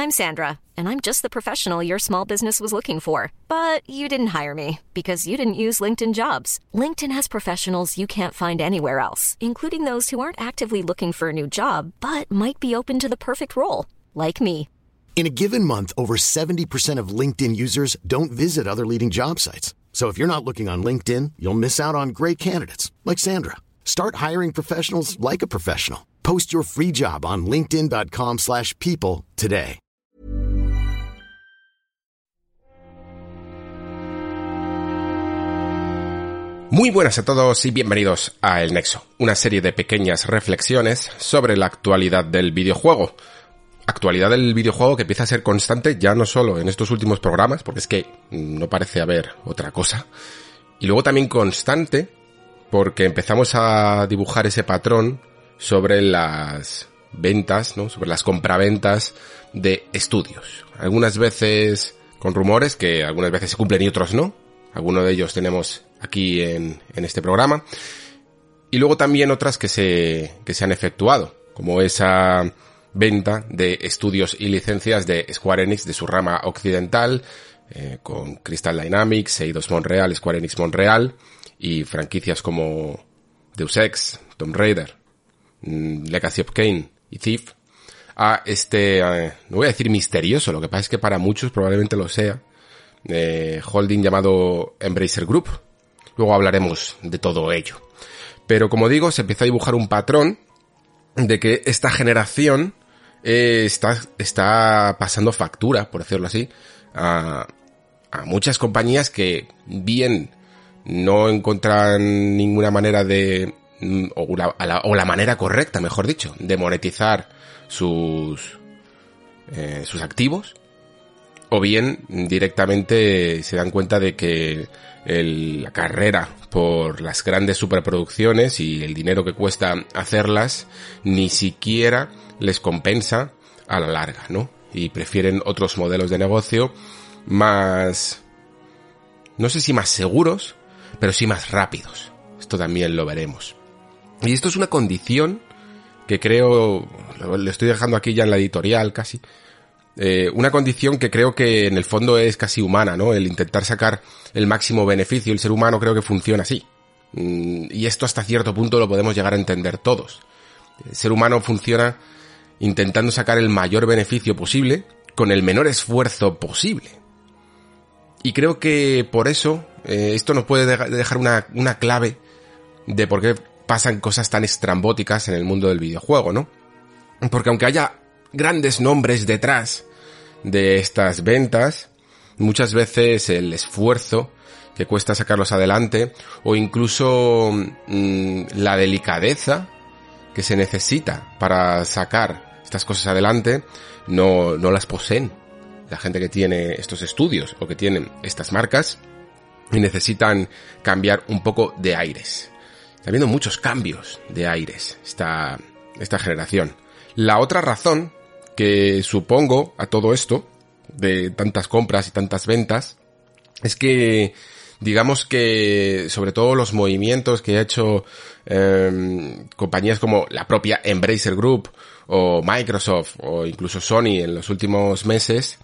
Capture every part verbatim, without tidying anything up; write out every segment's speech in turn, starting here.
I'm Sandra, and I'm just the professional your small business was looking for. But you didn't hire me because you didn't use LinkedIn Jobs. LinkedIn has professionals you can't find anywhere else, including those who aren't actively looking for a new job, but might be open to the perfect role, like me. In a given month, over seventy percent of LinkedIn users don't visit other leading job sites. So if you're not looking on LinkedIn, you'll miss out on great candidates like Sandra. Start hiring professionals like a professional. Post your free job on linkedin.com slash people today. Muy buenas a todos y bienvenidos a El Nexo, una serie de pequeñas reflexiones sobre la actualidad del videojuego. Actualidad del videojuego que empieza a ser constante ya no solo en estos últimos programas, porque es que no parece haber otra cosa, y luego también constante porque empezamos a dibujar ese patrón sobre las ventas, ¿no? Sobre las compraventas de estudios. Algunas veces con rumores que algunas veces se cumplen y otros no. Algunos de ellos tenemos aquí en, en este programa. Y luego también otras que se, que se han efectuado, como esa venta de estudios y licencias de Square Enix de su rama occidental, eh, con Crystal Dynamics, Eidos Montreal, Square Enix Montreal, y franquicias como Deus Ex, Tomb Raider, Legacy of Kain y Thief, a este, eh, no voy a decir misterioso, lo que pasa es que para muchos probablemente lo sea, eh, holding llamado Embracer Group. Luego hablaremos de todo ello. Pero como digo, se empieza a dibujar un patrón de que esta generación eh, está, está pasando factura, por decirlo así, a, a muchas compañías que bien no encuentran ninguna manera de, o la, la, o la manera correcta, mejor dicho, de monetizar sus, eh, sus activos, o bien directamente se dan cuenta de que el, la carrera por las grandes superproducciones y el dinero que cuesta hacerlas ni siquiera les compensa a la larga, ¿no? Y prefieren otros modelos de negocio más, no sé si más seguros, pero sí más rápidos. Esto también lo veremos. Y esto es una condición que creo, lo estoy dejando aquí ya en la editorial casi, eh, una condición que creo que en el fondo es casi humana, ¿no? El intentar sacar el máximo beneficio. El ser humano creo que funciona así. Y esto hasta cierto punto lo podemos llegar a entender todos. El ser humano funciona intentando sacar el mayor beneficio posible con el menor esfuerzo posible. Y creo que por eso eh, esto nos puede dejar una, una clave de por qué pasan cosas tan estrambóticas en el mundo del videojuego, ¿no? Porque aunque haya grandes nombres detrás de estas ventas, muchas veces el esfuerzo que cuesta sacarlos adelante, o incluso mmm, la delicadeza que se necesita para sacar estas cosas adelante, no, no las poseen la gente que tiene estos estudios o que tienen estas marcas, y necesitan cambiar un poco de aires. Está habiendo muchos cambios de aires esta, esta generación. La otra razón que supongo a todo esto, de tantas compras y tantas ventas, es que digamos que sobre todo los movimientos que ha hecho eh, compañías como la propia Embracer Group o Microsoft o incluso Sony en los últimos meses,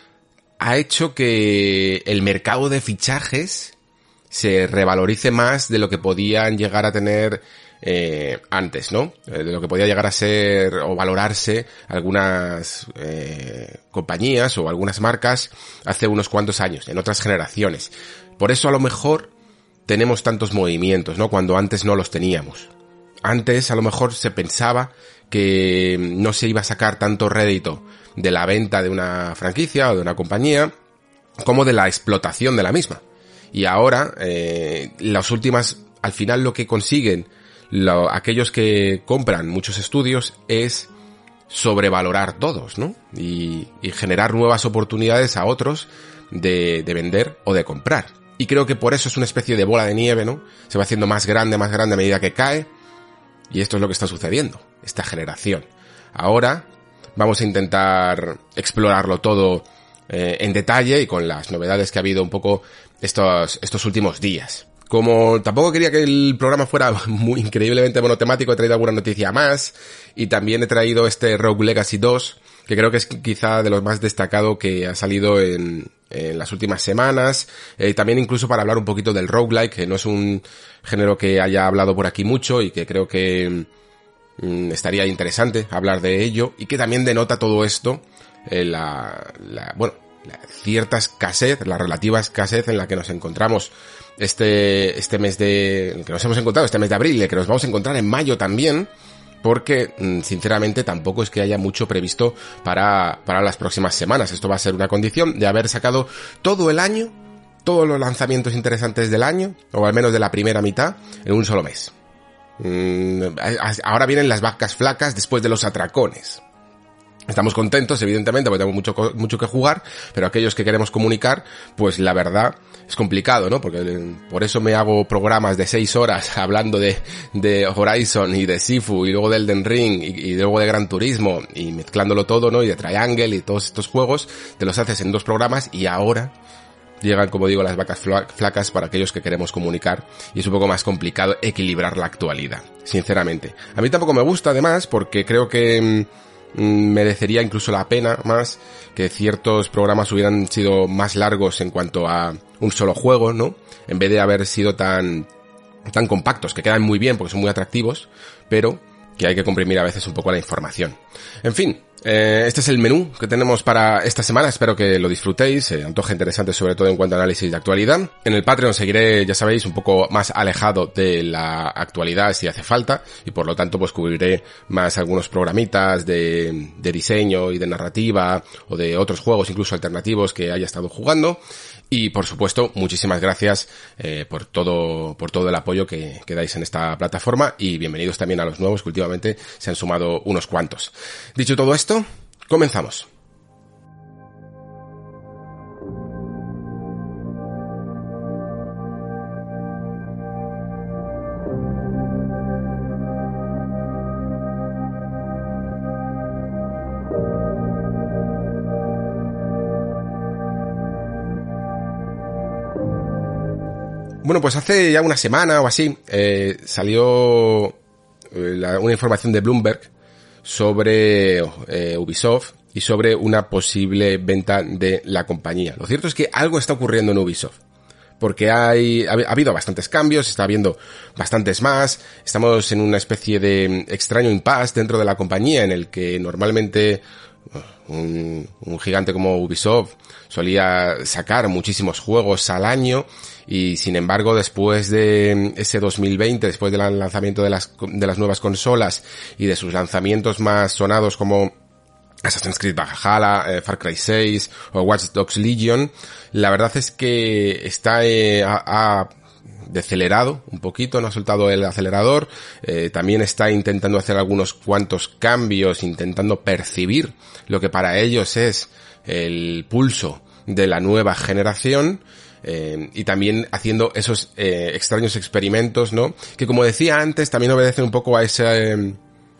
ha hecho que el mercado de fichajes se revalorice más de lo que podían llegar a tener eh, antes, ¿no? De lo que podía llegar a ser o valorarse algunas eh, compañías o algunas marcas hace unos cuantos años, en otras generaciones. Por eso a lo mejor tenemos tantos movimientos, ¿no? Cuando antes no los teníamos. Antes a lo mejor se pensaba que no se iba a sacar tanto rédito de la venta de una franquicia o de una compañía como de la explotación de la misma. Y ahora, eh, las últimas, al final lo que consiguen lo, aquellos que compran muchos estudios es sobrevalorar todos, ¿no? Y, y generar nuevas oportunidades a otros de, de vender o de comprar. Y creo que por eso es una especie de bola de nieve, ¿no? Se va haciendo más grande, más grande a medida que cae. Y esto es lo que está sucediendo, esta generación. Ahora vamos a intentar explorarlo todo eh, en detalle y con las novedades que ha habido un poco estos, estos últimos días. Como tampoco quería que el programa fuera muy increíblemente monotemático, he traído alguna noticia más y también he traído este Rogue Legacy dos, que creo que es quizá de los más destacado que ha salido en, en las últimas semanas. Eh, también incluso para hablar un poquito del roguelike, que no es un género que haya hablado por aquí mucho y que creo que mm, estaría interesante hablar de ello, y que también denota todo esto, eh, la, la, bueno, la cierta escasez, la relativa escasez en la que nos encontramos este, este mes de, que nos hemos encontrado este mes de abril, y que nos vamos a encontrar en mayo también, porque sinceramente tampoco es que haya mucho previsto para, para las próximas semanas. Esto va a ser una condición de haber sacado todo el año, todos los lanzamientos interesantes del año, o al menos de la primera mitad, en un solo mes. Ahora vienen las vacas flacas después de los atracones. Estamos contentos, evidentemente, porque tenemos mucho, mucho que jugar, pero aquellos que queremos comunicar, pues la verdad es complicado, ¿no? Porque por eso me hago programas de seis horas hablando de, de Horizon y de Sifu, y luego de Elden Ring, y, y luego de Gran Turismo, y mezclándolo todo, ¿no? Y de Triangle y todos estos juegos, te los haces en dos programas, y ahora llegan, como digo, las vacas flacas para aquellos que queremos comunicar, y es un poco más complicado equilibrar la actualidad, sinceramente. A mí tampoco me gusta, además, porque creo que merecería incluso la pena más que ciertos programas hubieran sido más largos en cuanto a un solo juego, ¿no? En vez de haber sido tan tan compactos, que quedan muy bien porque son muy atractivos, pero que hay que comprimir a veces un poco la información. En fin, eh, este es el menú que tenemos para esta semana. Espero que lo disfrutéis, se eh, antoja interesante, sobre todo en cuanto a análisis de actualidad. En el Patreon seguiré, ya sabéis, un poco más alejado de la actualidad si hace falta, y por lo tanto pues cubriré más algunos programitas de, de diseño y de narrativa, o de otros juegos incluso alternativos que haya estado jugando. Y por supuesto, muchísimas gracias eh, por todo por todo el apoyo que, que dais en esta plataforma, y bienvenidos también a los nuevos, que últimamente se han sumado unos cuantos. Dicho todo esto, comenzamos. Bueno, pues hace ya una semana o así eh, salió eh, la, una información de Bloomberg sobre eh, Ubisoft y sobre una posible venta de la compañía. Lo cierto es que algo está ocurriendo en Ubisoft, porque hay ha, ha habido bastantes cambios, está habiendo bastantes más. Estamos en una especie de extraño impasse dentro de la compañía, en el que normalmente un, un gigante como Ubisoft solía sacar muchísimos juegos al año, y sin embargo después de ese dos mil veinte, después del lanzamiento de las, de las nuevas consolas y de sus lanzamientos más sonados como Assassin's Creed Valhalla, eh, Far Cry seis o Watch Dogs Legion, la verdad es que está eh, ha, ha decelerado un poquito, no ha soltado el acelerador. Eh, también está intentando hacer algunos cuantos cambios, intentando percibir lo que para ellos es el pulso de la nueva generación. Eh, y también haciendo esos eh, extraños experimentos, ¿no? Que, como decía antes, también obedecen un poco a esa eh,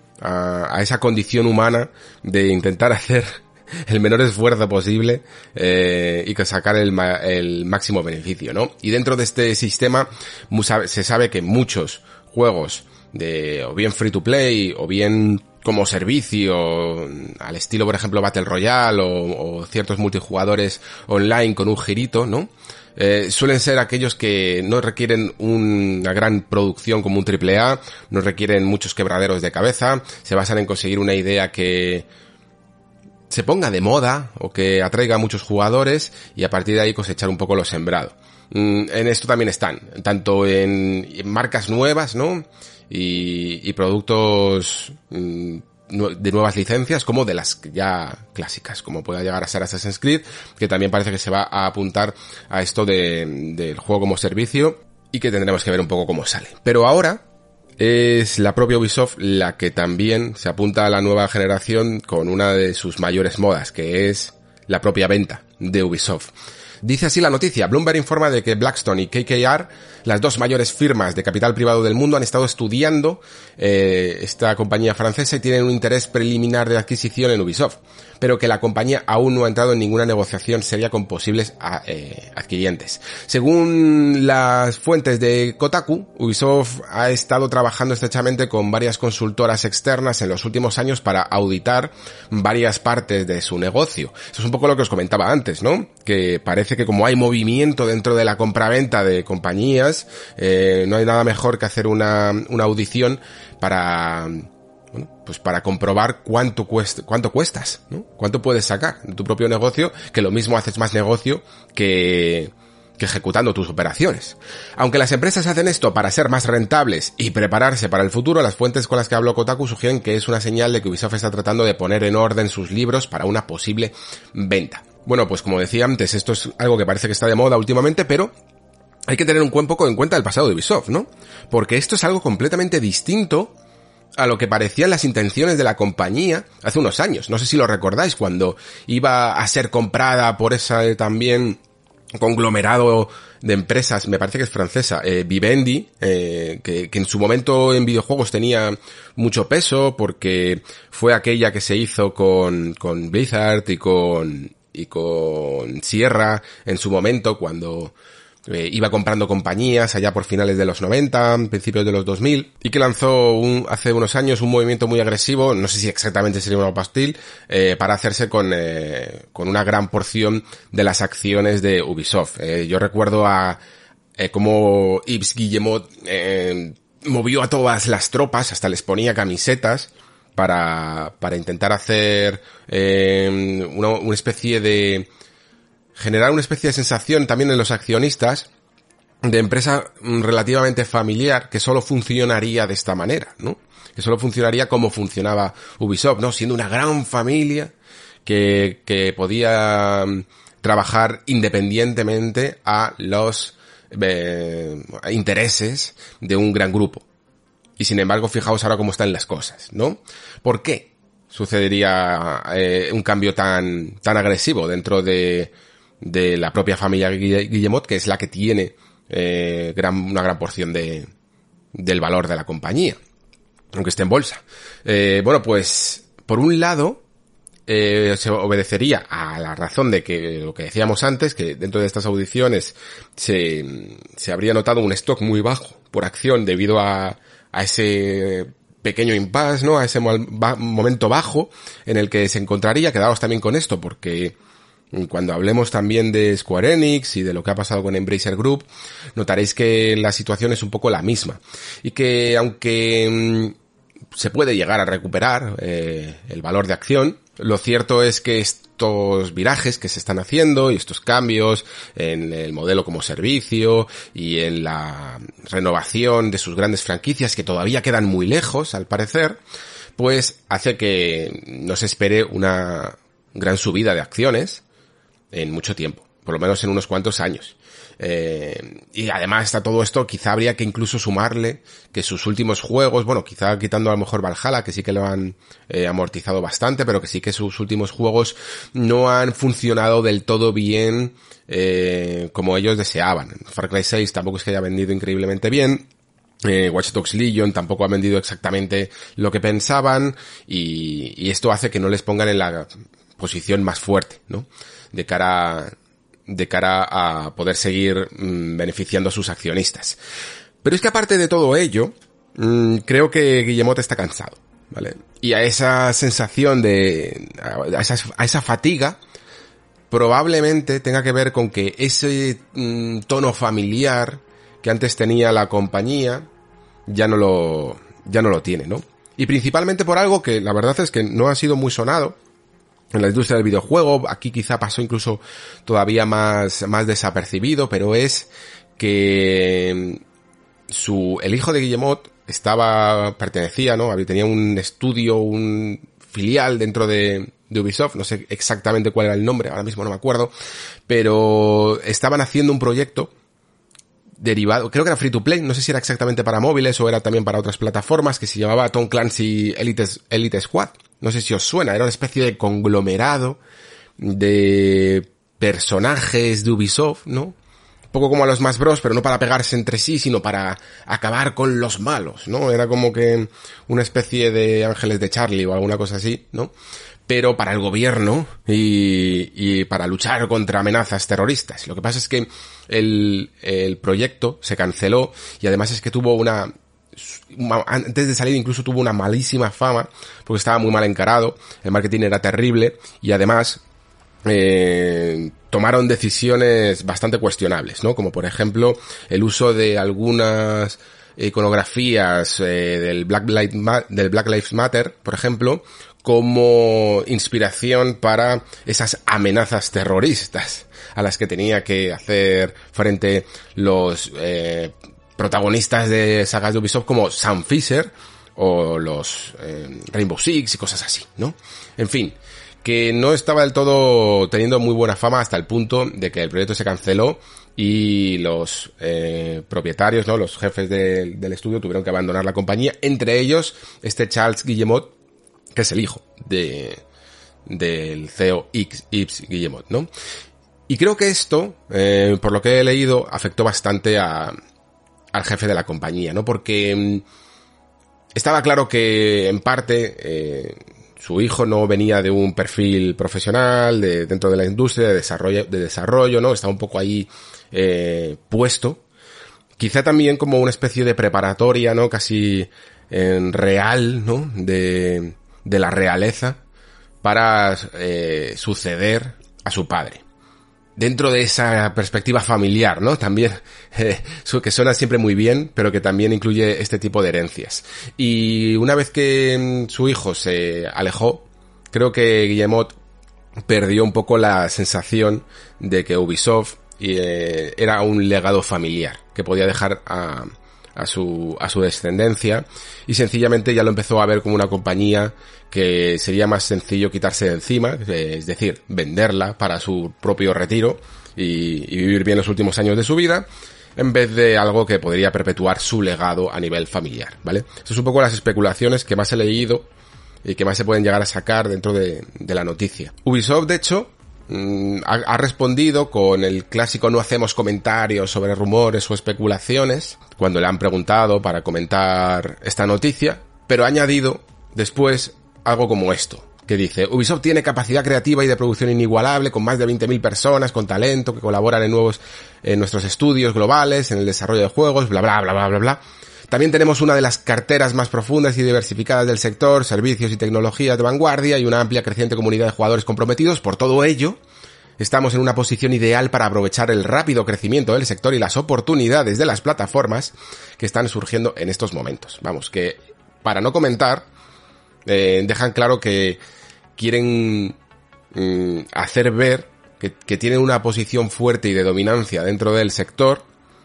a, a esa condición humana de intentar hacer el menor esfuerzo posible eh, y que sacar el, ma el máximo beneficio, ¿no? Y dentro de este sistema se sabe que muchos juegos de o bien free to play o bien como servicio, al estilo, por ejemplo, Battle Royale o, o ciertos multijugadores online con un girito, ¿no? Eh, suelen ser aquellos que no requieren una gran producción como un triple A, no requieren muchos quebraderos de cabeza, se basan en conseguir una idea que se ponga de moda o que atraiga a muchos jugadores, y a partir de ahí cosechar un poco lo sembrado. Mm, en esto también están, tanto en, en marcas nuevas, ¿no? Y, y productos mm, de nuevas licencias, como de las ya clásicas, como pueda llegar a ser Assassin's Creed, que también parece que se va a apuntar a esto de, del juego como servicio, y que tendremos que ver un poco cómo sale. Pero ahora es la propia Ubisoft la que también se apunta a la nueva generación con una de sus mayores modas, que es la propia venta de Ubisoft. Dice así la noticia: Bloomberg informa de que Blackstone y K K R, las dos mayores firmas de capital privado del mundo, han estado estudiando eh, esta compañía francesa y tienen un interés preliminar de adquisición en Ubisoft. pero que la compañía aún no ha entrado en ninguna negociación seria con posibles a, eh, adquirientes. Según las fuentes de Kotaku, Ubisoft ha estado trabajando estrechamente con varias consultoras externas en los últimos años para auditar varias partes de su negocio. Eso es un poco lo que os comentaba antes, ¿no? Que parece que como hay movimiento dentro de la compraventa de compañías, eh, no hay nada mejor que hacer una, una audición para... Bueno, pues para comprobar cuánto cuesta, cuánto cuestas, ¿no? Cuánto puedes sacar de tu propio negocio, que lo mismo haces más negocio que, que ejecutando tus operaciones. Aunque las empresas hacen esto para ser más rentables y prepararse para el futuro, las fuentes con las que habló Kotaku sugieren que es una señal de que Ubisoft está tratando de poner en orden sus libros para una posible venta. Bueno, pues como decía antes, esto es algo que parece que está de moda últimamente, pero hay que tener un poco en cuenta el pasado de Ubisoft, ¿no? Porque esto es algo completamente distinto a lo que parecían las intenciones de la compañía hace unos años. No sé si lo recordáis, cuando iba a ser comprada por esa también conglomerado de empresas, me parece que es francesa, eh, Vivendi, eh, que, que en su momento en videojuegos tenía mucho peso porque fue aquella que se hizo con, con Blizzard y con, y con Sierra en su momento, cuando Eh, iba comprando compañías allá por finales de los noventa, principios de los dos mil, y que lanzó un, hace unos años un movimiento muy agresivo, no sé si exactamente sería una pastil, eh, para hacerse con, eh, con una gran porción de las acciones de Ubisoft. Eh, yo recuerdo a eh, cómo Yves Guillemot eh, movió a todas las tropas, hasta les ponía camisetas, para, para intentar hacer eh, una, una especie de... generar una especie de sensación también en los accionistas de empresa relativamente familiar que solo funcionaría de esta manera, ¿no? Que solo funcionaría como funcionaba Ubisoft, ¿no? Siendo una gran familia que, que podía trabajar independientemente a los eh, intereses de un gran grupo. Y sin embargo, fijaos ahora cómo están las cosas, ¿no? ¿Por qué sucedería eh, un cambio tan, tan agresivo dentro de de la propia familia Guillemot, que es la que tiene eh, gran, una gran porción de del valor de la compañía, aunque esté en bolsa? Eh, bueno, pues por un lado eh, se obedecería a la razón de que lo que decíamos antes, que dentro de estas audiciones se, se habría notado un stock muy bajo por acción debido a, a ese pequeño impasse, ¿no? A ese mo- ba- momento bajo en el que se encontraría. Quedaos también con esto, porque cuando hablemos también de Square Enix y de lo que ha pasado con Embracer Group, notaréis que la situación es un poco la misma. Y que aunque mmm, se puede llegar a recuperar eh, el valor de acción, lo cierto es que estos virajes que se están haciendo y estos cambios en el modelo como servicio y en la renovación de sus grandes franquicias, que todavía quedan muy lejos al parecer, pues hace que nos espere una gran subida de acciones en mucho tiempo, por lo menos en unos cuantos años. Eh, y además está todo esto, quizá habría que incluso sumarle que sus últimos juegos, bueno, quizá quitando a lo mejor Valhalla, que sí que lo han eh, amortizado bastante, pero que sí que sus últimos juegos no han funcionado del todo bien eh, como ellos deseaban. Far Cry seis tampoco es que haya vendido increíblemente bien. Eh, Watch Dogs Legion tampoco ha vendido exactamente lo que pensaban, y, y esto hace que no les pongan en la posición más fuerte, ¿no? De cara, de cara a poder seguir mmm, beneficiando a sus accionistas. Pero es que aparte de todo ello, mmm, creo que Guillemot está cansado, ¿vale? Y a esa sensación de, a esa, a esa fatiga, probablemente tenga que ver con que ese mmm, tono familiar que antes tenía la compañía, ya no lo, ya no lo tiene, ¿no? Y principalmente por algo que la verdad es que no ha sido muy sonado en la industria del videojuego. Aquí quizá pasó incluso todavía más, más desapercibido, pero es que su, el hijo de Guillemot estaba, pertenecía, ¿no? Tenía un estudio, un filial dentro de, de Ubisoft, no sé exactamente cuál era el nombre, ahora mismo no me acuerdo, pero estaban haciendo un proyecto derivado, creo que era free to play, no sé si era exactamente para móviles o era también para otras plataformas, que se llamaba Tom Clancy Elite, Elite Squad. No sé si os suena, era una especie de conglomerado de personajes de Ubisoft, ¿no? Un poco como a los Smash Bros, pero no para pegarse entre sí, sino para acabar con los malos, ¿no? Era como que una especie de Ángeles de Charlie o alguna cosa así, ¿no? pero para el gobierno y, y para luchar contra amenazas terroristas. Lo que pasa es que el, el proyecto se canceló y además es que tuvo una... antes de salir incluso tuvo una malísima fama porque estaba muy mal encarado, el marketing era terrible y además eh, tomaron decisiones bastante cuestionables, ¿no? Como por ejemplo el uso de algunas iconografías eh, del Black Lives Ma- del Black Lives Matter, por ejemplo, como inspiración para esas amenazas terroristas a las que tenía que hacer frente los eh, protagonistas de sagas de Ubisoft como Sam Fisher o los eh, Rainbow Six y cosas así, ¿no? En fin, que no estaba del todo teniendo muy buena fama hasta el punto de que el proyecto se canceló y los eh, propietarios, ¿no? Los jefes de, del estudio tuvieron que abandonar la compañía, entre ellos este Charles Guillemot, que es el hijo de del C E O Yves Guillemot, ¿no? Y creo que esto, eh, por lo que he leído, afectó bastante a al jefe de la compañía, ¿no? Porque mmm, estaba claro que, en parte, eh, su hijo no venía de un perfil profesional de, dentro de la industria de desarrollo, de desarrollo, ¿no? Estaba un poco ahí eh, puesto. Quizá también como una especie de preparatoria, ¿no? Casi en real, ¿no? De, de la realeza para eh, suceder a su padre. Dentro de esa perspectiva familiar, ¿no? También, eh, que suena siempre muy bien, pero que también incluye este tipo de herencias. Y una vez que su hijo se alejó, creo que Guillemot perdió un poco la sensación de que Ubisoft eh, era un legado familiar que podía dejar a, a su, a su descendencia, y sencillamente ya lo empezó a ver como una compañía que sería más sencillo quitarse de encima, es decir, venderla para su propio retiro y, y vivir bien los últimos años de su vida, en vez de algo que podría perpetuar su legado a nivel familiar, ¿vale? Estas son un poco las especulaciones que más he leído y que más se pueden llegar a sacar dentro de, de la noticia. Ubisoft, de hecho, mmm, ha, ha respondido con el clásico no hacemos comentarios sobre rumores o especulaciones cuando le han preguntado para comentar esta noticia, pero ha añadido después algo como esto, que dice: Ubisoft tiene capacidad creativa y de producción inigualable, con más de veinte mil personas con talento que colaboran en nuevos en nuestros estudios globales, en el desarrollo de juegos, bla bla bla bla bla bla. También tenemos una de las carteras más profundas y diversificadas del sector, servicios y tecnologías de vanguardia y una amplia creciente comunidad de jugadores comprometidos. Por todo ello, estamos en una posición ideal para aprovechar el rápido crecimiento del sector y las oportunidades de las plataformas que están surgiendo en estos momentos. Vamos, que para no comentar, Eh, dejan claro que quieren mm, hacer ver que, que tienen una posición fuerte y de dominancia dentro del sector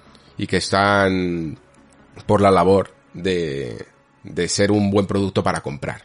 y que están por la labor de, de ser un buen producto para comprar.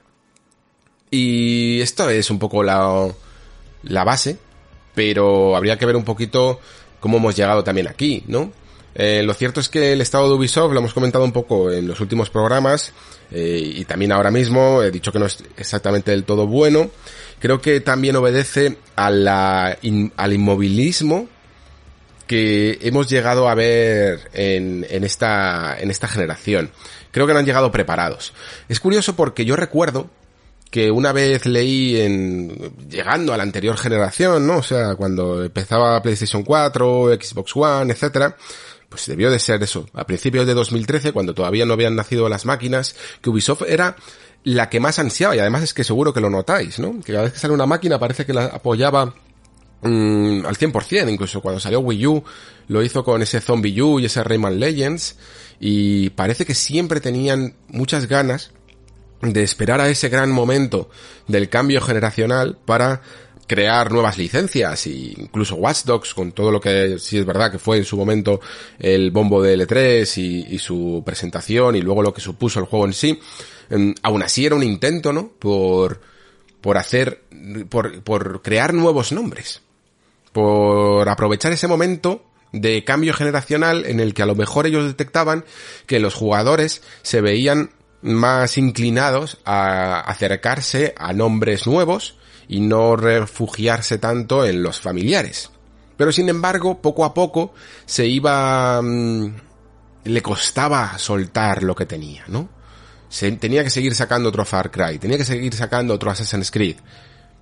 Y esto es un poco la, la base, pero habría que ver un poquito cómo hemos llegado también aquí, ¿no? Eh, lo cierto es que el estado de Ubisoft lo hemos comentado un poco en los últimos programas, eh, y también ahora mismo he dicho que no es exactamente del todo bueno. Creo que también obedece a la in, al inmovilismo que hemos llegado a ver en, en esta en esta generación. Creo que no han llegado preparados. Es curioso porque yo recuerdo que una vez leí en llegando a la anterior generación, ¿no? O sea, cuando empezaba PlayStation cuatro, Xbox One, etcétera, pues debió de ser eso, a principios de dos mil trece, cuando todavía no habían nacido las máquinas, que Ubisoft era la que más ansiaba, y además es que seguro que lo notáis, ¿no? Que cada vez que sale una máquina parece que la apoyaba mmm, al cien por ciento, incluso cuando salió Wii U, lo hizo con ese Zombie U y ese Rayman Legends, y parece que siempre tenían muchas ganas de esperar a ese gran momento del cambio generacional para crear nuevas licencias, e incluso Watch Dogs, con todo lo que sí es verdad que fue en su momento el bombo de L tres y, y su presentación y luego lo que supuso el juego en sí, eh, aún así era un intento, ¿no? Por, por hacer, por, por crear nuevos nombres, por aprovechar ese momento de cambio generacional en el que a lo mejor ellos detectaban que los jugadores se veían más inclinados a acercarse a nombres nuevos y no refugiarse tanto en los familiares. Pero sin embargo, poco a poco se iba... Mmm, le costaba soltar lo que tenía, ¿no? Se, tenía que seguir sacando otro Far Cry, tenía que seguir sacando otro Assassin's Creed.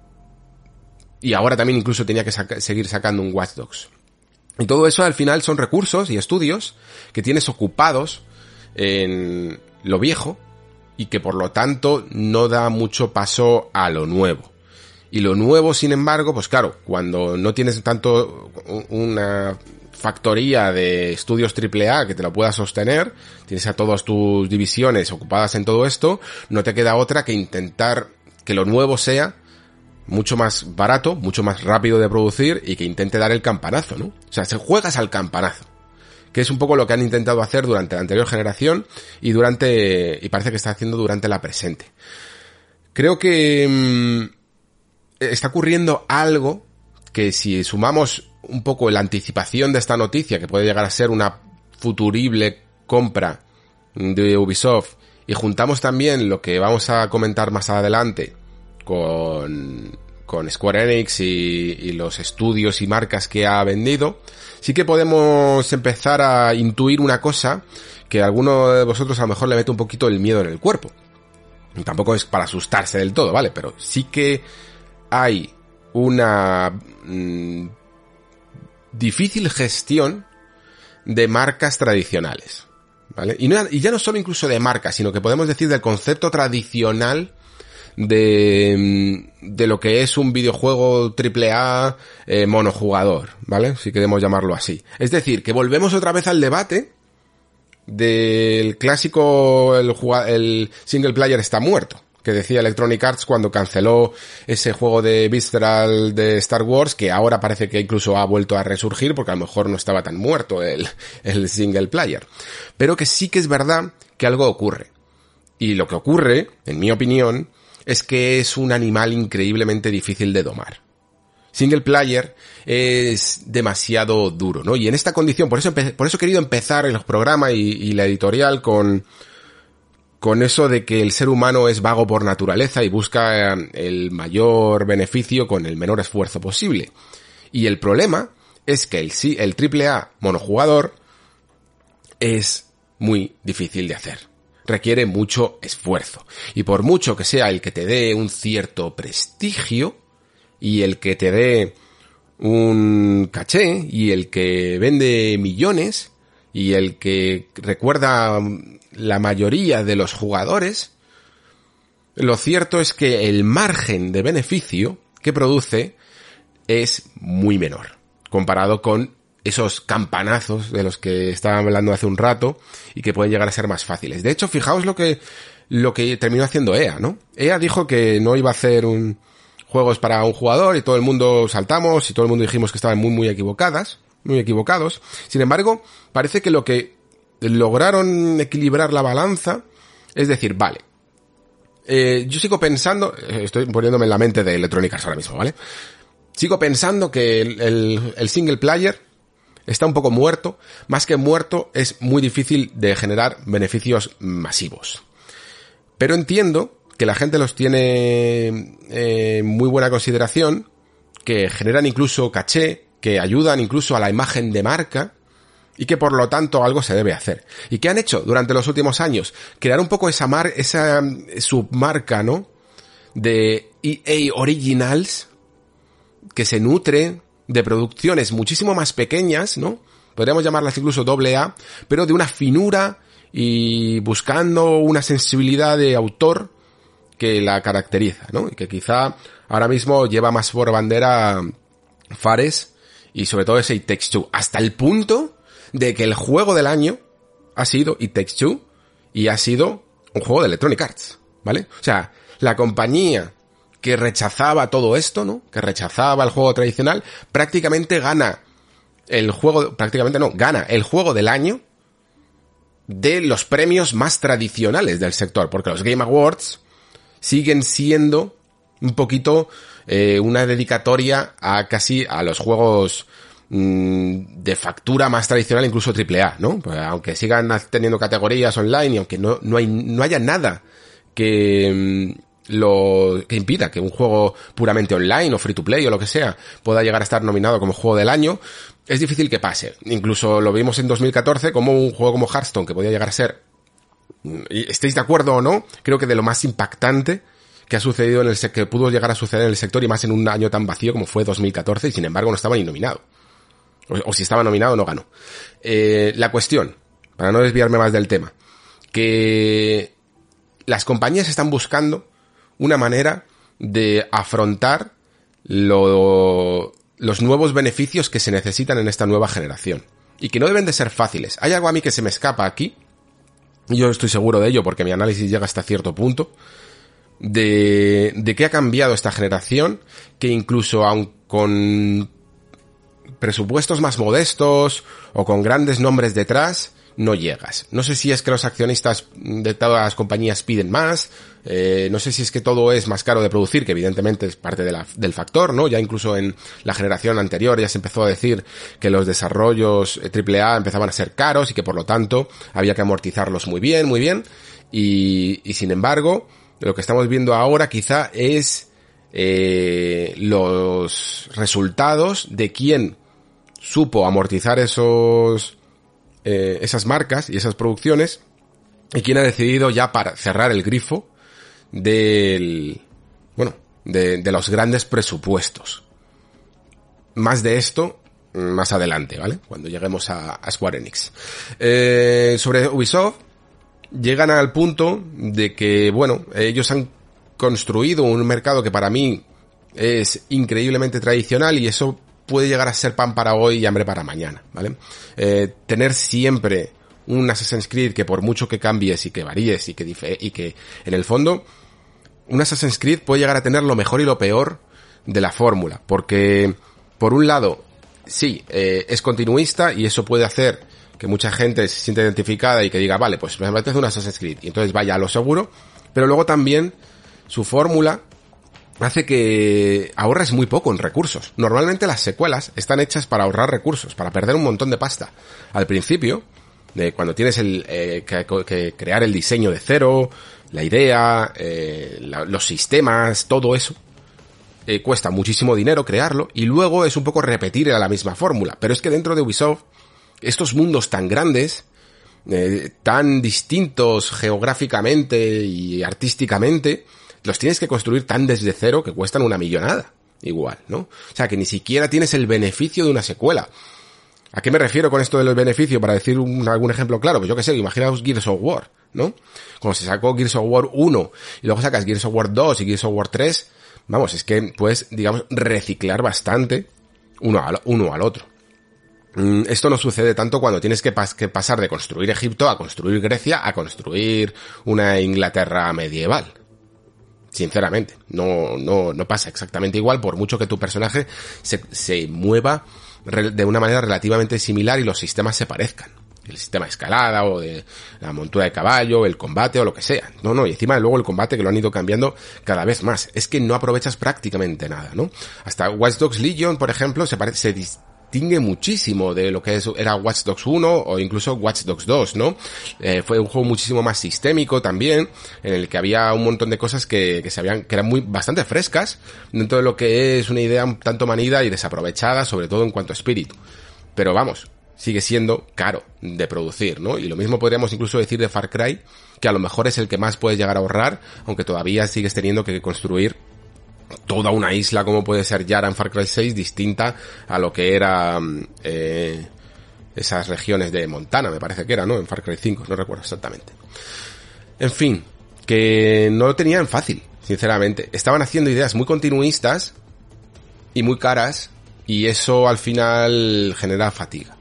y ahora también incluso tenía que saca- seguir sacando un Watch Dogs. Y todo eso al final son recursos y estudios que tienes ocupados en lo viejo y que por lo tanto no da mucho paso a lo nuevo. Y lo nuevo, sin embargo, pues claro, cuando no tienes tanto una factoría de estudios triple A que te lo pueda sostener, tienes a todas tus divisiones ocupadas en todo esto, no te queda otra que intentar que lo nuevo sea mucho más barato, mucho más rápido de producir y que intente dar el campanazo, ¿no? O sea, se juegas al campanazo, que es un poco lo que han intentado hacer durante la anterior generación y durante, y parece que está haciendo durante la presente. Creo que mmm, está ocurriendo algo que si sumamos un poco la anticipación de esta noticia, que puede llegar a ser una futurible compra de Ubisoft, y juntamos también lo que vamos a comentar más adelante con, con Square Enix y, y los estudios y marcas que ha vendido, sí que podemos empezar a intuir una cosa que a alguno de vosotros a lo mejor le mete un poquito el miedo en el cuerpo. Tampoco es para asustarse del todo, ¿vale? Pero sí que hay una mmm, difícil gestión de marcas tradicionales, ¿vale? Y, no, y ya no solo incluso de marcas, sino que podemos decir del concepto tradicional de, de lo que es un videojuego triple A eh, monojugador, ¿vale? Si queremos llamarlo así. Es decir, que volvemos otra vez al debate del clásico el, el single player está muerto, que decía Electronic Arts cuando canceló ese juego de Visceral de Star Wars, que ahora parece que incluso ha vuelto a resurgir porque a lo mejor no estaba tan muerto el, el single player. Pero que sí que es verdad que algo ocurre. Y lo que ocurre, en mi opinión, es que es un animal increíblemente difícil de domar. Single player es demasiado duro, ¿no? Y en esta condición, por eso, por eso he querido empezar el programa y, y la editorial con, con eso de que el ser humano es vago por naturaleza y busca el mayor beneficio con el menor esfuerzo posible. Y el problema es que el, el triple A monojugador es muy difícil de hacer. Requiere mucho esfuerzo. Y por mucho que sea el que te dé un cierto prestigio y el que te dé un caché y el que vende millones y el que recuerda la mayoría de los jugadores, lo cierto es que el margen de beneficio que produce es muy menor comparado con esos campanazos de los que estábamos hablando hace un rato y que pueden llegar a ser más fáciles. De hecho, fijaos lo que lo que terminó haciendo E A, ¿no? E A dijo que no iba a hacer un juegos para un jugador y todo el mundo saltamos y todo el mundo dijimos que estaban muy muy equivocadas, muy equivocados. Sin embargo, parece que lo que lograron equilibrar la balanza es decir, vale, eh, yo sigo pensando, estoy poniéndome en la mente de Electronic Arts ahora mismo, ¿vale? Sigo pensando que el, el, el single player está un poco muerto. Más que muerto, es muy difícil de generar beneficios masivos. Pero entiendo que la gente los tiene eh, muy buena consideración, que generan incluso caché, que ayudan incluso a la imagen de marca y que por lo tanto algo se debe hacer. ¿Y qué han hecho durante los últimos años? Crear un poco esa mar, esa submarca, ¿no? De E A Originals, que se nutre de producciones muchísimo más pequeñas, ¿no? Podríamos llamarlas incluso doble A, pero de una finura y buscando una sensibilidad de autor que la caracteriza, ¿no? Y que quizá ahora mismo lleva más por bandera Fares y sobre todo ese It Takes Two, hasta el punto de que el juego del año ha sido It Takes Two y ha sido un juego de Electronic Arts, ¿vale? O sea, la compañía que rechazaba todo esto, ¿no? Que rechazaba el juego tradicional, prácticamente gana el juego, prácticamente no, gana el juego del año de los premios más tradicionales del sector, porque los Game Awards siguen siendo un poquito eh, una dedicatoria a casi a los juegos mmm, de factura más tradicional, incluso triple A, ¿no? Pues aunque sigan teniendo categorías online y aunque no, no hay, no haya nada que mmm, lo que impida que un juego puramente online o free to play o lo que sea pueda llegar a estar nominado como juego del año, es difícil que pase. Incluso lo vimos en dos mil catorce como un juego como Hearthstone, que podía llegar a ser, y estéis de acuerdo o no, creo que de lo más impactante que ha sucedido en el se- que pudo llegar a suceder en el sector, y más en un año tan vacío como fue dos mil catorce, y sin embargo no estaba ni nominado. O, o si estaba nominado no ganó. Eh, la cuestión, para no desviarme más del tema, que las compañías están buscando una manera de afrontar lo, los nuevos beneficios que se necesitan en esta nueva generación. Y que no deben de ser fáciles. Hay algo a mí que se me escapa aquí, y yo estoy seguro de ello porque mi análisis llega hasta cierto punto, de, de que ha cambiado esta generación, que incluso aun con presupuestos más modestos o con grandes nombres detrás, no llegas. No sé si es que los accionistas de todas las compañías piden más, eh, no sé si es que todo es más caro de producir, que evidentemente es parte de la, del factor, ¿no? Ya incluso en la generación anterior ya se empezó a decir que los desarrollos triple A empezaban a ser caros y que por lo tanto había que amortizarlos muy bien, muy bien, y, y sin embargo, lo que estamos viendo ahora quizá es eh, los resultados de quien supo amortizar esos Eh, esas marcas y esas producciones, y quien ha decidido ya para cerrar el grifo del, bueno, de, de los grandes presupuestos. Más de esto más adelante, ¿vale? Cuando lleguemos a, a Square Enix. Eh, sobre Ubisoft, llegan al punto de que, bueno, ellos han construido un mercado que para mí es increíblemente tradicional, y eso puede llegar a ser pan para hoy y hambre para mañana, ¿vale? Eh, tener siempre un Assassin's Creed que por mucho que cambies y que varíes y que, dife- y que en el fondo un Assassin's Creed puede llegar a tener lo mejor y lo peor de la fórmula, porque por un lado, sí, eh, es continuista, y eso puede hacer que mucha gente se sienta identificada y que diga, vale, pues me apetece un Assassin's Creed, y entonces vaya a lo seguro, pero luego también su fórmula hace que ahorres muy poco en recursos. Normalmente las secuelas están hechas para ahorrar recursos, para perder un montón de pasta. Al principio, de cuando tienes el eh, que, que crear el diseño de cero, la idea, eh, la, los sistemas, todo eso, eh, cuesta muchísimo dinero crearlo, y luego es un poco repetir la misma fórmula. Pero es que dentro de Ubisoft, estos mundos tan grandes, eh, tan distintos geográficamente y artísticamente, los tienes que construir tan desde cero que cuestan una millonada, igual, ¿no? O sea, que ni siquiera tienes el beneficio de una secuela. ¿A qué me refiero con esto del beneficio? Para decir un, algún ejemplo claro, pues yo qué sé, imaginaos Gears of War, ¿no? Cuando se sacó Gears of War uno, y luego sacas Gears of War dos y Gears of War tres, vamos, es que puedes, digamos, reciclar bastante uno al, uno al otro. Esto no sucede tanto cuando tienes que, pas- que pasar de construir Egipto a construir Grecia a construir una Inglaterra medieval. Sinceramente, no, no, no pasa exactamente igual, por mucho que tu personaje se, se mueva re, de una manera relativamente similar y los sistemas se parezcan. El sistema de escalada, o de la montura de caballo, el combate, o lo que sea. No, no, y encima luego el combate, que lo han ido cambiando cada vez más. Es que no aprovechas prácticamente nada, ¿no? Hasta Watch Dogs Legion, por ejemplo, se parece, se distingue muchísimo de lo que es, era Watch Dogs uno o incluso Watch Dogs dos, ¿no? Eh, fue un juego muchísimo más sistémico también, en el que había un montón de cosas que, que se habían, que eran muy, bastante frescas dentro de lo que es una idea un tanto manida y desaprovechada, sobre todo en cuanto a espíritu. Pero vamos, sigue siendo caro de producir, ¿no? Y lo mismo podríamos incluso decir de Far Cry, que a lo mejor es el que más puedes llegar a ahorrar, aunque todavía sigues teniendo que construir toda una isla como puede ser Yara en Far Cry seis, distinta a lo que era eh, esas regiones de Montana, me parece que era, ¿no? En Far Cry cinco, no recuerdo exactamente. En fin, que no lo tenían fácil, sinceramente. Estaban haciendo ideas muy continuistas y muy caras, y eso al final genera fatiga.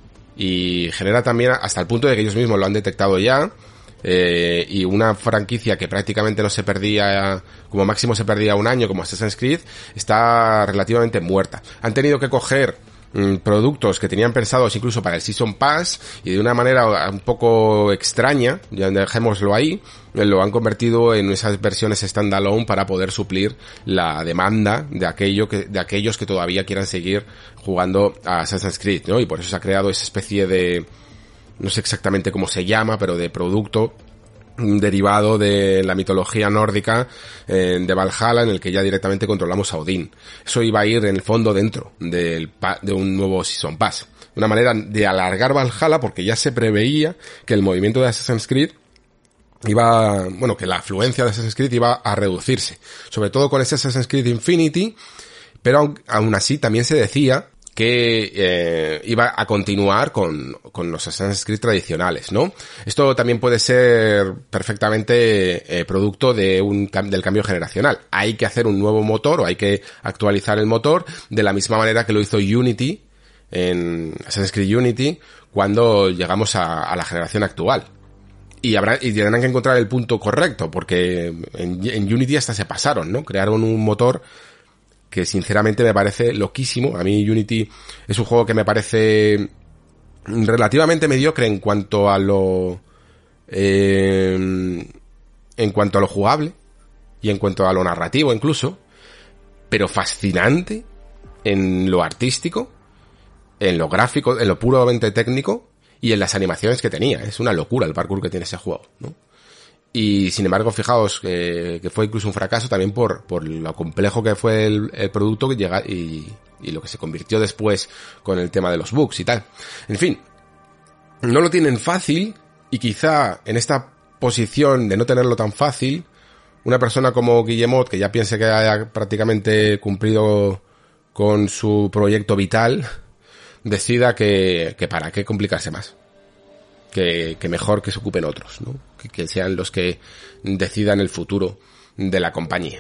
Y genera también, hasta el punto de que ellos mismos lo han detectado ya, eh, y una franquicia que prácticamente no se perdía, como máximo se perdía un año, como Assassin's Creed, está relativamente muerta. Han tenido que coger mmm, productos que tenían pensados incluso para el Season Pass, y de una manera un poco extraña, ya dejémoslo ahí, lo han convertido en esas versiones standalone para poder suplir la demanda de aquello que, de aquellos que todavía quieran seguir jugando a Assassin's Creed, ¿no? Y por eso se ha creado esa especie de, no sé exactamente cómo se llama, pero de producto derivado de la mitología nórdica eh, de Valhalla, en el que ya directamente controlamos a Odín. Eso iba a ir en el fondo dentro del pa- de un nuevo Season Pass. Una manera de alargar Valhalla, porque ya se preveía que el movimiento de Assassin's Creed iba, bueno, que la afluencia de Assassin's Creed iba a reducirse, sobre todo con ese Assassin's Creed Infinity, pero aun, aún así también se decía que eh, iba a continuar con, con los Assassin's Creed tradicionales, ¿no? Esto también puede ser perfectamente eh, producto de un del cambio generacional. Hay que hacer un nuevo motor o hay que actualizar el motor de la misma manera que lo hizo Unity en Assassin's Creed Unity cuando llegamos a, a la generación actual. Y habrá, y tendrán que encontrar el punto correcto, porque en, en Unity hasta se pasaron, ¿no? Crearon un motor que sinceramente me parece loquísimo. A mí Unity es un juego que me parece relativamente mediocre en cuanto a lo eh, en cuanto a lo jugable y en cuanto a lo narrativo incluso, pero fascinante en lo artístico, en lo gráfico, en lo puramente técnico y en las animaciones que tenía. Es una locura el parkour que tiene ese juego, ¿no? Y sin embargo, fijaos eh, que fue incluso un fracaso también por, por lo complejo que fue el, el producto que llega y, y lo que se convirtió después con el tema de los bugs y tal. En fin, no lo tienen fácil y quizá en esta posición de no tenerlo tan fácil, una persona como Guillemot, que ya piense que haya prácticamente cumplido con su proyecto vital, decida que, que para qué complicarse más. Que, que mejor que se ocupen otros, ¿no? Que, que sean los que decidan el futuro de la compañía.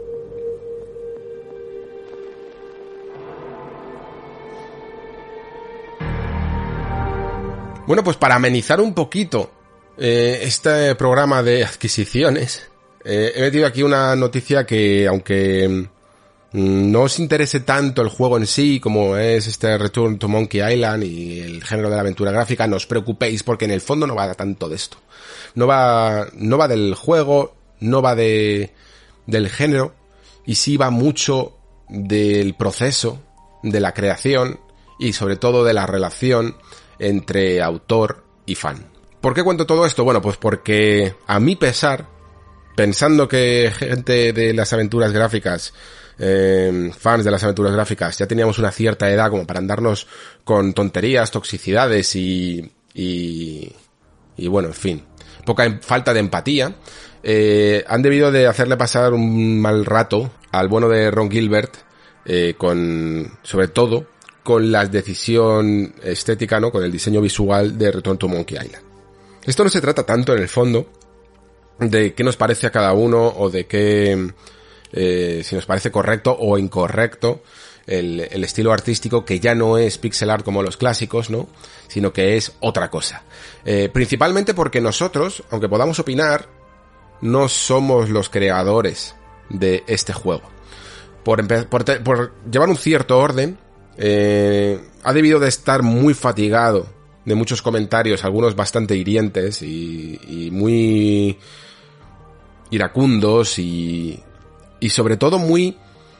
Bueno, pues para amenizar un poquito eh, este programa de adquisiciones, eh, he metido aquí una noticia que, aunque no os interese tanto el juego en sí como es este Return to Monkey Island y el género de la aventura gráfica, no os preocupéis porque en el fondo no va tanto de esto. No va, no va del juego, no va de, del género, y sí va mucho del proceso, de la creación y sobre todo de la relación entre autor y fan. ¿Por qué cuento todo esto? Bueno, pues porque a mi pesar, pensando que gente de las aventuras gráficas, Eh, fans de las aventuras gráficas, ya teníamos una cierta edad como para andarnos con tonterías, toxicidades y, y, y bueno, en fin, poca em- falta de empatía, eh, han debido de hacerle pasar un mal rato al bueno de Ron Gilbert, eh, con, sobre todo, con la decisión estética, ¿no? Con el diseño visual de Return to Monkey Island. Esto no se trata tanto, en el fondo, de qué nos parece a cada uno o de qué... Eh, si nos parece correcto o incorrecto el, el estilo artístico, que ya no es pixel art como los clásicos, ¿no? Sino que es otra cosa. Eh, principalmente porque nosotros, aunque podamos opinar, no somos los creadores de este juego. Por, empe- por, te- por llevar un cierto orden, eh, ha debido de estar muy fatigado de muchos comentarios, algunos bastante hirientes y, y muy iracundos y... y sobre todo muy,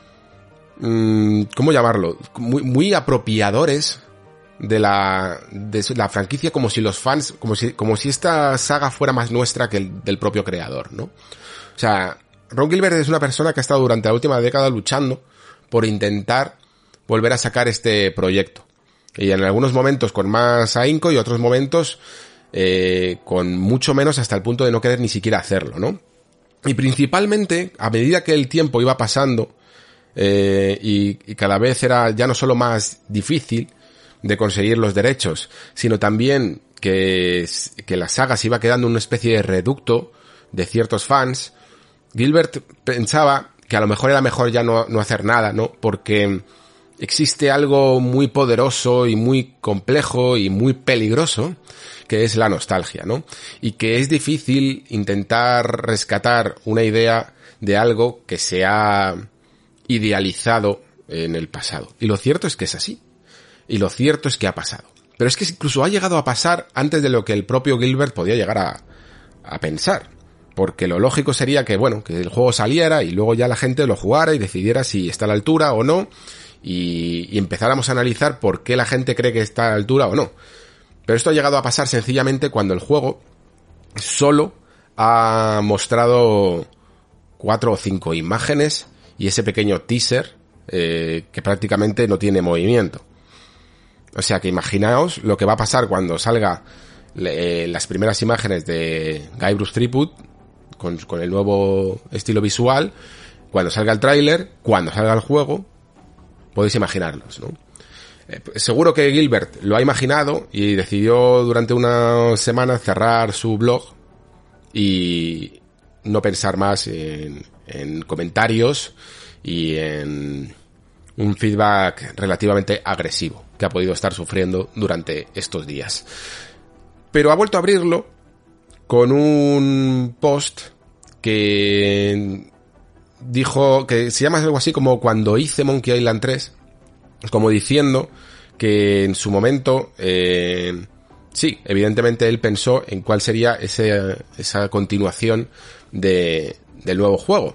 mmm, ¿cómo llamarlo? Muy, muy apropiadores de la, de la franquicia, como si los fans, como si, como si esta saga fuera más nuestra que el del propio creador, ¿no? O sea, Ron Gilbert es una persona que ha estado durante la última década luchando por intentar volver a sacar este proyecto. Y en algunos momentos con más ahínco y otros momentos, eh, con mucho menos, hasta el punto de no querer ni siquiera hacerlo, ¿no? Y principalmente, a medida que el tiempo iba pasando, eh, y, y cada vez era ya no solo más difícil de conseguir los derechos, sino también que, que la saga se iba quedando una especie de reducto de ciertos fans, Gilbert pensaba que a lo mejor era mejor ya no, no hacer nada, ¿no? Porque existe algo muy poderoso y muy complejo y muy peligroso, que es la nostalgia, ¿no? Y que es difícil intentar rescatar una idea de algo que se ha idealizado en el pasado. Y lo cierto es que es así. Y lo cierto es que ha pasado. Pero es que incluso ha llegado a pasar antes de lo que el propio Gilbert podía llegar a, a pensar. Porque lo lógico sería que, bueno, que el juego saliera y luego ya la gente lo jugara y decidiera si está a la altura o no. Y, y empezáramos a analizar por qué la gente cree que está a la altura o no. Pero esto ha llegado a pasar sencillamente cuando el juego solo ha mostrado cuatro o cinco imágenes y ese pequeño teaser eh, que prácticamente no tiene movimiento. O sea que imaginaos lo que va a pasar cuando salga le, las primeras imágenes de Guybrush Threepwood con, con el nuevo estilo visual, cuando salga el tráiler, cuando salga el juego, podéis imaginarlos, ¿no? Eh, seguro que Gilbert lo ha imaginado y decidió durante unas semanas cerrar su blog y no pensar más en, en comentarios y en un feedback relativamente agresivo que ha podido estar sufriendo durante estos días. Pero ha vuelto a abrirlo con un post que dijo, que se llama algo así como cuando hice Monkey Island tres, como diciendo que en su momento, eh, sí, evidentemente él pensó en cuál sería ese, esa continuación de, del nuevo juego.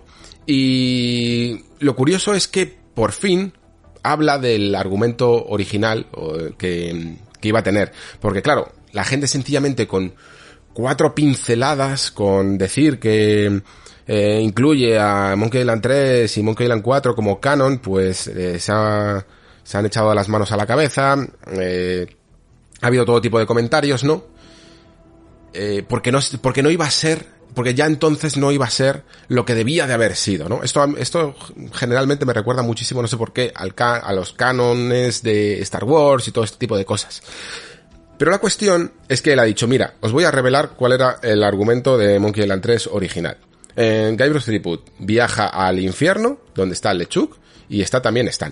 Y lo curioso es que por fin habla del argumento original que, que iba a tener. Porque claro, la gente sencillamente con cuatro pinceladas, con decir que eh, incluye a Monkey Island tres y Monkey Island cuatro como canon, pues eh, se, ha, se han echado las manos a la cabeza. Eh, ha habido todo tipo de comentarios, ¿no? Eh, porque no, porque no iba a ser... porque ya entonces no iba a ser lo que debía de haber sido, ¿no? Esto, esto generalmente me recuerda muchísimo, no sé por qué, al ca- a los cánones de Star Wars y todo este tipo de cosas. Pero la cuestión es que él ha dicho, mira, os voy a revelar cuál era el argumento de Monkey Island tres original. Eh, Guybrush Threepwood viaja al infierno, donde está el LeChuck, y está también Stan.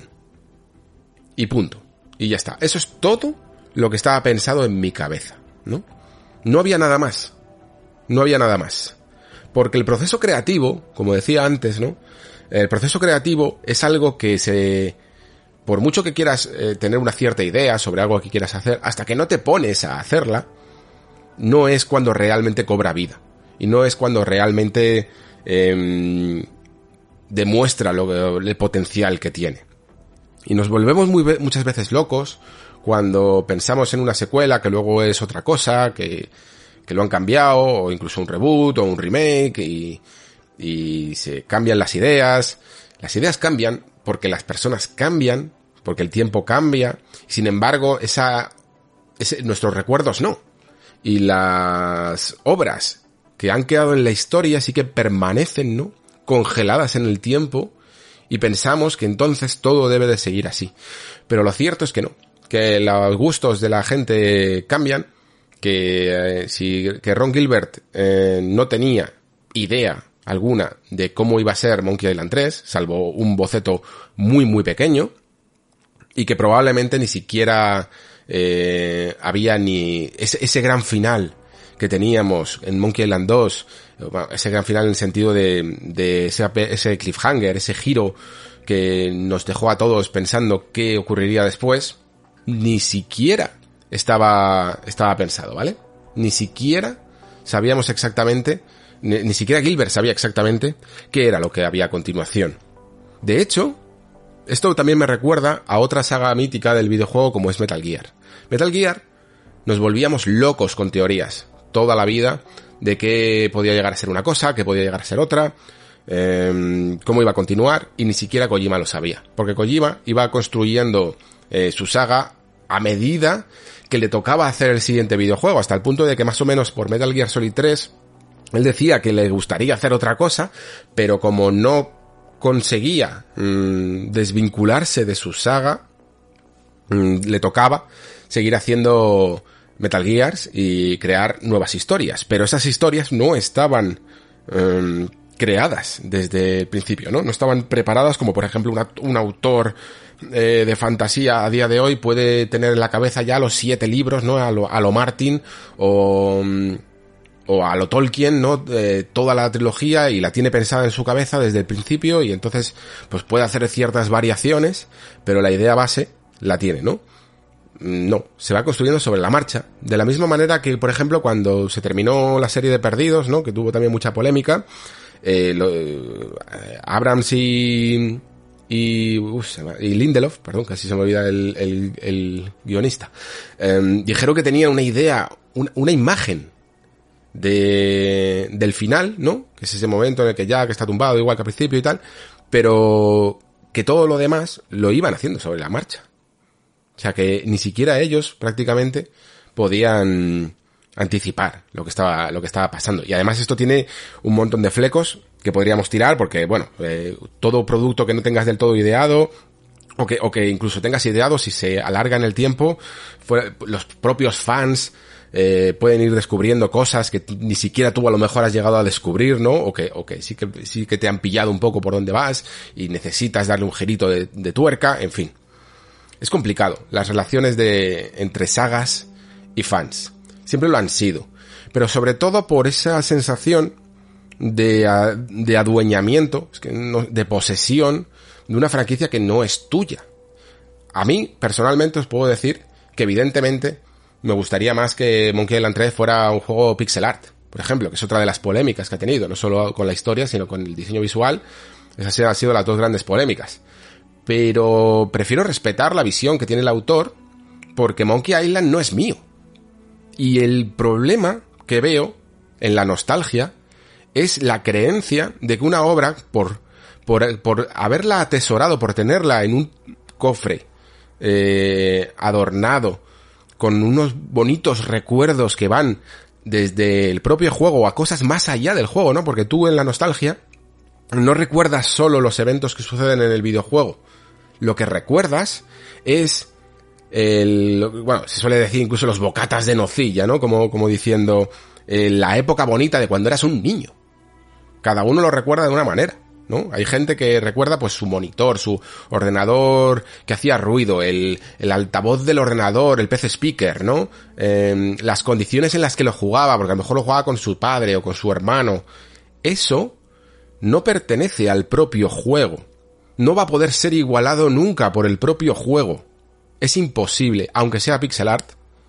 Y punto. Y ya está. Eso es todo lo que estaba pensado en mi cabeza, ¿no? No había nada más. No había nada más. Porque el proceso creativo, como decía antes, ¿no? El proceso creativo es algo que se... por mucho que quieras eh, tener una cierta idea sobre algo que quieras hacer, hasta que no te pones a hacerla, no es cuando realmente cobra vida. Y no es cuando realmente eh, demuestra lo, el potencial que tiene. Y nos volvemos muy, muchas veces locos cuando pensamos en una secuela que luego es otra cosa, que... que lo han cambiado, o incluso un reboot, o un remake, y, y se cambian las ideas. Las ideas cambian porque las personas cambian, porque el tiempo cambia, sin embargo, esa, ese, nuestros recuerdos no. Y las obras que han quedado en la historia sí que permanecen, ¿no? Congeladas en el tiempo, y pensamos que entonces todo debe de seguir así. Pero lo cierto es que no, que los gustos de la gente cambian, que eh, si que Ron Gilbert eh, no tenía idea alguna de cómo iba a ser Monkey Island tres, salvo un boceto muy muy pequeño, y que probablemente ni siquiera eh, había ni ese, ese gran final que teníamos en Monkey Island dos, ese gran final en el sentido de, de ese, ese cliffhanger, ese giro que nos dejó a todos pensando qué ocurriría después, ni siquiera estaba estaba pensado, ¿vale? Ni siquiera sabíamos exactamente, ni, ni siquiera Gilbert sabía exactamente qué era lo que había a continuación. De hecho, esto también me recuerda a otra saga mítica del videojuego como es Metal Gear. Metal Gear nos volvíamos locos con teorías toda la vida de qué podía llegar a ser una cosa, qué podía llegar a ser otra, eh, cómo iba a continuar, y ni siquiera Kojima lo sabía, porque Kojima iba construyendo eh, su saga a medida que le tocaba hacer el siguiente videojuego, hasta el punto de que más o menos por Metal Gear Solid tres él decía que le gustaría hacer otra cosa, pero como no conseguía mmm, desvincularse de su saga, mmm, le tocaba seguir haciendo Metal Gears y crear nuevas historias, pero esas historias no estaban mmm, creadas desde el principio, ¿no? No estaban preparadas como por ejemplo una, un autor eh, de fantasía a día de hoy puede tener en la cabeza ya los siete libros, ¿no? A lo, a lo Martin o, o a lo Tolkien, ¿no? Eh, toda la trilogía, y la tiene pensada en su cabeza desde el principio, y entonces pues puede hacer ciertas variaciones, pero la idea base la tiene, ¿no? No, se va construyendo sobre la marcha, de la misma manera que, por ejemplo, cuando se terminó la serie de Perdidos, ¿no? Que tuvo también mucha polémica, eh, lo, eh, Abrams y y, uf, y Lindelof, perdón, casi se me olvida el, el, el guionista, eh, dijeron que tenían una idea, una, una imagen de del final, ¿no? Que es ese momento en el que Jack está tumbado igual que al principio y tal, pero que todo lo demás lo iban haciendo sobre la marcha. O sea que ni siquiera ellos prácticamente podían anticipar lo que estaba, lo que estaba pasando. Y además esto tiene un montón de flecos que podríamos tirar porque, bueno, eh, todo producto que no tengas del todo ideado, o que, o que incluso tengas ideado, si se alarga en el tiempo, fuera, los propios fans eh, pueden ir descubriendo cosas que t- ni siquiera tú a lo mejor has llegado a descubrir, ¿no? O que, o que sí que, sí que te han pillado un poco por dónde vas y necesitas darle un girito de, de tuerca, en fin. Es complicado, las relaciones de, entre sagas y fans. Siempre lo han sido. Pero sobre todo por esa sensación de, de adueñamiento, es que no, de posesión de una franquicia que no es tuya. A mí, personalmente, os puedo decir que evidentemente me gustaría más que Monkey Island tres fuera un juego pixel art, por ejemplo, que es otra de las polémicas que ha tenido, no solo con la historia, sino con el diseño visual. Esas han sido las dos grandes polémicas. Pero prefiero respetar la visión que tiene el autor, porque Monkey Island no es mío. Y el problema que veo en la nostalgia es la creencia de que una obra, por, por, por haberla atesorado, por tenerla en un cofre eh, adornado, con unos bonitos recuerdos que van desde el propio juego a cosas más allá del juego, ¿no? Porque tú en la nostalgia no recuerdas solo los eventos que suceden en el videojuego. Lo que recuerdas es el, bueno, se suele decir incluso los bocatas de nocilla, ¿no? Como, como diciendo, eh, la época bonita de cuando eras un niño. Cada uno lo recuerda de una manera, ¿no? Hay gente que recuerda pues su monitor, su ordenador que hacía ruido, el, el altavoz del ordenador, el P C speaker, ¿no? Eh, las condiciones en las que lo jugaba, porque a lo mejor lo jugaba con su padre o con su hermano. Eso no pertenece al propio juego. No va a poder ser igualado nunca por el propio juego. Es imposible, aunque sea pixel art,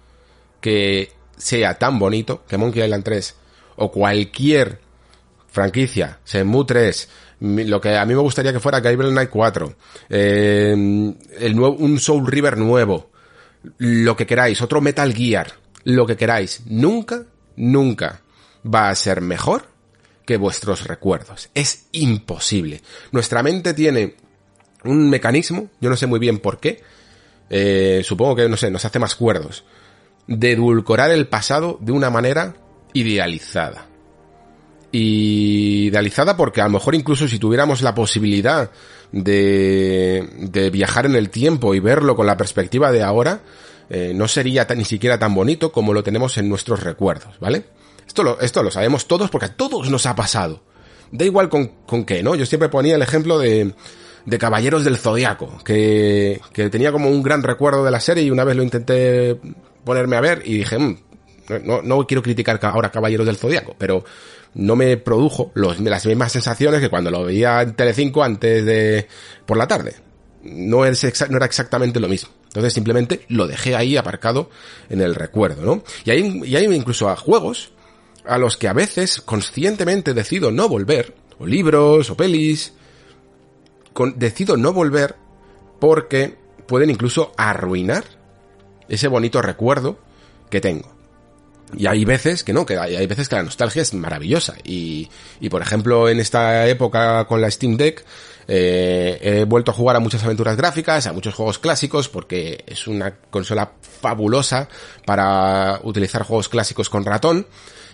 que sea tan bonito que Monkey Island tres o cualquier franquicia, Shenmue tres, lo que a mí me gustaría que fuera Gabriel Knight cuatro, eh, el nuevo, un Soul River nuevo, lo que queráis, otro Metal Gear, lo que queráis, nunca, nunca va a ser mejor que vuestros recuerdos. Es imposible. Nuestra mente tiene un mecanismo, yo no sé muy bien por qué, eh, supongo que, no sé, nos hace más cuerdos, de edulcorar el pasado de una manera idealizada. Y idealizada porque a lo mejor incluso si tuviéramos la posibilidad de, de viajar en el tiempo y verlo con la perspectiva de ahora, eh, no sería tan, ni siquiera tan bonito como lo tenemos en nuestros recuerdos, ¿vale? Esto lo, esto lo sabemos todos porque a todos nos ha pasado. Da igual con, con qué, ¿no? Yo siempre ponía el ejemplo de, de Caballeros del Zodiaco, que, que tenía como un gran recuerdo de la serie y una vez lo intenté ponerme a ver y dije, mmm, no, no quiero criticar ahora Caballeros del Zodiaco, pero no me produjo los, las mismas sensaciones que cuando lo veía en Telecinco antes de, por la tarde. No, es exa- no era exactamente lo mismo. Entonces simplemente lo dejé ahí aparcado en el recuerdo, ¿no? Y hay, y hay incluso a juegos a los que a veces conscientemente decido no volver, o libros, o pelis, con, decido no volver porque pueden incluso arruinar ese bonito recuerdo que tengo. Y hay veces que no, que hay, hay veces que la nostalgia es maravillosa. Y, y por ejemplo, en esta época con la Steam Deck, eh, he vuelto a jugar a muchas aventuras gráficas, a muchos juegos clásicos, porque es una consola fabulosa para utilizar juegos clásicos con ratón.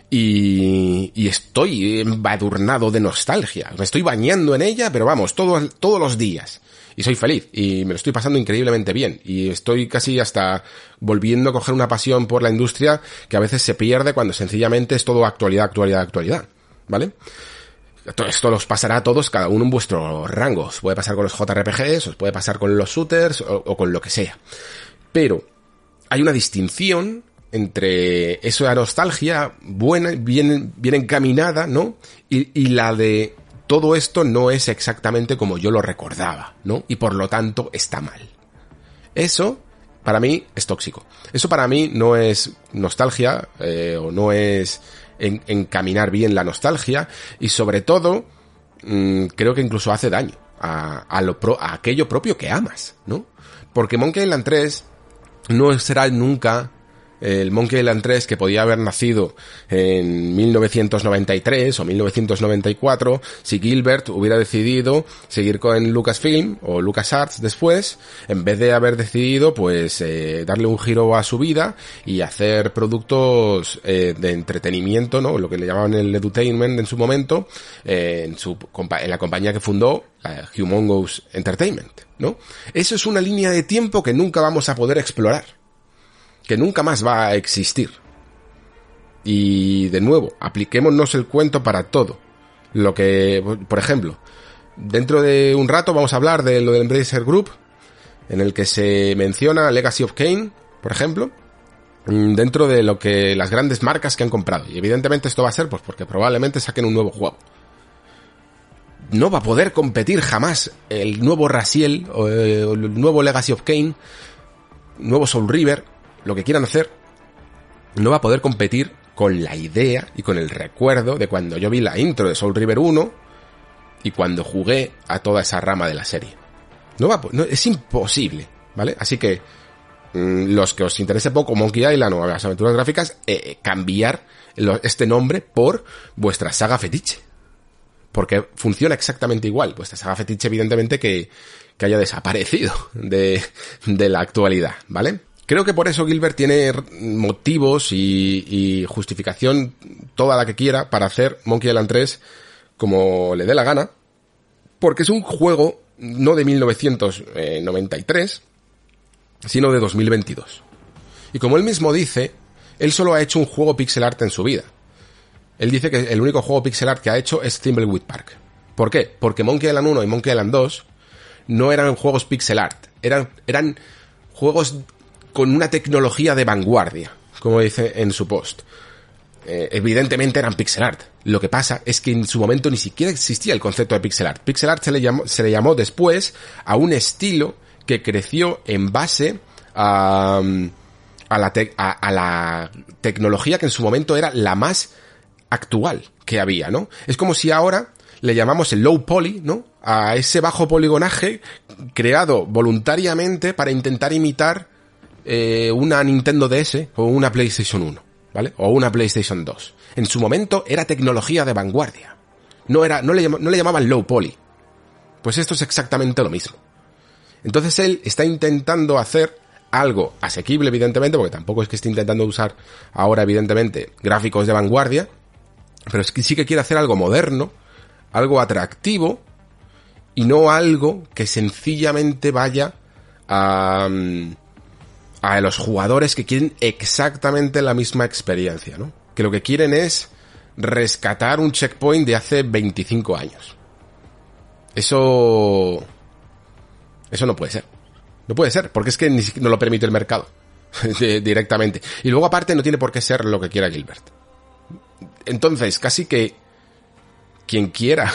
Y, y estoy embadurnado de nostalgia. Me estoy bañando en ella, pero vamos, todo, todos los días. Y soy feliz, y me lo estoy pasando increíblemente bien. Y estoy casi hasta volviendo a coger una pasión por la industria que a veces se pierde cuando sencillamente es todo actualidad, actualidad, actualidad. ¿Vale? Esto os pasará a todos, cada uno en vuestro rango. Os puede pasar con los J R P Gs, os puede pasar con los shooters, o, o con lo que sea. Pero hay una distinción entre eso de la nostalgia buena, bien, bien encaminada, ¿no? Y, y la de todo esto no es exactamente como yo lo recordaba, ¿no? Y por lo tanto está mal. Eso, para mí, es tóxico. Eso para mí no es nostalgia, eh, o no es en, encaminar bien la nostalgia, y sobre todo, mmm, creo que incluso hace daño a, a, lo pro, a aquello propio que amas, ¿no? Porque Monkey Island tres no será nunca el Monkey Island tres, que podía haber nacido en mil novecientos noventa y tres o mil novecientos noventa y cuatro, si Gilbert hubiera decidido seguir con Lucasfilm o LucasArts después, en vez de haber decidido pues eh, darle un giro a su vida y hacer productos eh, de entretenimiento, ¿no? Lo que le llamaban el edutainment en su momento, eh, en su en la compañía que fundó, la Humongous Entertainment, ¿no? Eso es una línea de tiempo que nunca vamos a poder explorar, que nunca más va a existir. Y de nuevo, apliquémonos el cuento para todo. Lo que, por ejemplo, dentro de un rato vamos a hablar de lo del Embracer Group, en el que se menciona Legacy of Kain, por ejemplo, dentro de lo que las grandes marcas que han comprado. Y evidentemente esto va a ser pues porque probablemente saquen un nuevo juego. No va a poder competir jamás el nuevo Raziel o el nuevo Legacy of Kain, nuevo Soul River, lo que quieran hacer, no va a poder competir con la idea y con el recuerdo de cuando yo vi la intro de Soul River uno y cuando jugué a toda esa rama de la serie. No va, no, es imposible, ¿vale? Así que mmm, los que os interese poco Monkey Island o las aventuras gráficas, eh, cambiar lo, este nombre por vuestra saga fetiche. Porque funciona exactamente igual. Vuestra saga fetiche, evidentemente, que, que haya desaparecido de, de la actualidad, ¿vale? Creo que por eso Gilbert tiene motivos y, y justificación toda la que quiera para hacer Monkey Island tres como le dé la gana, porque es un juego no de mil novecientos noventa y tres, sino de dos mil veintidós. Y como él mismo dice, él solo ha hecho un juego pixel art en su vida. Él dice que el único juego pixel art que ha hecho es Thimbleweed Park. ¿Por qué? Porque Monkey Island uno y Monkey Island dos no eran juegos pixel art, eran, eran juegos con una tecnología de vanguardia, como dice en su post. Eh, evidentemente eran pixel art. Lo que pasa es que en su momento ni siquiera existía el concepto de pixel art. Pixel art se le llamó, se le llamó después a un estilo que creció en base a, a, la, te, a, a la tecnología que en su momento era la más actual que había, ¿no? Es como si ahora le llamamos el low poly, ¿no? A ese bajo poligonaje creado voluntariamente para intentar imitar Eh, una Nintendo D S o una PlayStation uno, ¿vale? O una PlayStation dos. En su momento era tecnología de vanguardia. No era, no le, no le llamaban low poly. Pues esto es exactamente lo mismo. Entonces él está intentando hacer algo asequible, evidentemente, porque tampoco es que esté intentando usar ahora, evidentemente, gráficos de vanguardia, pero es que sí que quiere hacer algo moderno, algo atractivo, y no algo que sencillamente vaya a... a los jugadores que quieren exactamente la misma experiencia, ¿no? Que lo que quieren es rescatar un checkpoint de hace veinticinco años. Eso... Eso no puede ser. No puede ser, porque es que ni siquiera no lo permite el mercado. Directamente. Y luego aparte no tiene por qué ser lo que quiera Gilbert. Entonces, casi que quien quiera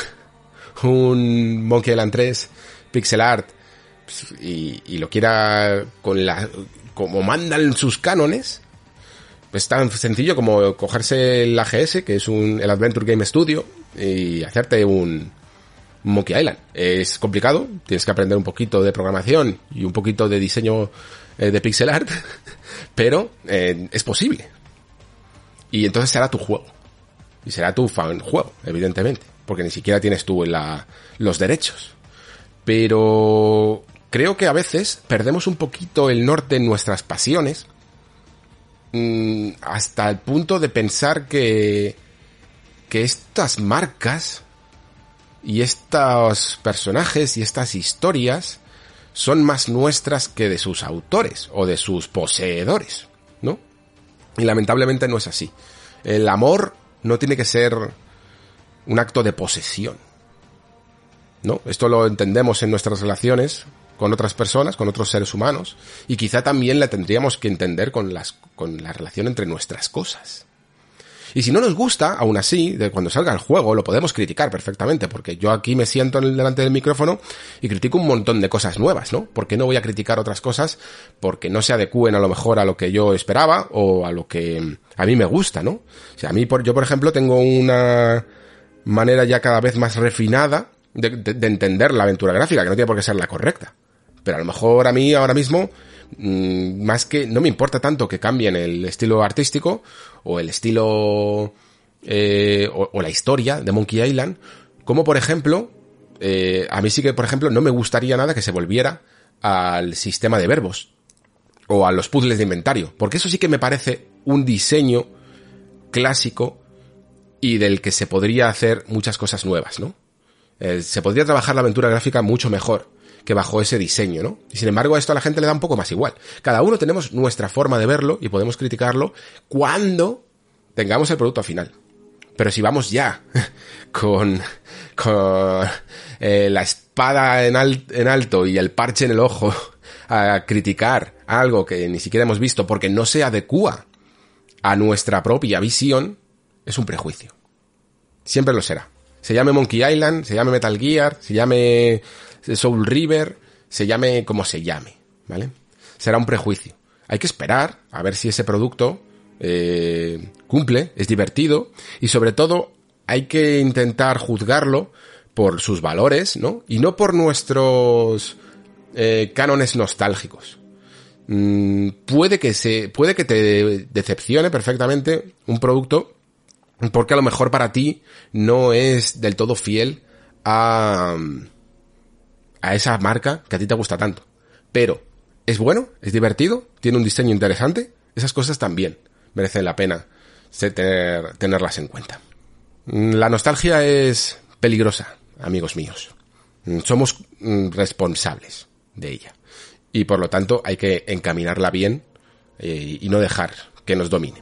un Monkey Island tres pixel art y, y lo quiera con la... como mandan sus cánones, es tan sencillo como cogerse el A G S, que es un, el Adventure Game Studio, y hacerte un Monkey Island. Es complicado, tienes que aprender un poquito de programación y un poquito de diseño eh, de pixel art, pero eh, es posible. Y entonces será tu juego. Y será tu fan juego, evidentemente, porque ni siquiera tienes tú la, los derechos. Pero... creo que a veces perdemos un poquito el norte en nuestras pasiones, mmm, hasta el punto de pensar que, que estas marcas y estos personajes y estas historias son más nuestras que de sus autores o de sus poseedores, ¿no? Y lamentablemente no es así. El amor no tiene que ser un acto de posesión, ¿no? Esto lo entendemos en nuestras relaciones con otras personas, con otros seres humanos, y quizá también la tendríamos que entender con las con la relación entre nuestras cosas. Y si no nos gusta, aún así, de cuando salga el juego, lo podemos criticar perfectamente, porque yo aquí me siento en el, delante del micrófono y critico un montón de cosas nuevas, ¿no? ¿Por qué no voy a criticar otras cosas porque no se adecúen a lo mejor a lo que yo esperaba o a lo que a mí me gusta, ¿no? O sea, a mí, por, yo por ejemplo, tengo una manera ya cada vez más refinada de, de, de entender la aventura gráfica, que no tiene por qué ser la correcta. Pero a lo mejor a mí ahora mismo mmm, más que, no me importa tanto que cambien el estilo artístico o el estilo eh, o, o la historia de Monkey Island, como por ejemplo, eh, a mí sí que por ejemplo no me gustaría nada que se volviera al sistema de verbos o a los puzzles de inventario, porque eso sí que me parece un diseño clásico y del que se podría hacer muchas cosas nuevas, ¿no? Eh, se podría trabajar la aventura gráfica mucho mejor que bajo ese diseño, ¿no? Y sin embargo, esto a la gente le da un poco más igual. Cada uno tenemos nuestra forma de verlo y podemos criticarlo cuando tengamos el producto final. Pero si vamos ya con, con eh, la espada en, al, en alto y el parche en el ojo a criticar algo que ni siquiera hemos visto porque no se adecúa a nuestra propia visión, es un prejuicio. Siempre lo será. Se llame Monkey Island, se llame Metal Gear, se llame Soul River, se llame como se llame, ¿vale? Será un prejuicio. Hay que esperar a ver si ese producto eh, cumple, es divertido y sobre todo hay que intentar juzgarlo por sus valores, ¿no? Y no por nuestros eh, cánones nostálgicos. Mm, puede que se, puede que te decepcione perfectamente un producto porque a lo mejor para ti no es del todo fiel a, a esa marca que a ti te gusta tanto. Pero es bueno, es divertido, tiene un diseño interesante. Esas cosas también merecen la pena tener, tenerlas en cuenta. La nostalgia es peligrosa, amigos míos. Somos responsables de ella. Y por lo tanto hay que encaminarla bien eh, y no dejar que nos domine.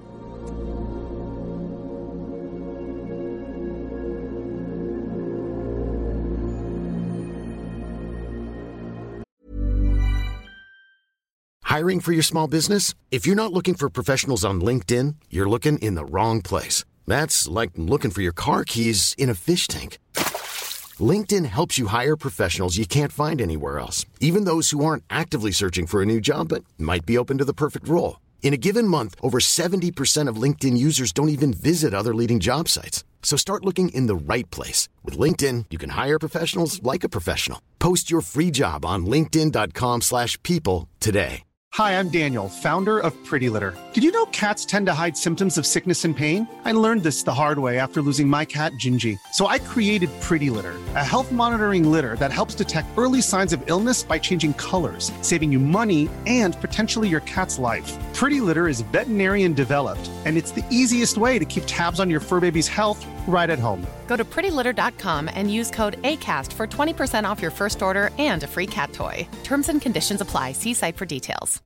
Hiring for your small business? If you're not looking for professionals on LinkedIn, you're looking in the wrong place. That's like looking for your car keys in a fish tank. LinkedIn helps you hire professionals you can't find anywhere else, even those who aren't actively searching for a new job but might be open to the perfect role. In a given month, over seventy percent of LinkedIn users don't even visit other leading job sites. So start looking in the right place. With LinkedIn, you can hire professionals like a professional. Post your free job on linkedin dot com slash people today. Hi, I'm Daniel, founder of Pretty Litter. Did you know cats tend to hide symptoms of sickness and pain? I learned this the hard way after losing my cat, Gingy. So I created Pretty Litter, a health monitoring litter that helps detect early signs of illness by changing colors, saving you money and potentially your cat's life. Pretty Litter is veterinarian developed, and it's the easiest way to keep tabs on your fur baby's health right at home. Go to pretty litter dot com and use code ACAST for twenty percent off your first order and a free cat toy. Terms and conditions apply. See site for details.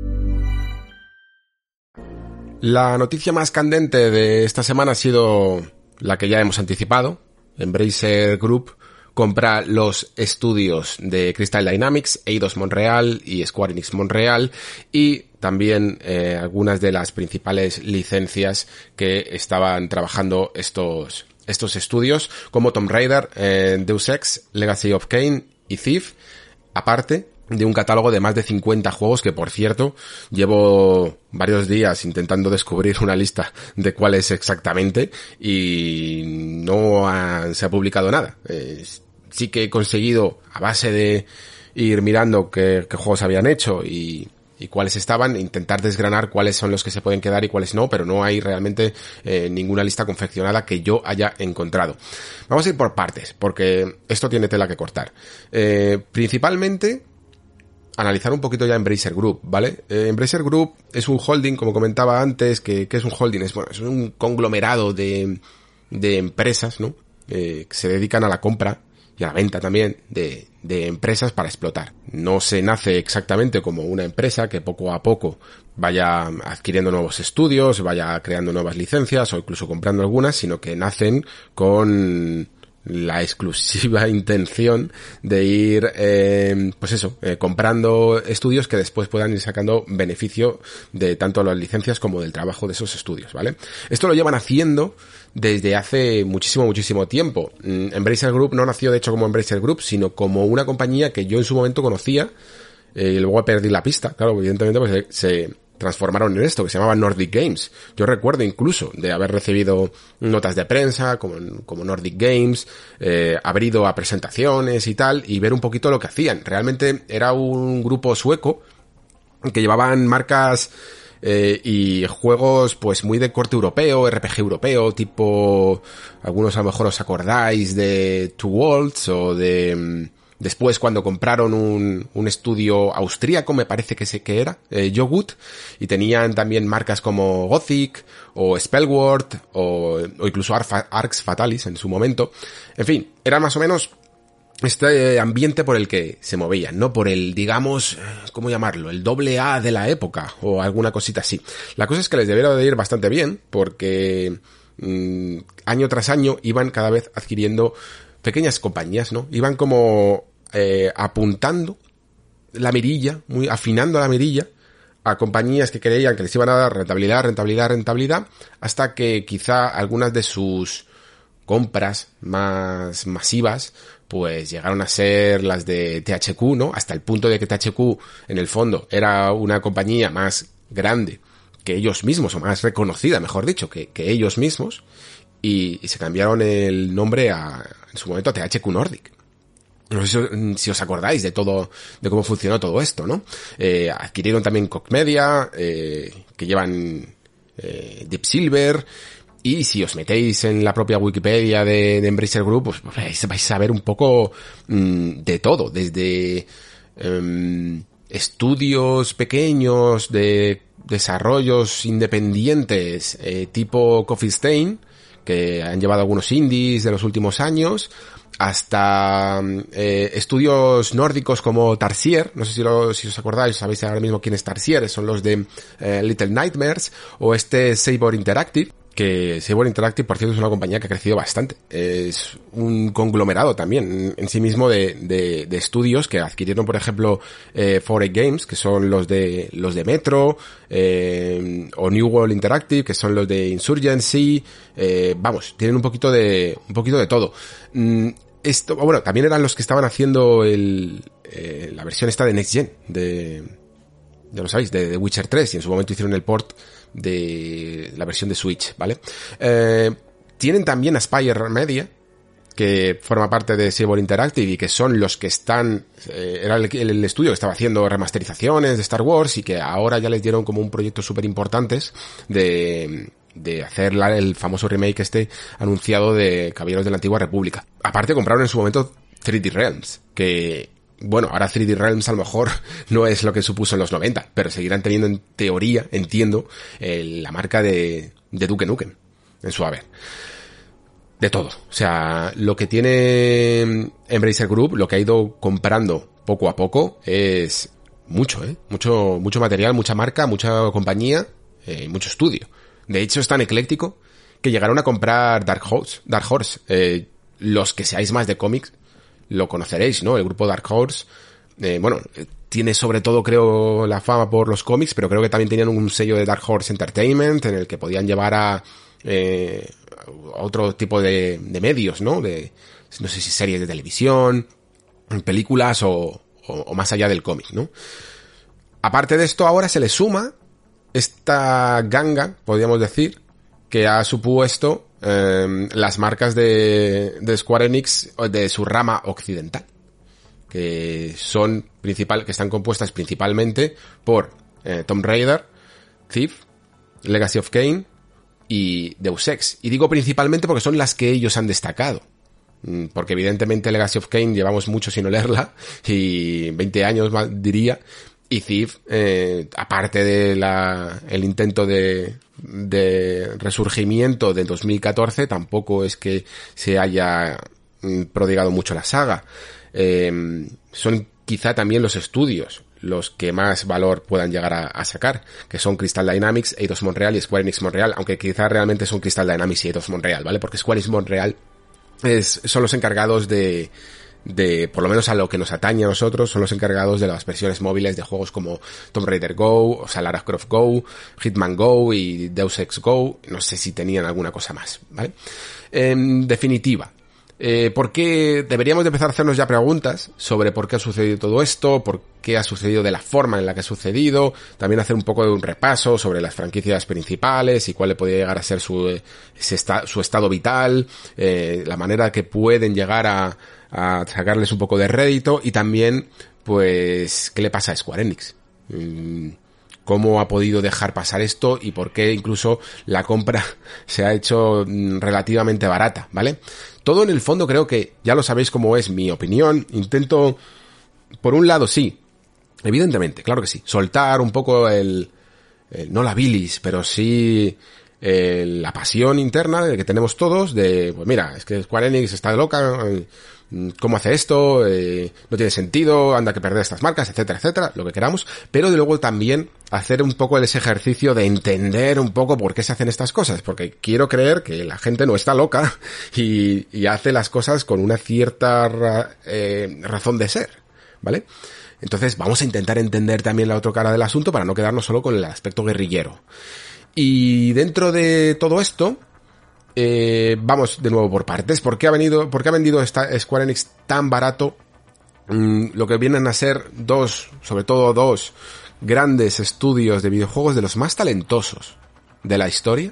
La noticia más candente de esta semana ha sido la que ya hemos anticipado. Embracer Group compra los estudios de Crystal Dynamics, Eidos Montreal y Square Enix Montreal y también eh, algunas de las principales licencias que estaban trabajando estos estos estudios, como Tomb Raider, eh, Deus Ex, Legacy of Kain y Thief, aparte de un catálogo de más de cincuenta juegos que, por cierto, llevo varios días intentando descubrir una lista de cuáles exactamente y no ha, se ha publicado nada. Eh, sí que he conseguido, a base de ir mirando qué, qué juegos habían hecho y, y cuáles estaban, intentar desgranar cuáles son los que se pueden quedar y cuáles no, pero no hay realmente eh, ninguna lista confeccionada que yo haya encontrado. Vamos a ir por partes, porque esto tiene tela que cortar. Eh, principalmente analizar un poquito ya Embracer Group, ¿vale? Eh, Embracer Group es un holding, como comentaba antes, que, que es un holding, es, bueno, es un conglomerado de, de empresas, ¿no? Eh, que se dedican a la compra y a la venta también de, de empresas para explotar. No se nace exactamente como una empresa que poco a poco vaya adquiriendo nuevos estudios, vaya creando nuevas licencias o incluso comprando algunas, sino que nacen con la exclusiva intención de ir, eh, pues eso, eh, comprando estudios que después puedan ir sacando beneficio de tanto las licencias como del trabajo de esos estudios, ¿vale? Esto lo llevan haciendo desde hace muchísimo, muchísimo tiempo. Embracer Group no nació de hecho como Embracer Group, sino como una compañía que yo en su momento conocía, eh, y luego perdí la pista, claro, evidentemente pues se... se transformaron en esto, que se llamaba Nordic Games. Yo recuerdo incluso de haber recibido notas de prensa como, como Nordic Games, eh, haber ido a presentaciones y tal, y ver un poquito lo que hacían. Realmente era un grupo sueco que llevaban marcas eh, y juegos pues muy de corte europeo, R P G europeo, tipo, algunos a lo mejor os acordáis de Two Worlds o de... Después, cuando compraron un, un estudio austríaco, me parece que sé que era, eh, Yogut, y tenían también marcas como Gothic, o Spellword, o, o incluso Arfa, Arx Fatalis en su momento. En fin, era más o menos este ambiente por el que se movían, no por el, digamos, ¿cómo llamarlo? El doble A de la época, o alguna cosita así. La cosa es que les debiera de ir bastante bien, porque mmm, año tras año iban cada vez adquiriendo pequeñas compañías, ¿no? Iban como eh, apuntando la mirilla, muy afinando la mirilla a compañías que creían que les iban a dar rentabilidad, rentabilidad, rentabilidad, hasta que quizá algunas de sus compras más masivas pues llegaron a ser las de T H Q, ¿no? Hasta el punto de que T H Q, en el fondo, era una compañía más grande que ellos mismos, o más reconocida, mejor dicho, que, que ellos mismos, y, y se cambiaron el nombre a, en su momento, a T H Q Nordic. No sé si, si os acordáis de todo, de cómo funcionó todo esto, ¿no? Eh, adquirieron también Koch Media, eh, que llevan eh, Deep Silver, y si os metéis en la propia Wikipedia de, de Embracer Group, pues vais, vais a ver un poco mmm, de todo, desde um, estudios pequeños de desarrollos independientes, eh, tipo Coffee Stain, que han llevado algunos indies de los últimos años, hasta eh, estudios nórdicos como Tarsier, no sé si, lo, si os acordáis, sabéis ahora mismo quién es Tarsier, son los de eh, Little Nightmares, o este Saber Interactive, que Saber Interactive, por cierto, es una compañía que ha crecido bastante, es un conglomerado también en sí mismo de, de, de estudios que adquirieron, por ejemplo, eh, cuatro A Games, que son los de los de Metro, eh, o New World Interactive, que son los de Insurgency, eh, vamos, tienen un poquito de un poquito de todo. Mm, Esto, bueno, también eran los que estaban haciendo el, eh, la versión esta de Next Gen, de, ya lo sabéis, de The Witcher tres, y en su momento hicieron el port de la versión de Switch, ¿vale? Eh, tienen también Aspire Media, que forma parte de Saber Interactive y que son los que están, eh, era el, el, el estudio que estaba haciendo remasterizaciones de Star Wars y que ahora ya les dieron como un proyecto súper importantes de... de hacer la, el famoso remake este anunciado de Caballeros de la Antigua República. Aparte compraron en su momento tres D Realms, que, bueno, ahora tres D Realms a lo mejor no es lo que supuso en los noventa, pero seguirán teniendo en teoría, entiendo, eh, la marca de, de Duke Nukem en su haber. De todo. O sea, lo que tiene Embracer Group, lo que ha ido comprando poco a poco es mucho, ¿eh? Mucho, mucho material, mucha marca, mucha compañía, eh, mucho estudio. De hecho, es tan ecléctico que llegaron a comprar Dark Horse. Dark Horse. Eh, los que seáis más de cómics lo conoceréis, ¿no? El grupo Dark Horse, eh, bueno, tiene sobre todo, creo, la fama por los cómics, pero creo que también tenían un sello de Dark Horse Entertainment en el que podían llevar a eh, otro tipo de, de medios, ¿no? De, no sé si series de televisión, películas o, o, o más allá del cómic, ¿no? Aparte de esto, ahora se le suma esta ganga, podríamos decir, que ha supuesto eh, las marcas de, de Square Enix de su rama occidental, que son principal, que están compuestas principalmente por eh, Tomb Raider, Thief, Legacy of Kain y Deus Ex. Y digo principalmente porque son las que ellos han destacado. Porque evidentemente Legacy of Kain llevamos mucho sin olerla, y veinte años más diría. Y Thief, eh, aparte de la, el intento de, de resurgimiento del dos mil catorce, tampoco es que se haya prodigado mucho la saga. Eh, son quizá también los estudios los que más valor puedan llegar a, a sacar, que son Crystal Dynamics, Eidos Montreal y Square Enix Montreal, aunque quizá realmente son Crystal Dynamics y Eidos Montreal, ¿vale? Porque Square Enix Montreal es, son los encargados de... de, por lo menos a lo que nos atañe a nosotros, son los encargados de las versiones móviles de juegos como Tomb Raider Go, o sea, Lara Croft Go, Hitman Go y Deus Ex Go. No sé si tenían alguna cosa más, ¿vale? En definitiva, eh, ¿por qué deberíamos de empezar a hacernos ya preguntas sobre por qué ha sucedido todo esto, por qué ha sucedido de la forma en la que ha sucedido, también hacer un poco de un repaso sobre las franquicias principales y cuál le podría llegar a ser su, ese esta, su estado vital, eh, la manera que pueden llegar a a sacarles un poco de rédito, y también, pues, ¿qué le pasa a Square Enix? Mm, cómo ha podido dejar pasar esto y por qué incluso la compra se ha hecho relativamente barata, ¿vale? Todo en el fondo creo que ya lo sabéis cómo es mi opinión. Intento, por un lado sí, evidentemente, claro que sí, soltar un poco el, el no la bilis, pero sí el, la pasión interna de que tenemos todos de, pues mira, es que Square Enix está loca, ¿cómo hace esto? Eh, no tiene sentido, anda que perder estas marcas, etcétera, etcétera, lo que queramos, pero de luego también hacer un poco ese ejercicio de entender un poco por qué se hacen estas cosas, porque quiero creer que la gente no está loca y, y hace las cosas con una cierta ra, eh, razón de ser, ¿vale? Entonces vamos a intentar entender también la otra cara del asunto para no quedarnos solo con el aspecto guerrillero. Y dentro de todo esto, Eh, vamos de nuevo por partes. ¿Por qué ha venido, por qué ha vendido esta Square Enix tan barato? Mm, lo que vienen a ser dos, sobre todo dos grandes estudios de videojuegos de los más talentosos de la historia.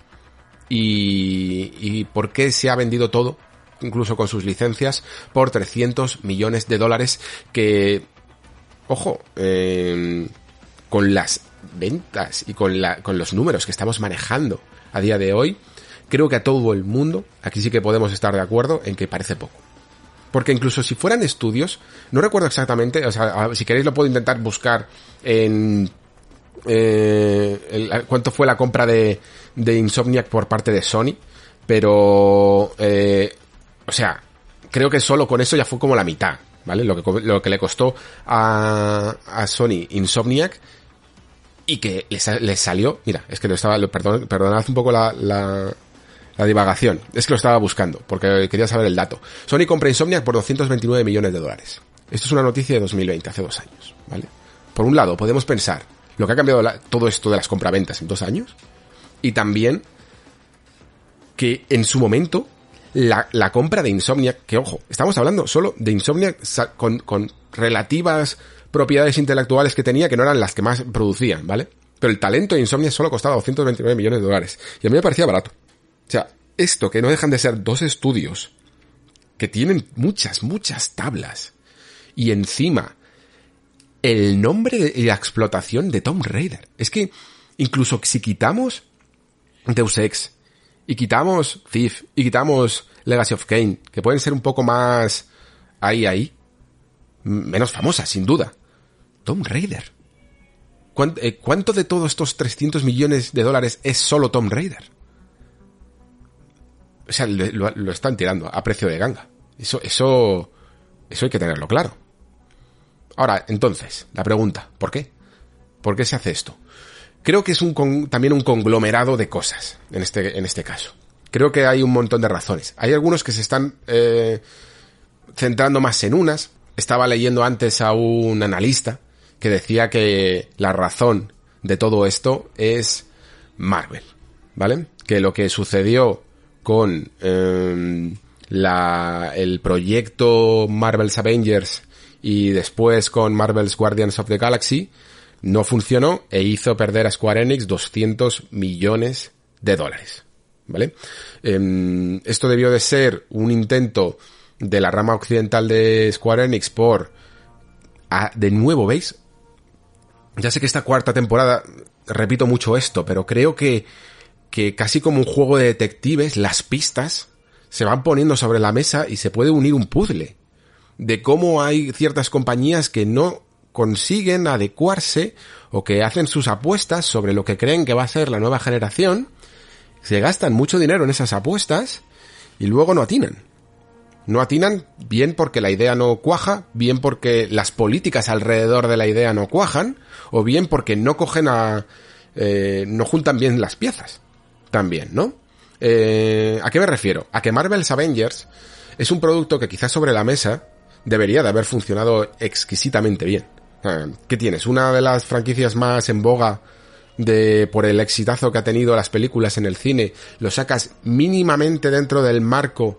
Y, y por qué se ha vendido todo, incluso con sus licencias, por trescientos millones de dólares que, ojo, eh, con las ventas y con, la, con los números que estamos manejando a día de hoy, creo que a todo el mundo, aquí sí que podemos estar de acuerdo en que parece poco. Porque incluso si fueran estudios, no recuerdo exactamente, o sea, si queréis lo puedo intentar buscar en eh, el, cuánto fue la compra de, de Insomniac por parte de Sony, pero, eh, o sea, creo que solo con eso ya fue como la mitad, ¿vale? Lo que, lo que le costó a, a Sony Insomniac y que les, les salió, mira, es que lo estaba, lo, perdón, perdonad un poco la... la La divagación. Es que lo estaba buscando, porque quería saber el dato. Sony compra Insomniac por doscientos veintinueve millones de dólares. Esto es una noticia de dos mil veinte, hace dos años, ¿vale? Por un lado, podemos pensar lo que ha cambiado la, todo esto de las compraventas en dos años, y también que en su momento la, la compra de Insomniac, que ojo, estamos hablando solo de Insomniac con, con relativas propiedades intelectuales que tenía, que no eran las que más producían, ¿vale? Pero el talento de Insomniac solo costaba doscientos veintinueve millones de dólares. Y a mí me parecía barato. O sea, esto que no dejan de ser dos estudios que tienen muchas, muchas tablas y encima el nombre y la explotación de Tomb Raider. Es que incluso si quitamos Deus Ex y quitamos Thief y quitamos Legacy of Kain, que pueden ser un poco más ahí, ahí, menos famosas, sin duda, Tomb Raider. ¿Cuánto, eh, ¿Cuánto de todos estos trescientos millones de dólares es solo Tomb Raider? O sea, lo, lo están tirando a precio de ganga. Eso, eso, eso hay que tenerlo claro. Ahora, entonces, la pregunta, ¿por qué? ¿Por qué se hace esto? Creo que es un con, también un conglomerado de cosas, en este, en este caso. Creo que hay un montón de razones. Hay algunos que se están eh, centrando más en unas. Estaba leyendo antes a un analista que decía que la razón de todo esto es Marvel, ¿vale? Que lo que sucedió con eh, la, el proyecto Marvel's Avengers y después con Marvel's Guardians of the Galaxy no funcionó e hizo perder a Square Enix doscientos millones de dólares, ¿vale? Eh, esto debió de ser un intento de la rama occidental de Square Enix por, a, de nuevo, ¿veis? Ya sé que esta cuarta temporada repito mucho esto, pero creo que que casi como un juego de detectives, las pistas se van poniendo sobre la mesa y se puede unir un puzzle de cómo hay ciertas compañías que no consiguen adecuarse o que hacen sus apuestas sobre lo que creen que va a ser la nueva generación, se gastan mucho dinero en esas apuestas y luego no atinan. No atinan bien porque la idea no cuaja, bien porque las políticas alrededor de la idea no cuajan, o bien porque no cogen a... Eh, no juntan bien las piezas. También, ¿no? Eh, ¿A qué me refiero? A que Marvel's Avengers es un producto que quizás sobre la mesa debería de haber funcionado exquisitamente bien. Eh, ¿Qué tienes? Una de las franquicias más en boga de por el exitazo que ha tenido las películas en el cine, lo sacas mínimamente dentro del marco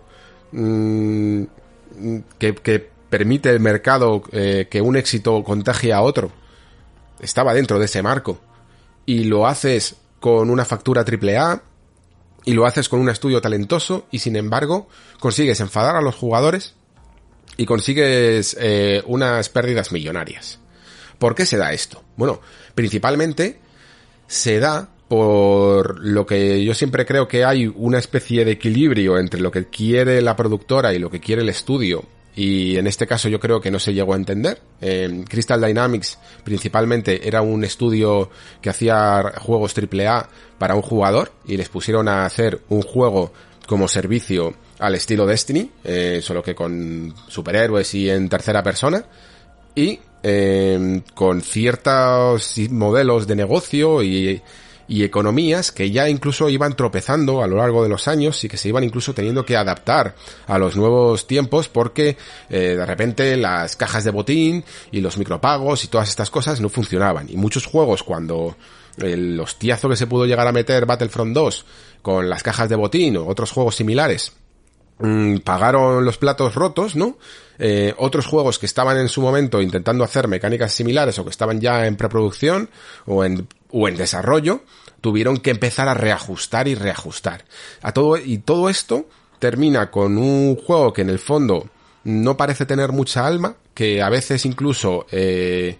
mmm, que, que permite el mercado eh, que un éxito contagie a otro. Estaba dentro de ese marco. Y lo haces con una factura triple A y lo haces con un estudio talentoso y sin embargo consigues enfadar a los jugadores y consigues eh, unas pérdidas millonarias. ¿Por qué se da esto? Bueno, principalmente se da por lo que yo siempre creo que hay una especie de equilibrio entre lo que quiere la productora y lo que quiere el estudio. Y en este caso yo creo que no se llegó a entender. Eh, Crystal Dynamics principalmente era un estudio que hacía juegos triple A para un jugador y les pusieron a hacer un juego como servicio al estilo Destiny, eh, solo que con superhéroes y en tercera persona, y eh, con ciertos modelos de negocio y... y economías que ya incluso iban tropezando a lo largo de los años y que se iban incluso teniendo que adaptar a los nuevos tiempos porque eh, de repente las cajas de botín y los micropagos y todas estas cosas no funcionaban. Y muchos juegos, cuando el hostiazo que se pudo llegar a meter Battlefront dos con las cajas de botín o otros juegos similares, mmm, pagaron los platos rotos, ¿no? Eh, otros juegos que estaban en su momento intentando hacer mecánicas similares o que estaban ya en preproducción o en o en desarrollo, tuvieron que empezar a reajustar y reajustar. A todo, y todo esto termina con un juego que en el fondo no parece tener mucha alma, que a veces incluso eh,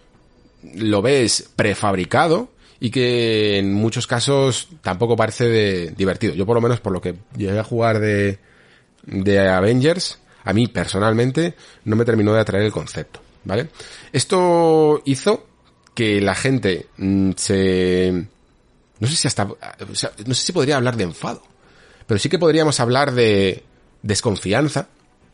lo ves prefabricado y que en muchos casos tampoco parece de, divertido. Yo por lo menos por lo que llegué a jugar de, de Avengers, a mí personalmente no me terminó de atraer el concepto, ¿vale? Esto hizo que la gente mmm, se... No sé si hasta... O sea, no sé si podría hablar de enfado, pero sí que podríamos hablar de desconfianza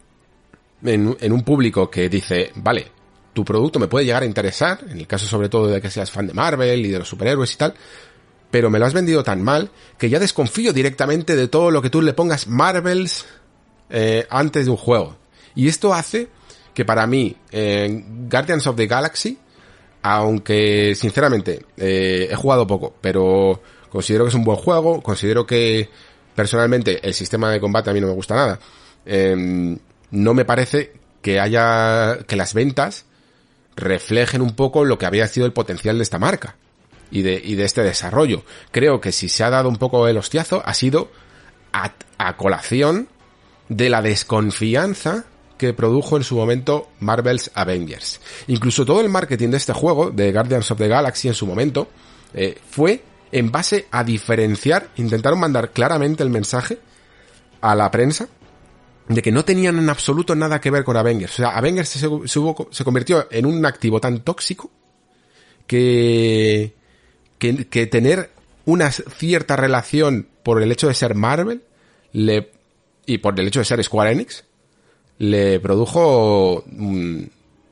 en, en un público que dice, vale, tu producto me puede llegar a interesar, en el caso sobre todo de que seas fan de Marvel y de los superhéroes y tal, pero me lo has vendido tan mal que ya desconfío directamente de todo lo que tú le pongas Marvels eh, antes de un juego. Y esto hace que para mí eh, Guardians of the Galaxy, aunque sinceramente eh, he jugado poco, pero considero que es un buen juego, considero que personalmente el sistema de combate a mí no me gusta nada, eh, no me parece que haya que las ventas reflejen un poco lo que había sido el potencial de esta marca y de, y de este desarrollo. Creo que si se ha dado un poco el hostiazo ha sido a, a colación de la desconfianza que produjo en su momento Marvel's Avengers. Incluso todo el marketing de este juego, de Guardians of the Galaxy en su momento, eh, fue en base a diferenciar, intentaron mandar claramente el mensaje a la prensa de que no tenían en absoluto nada que ver con Avengers. O sea, Avengers se, se, hubo, se convirtió en un activo tan tóxico que, que, que tener una cierta relación por el hecho de ser Marvel le, y por el hecho de ser Square Enix le produjo un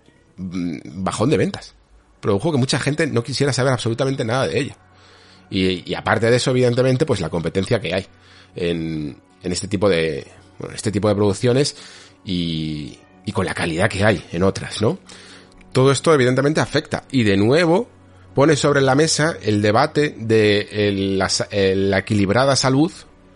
bajón de ventas. Produjo que mucha gente no quisiera saber absolutamente nada de ella. Y, y aparte de eso, evidentemente, pues la competencia que hay en, en este tipo de, bueno, este tipo de producciones y, y con la calidad que hay en otras, ¿no? Todo esto evidentemente afecta. Y de nuevo pone sobre la mesa el debate de el, la, el, la equilibrada salud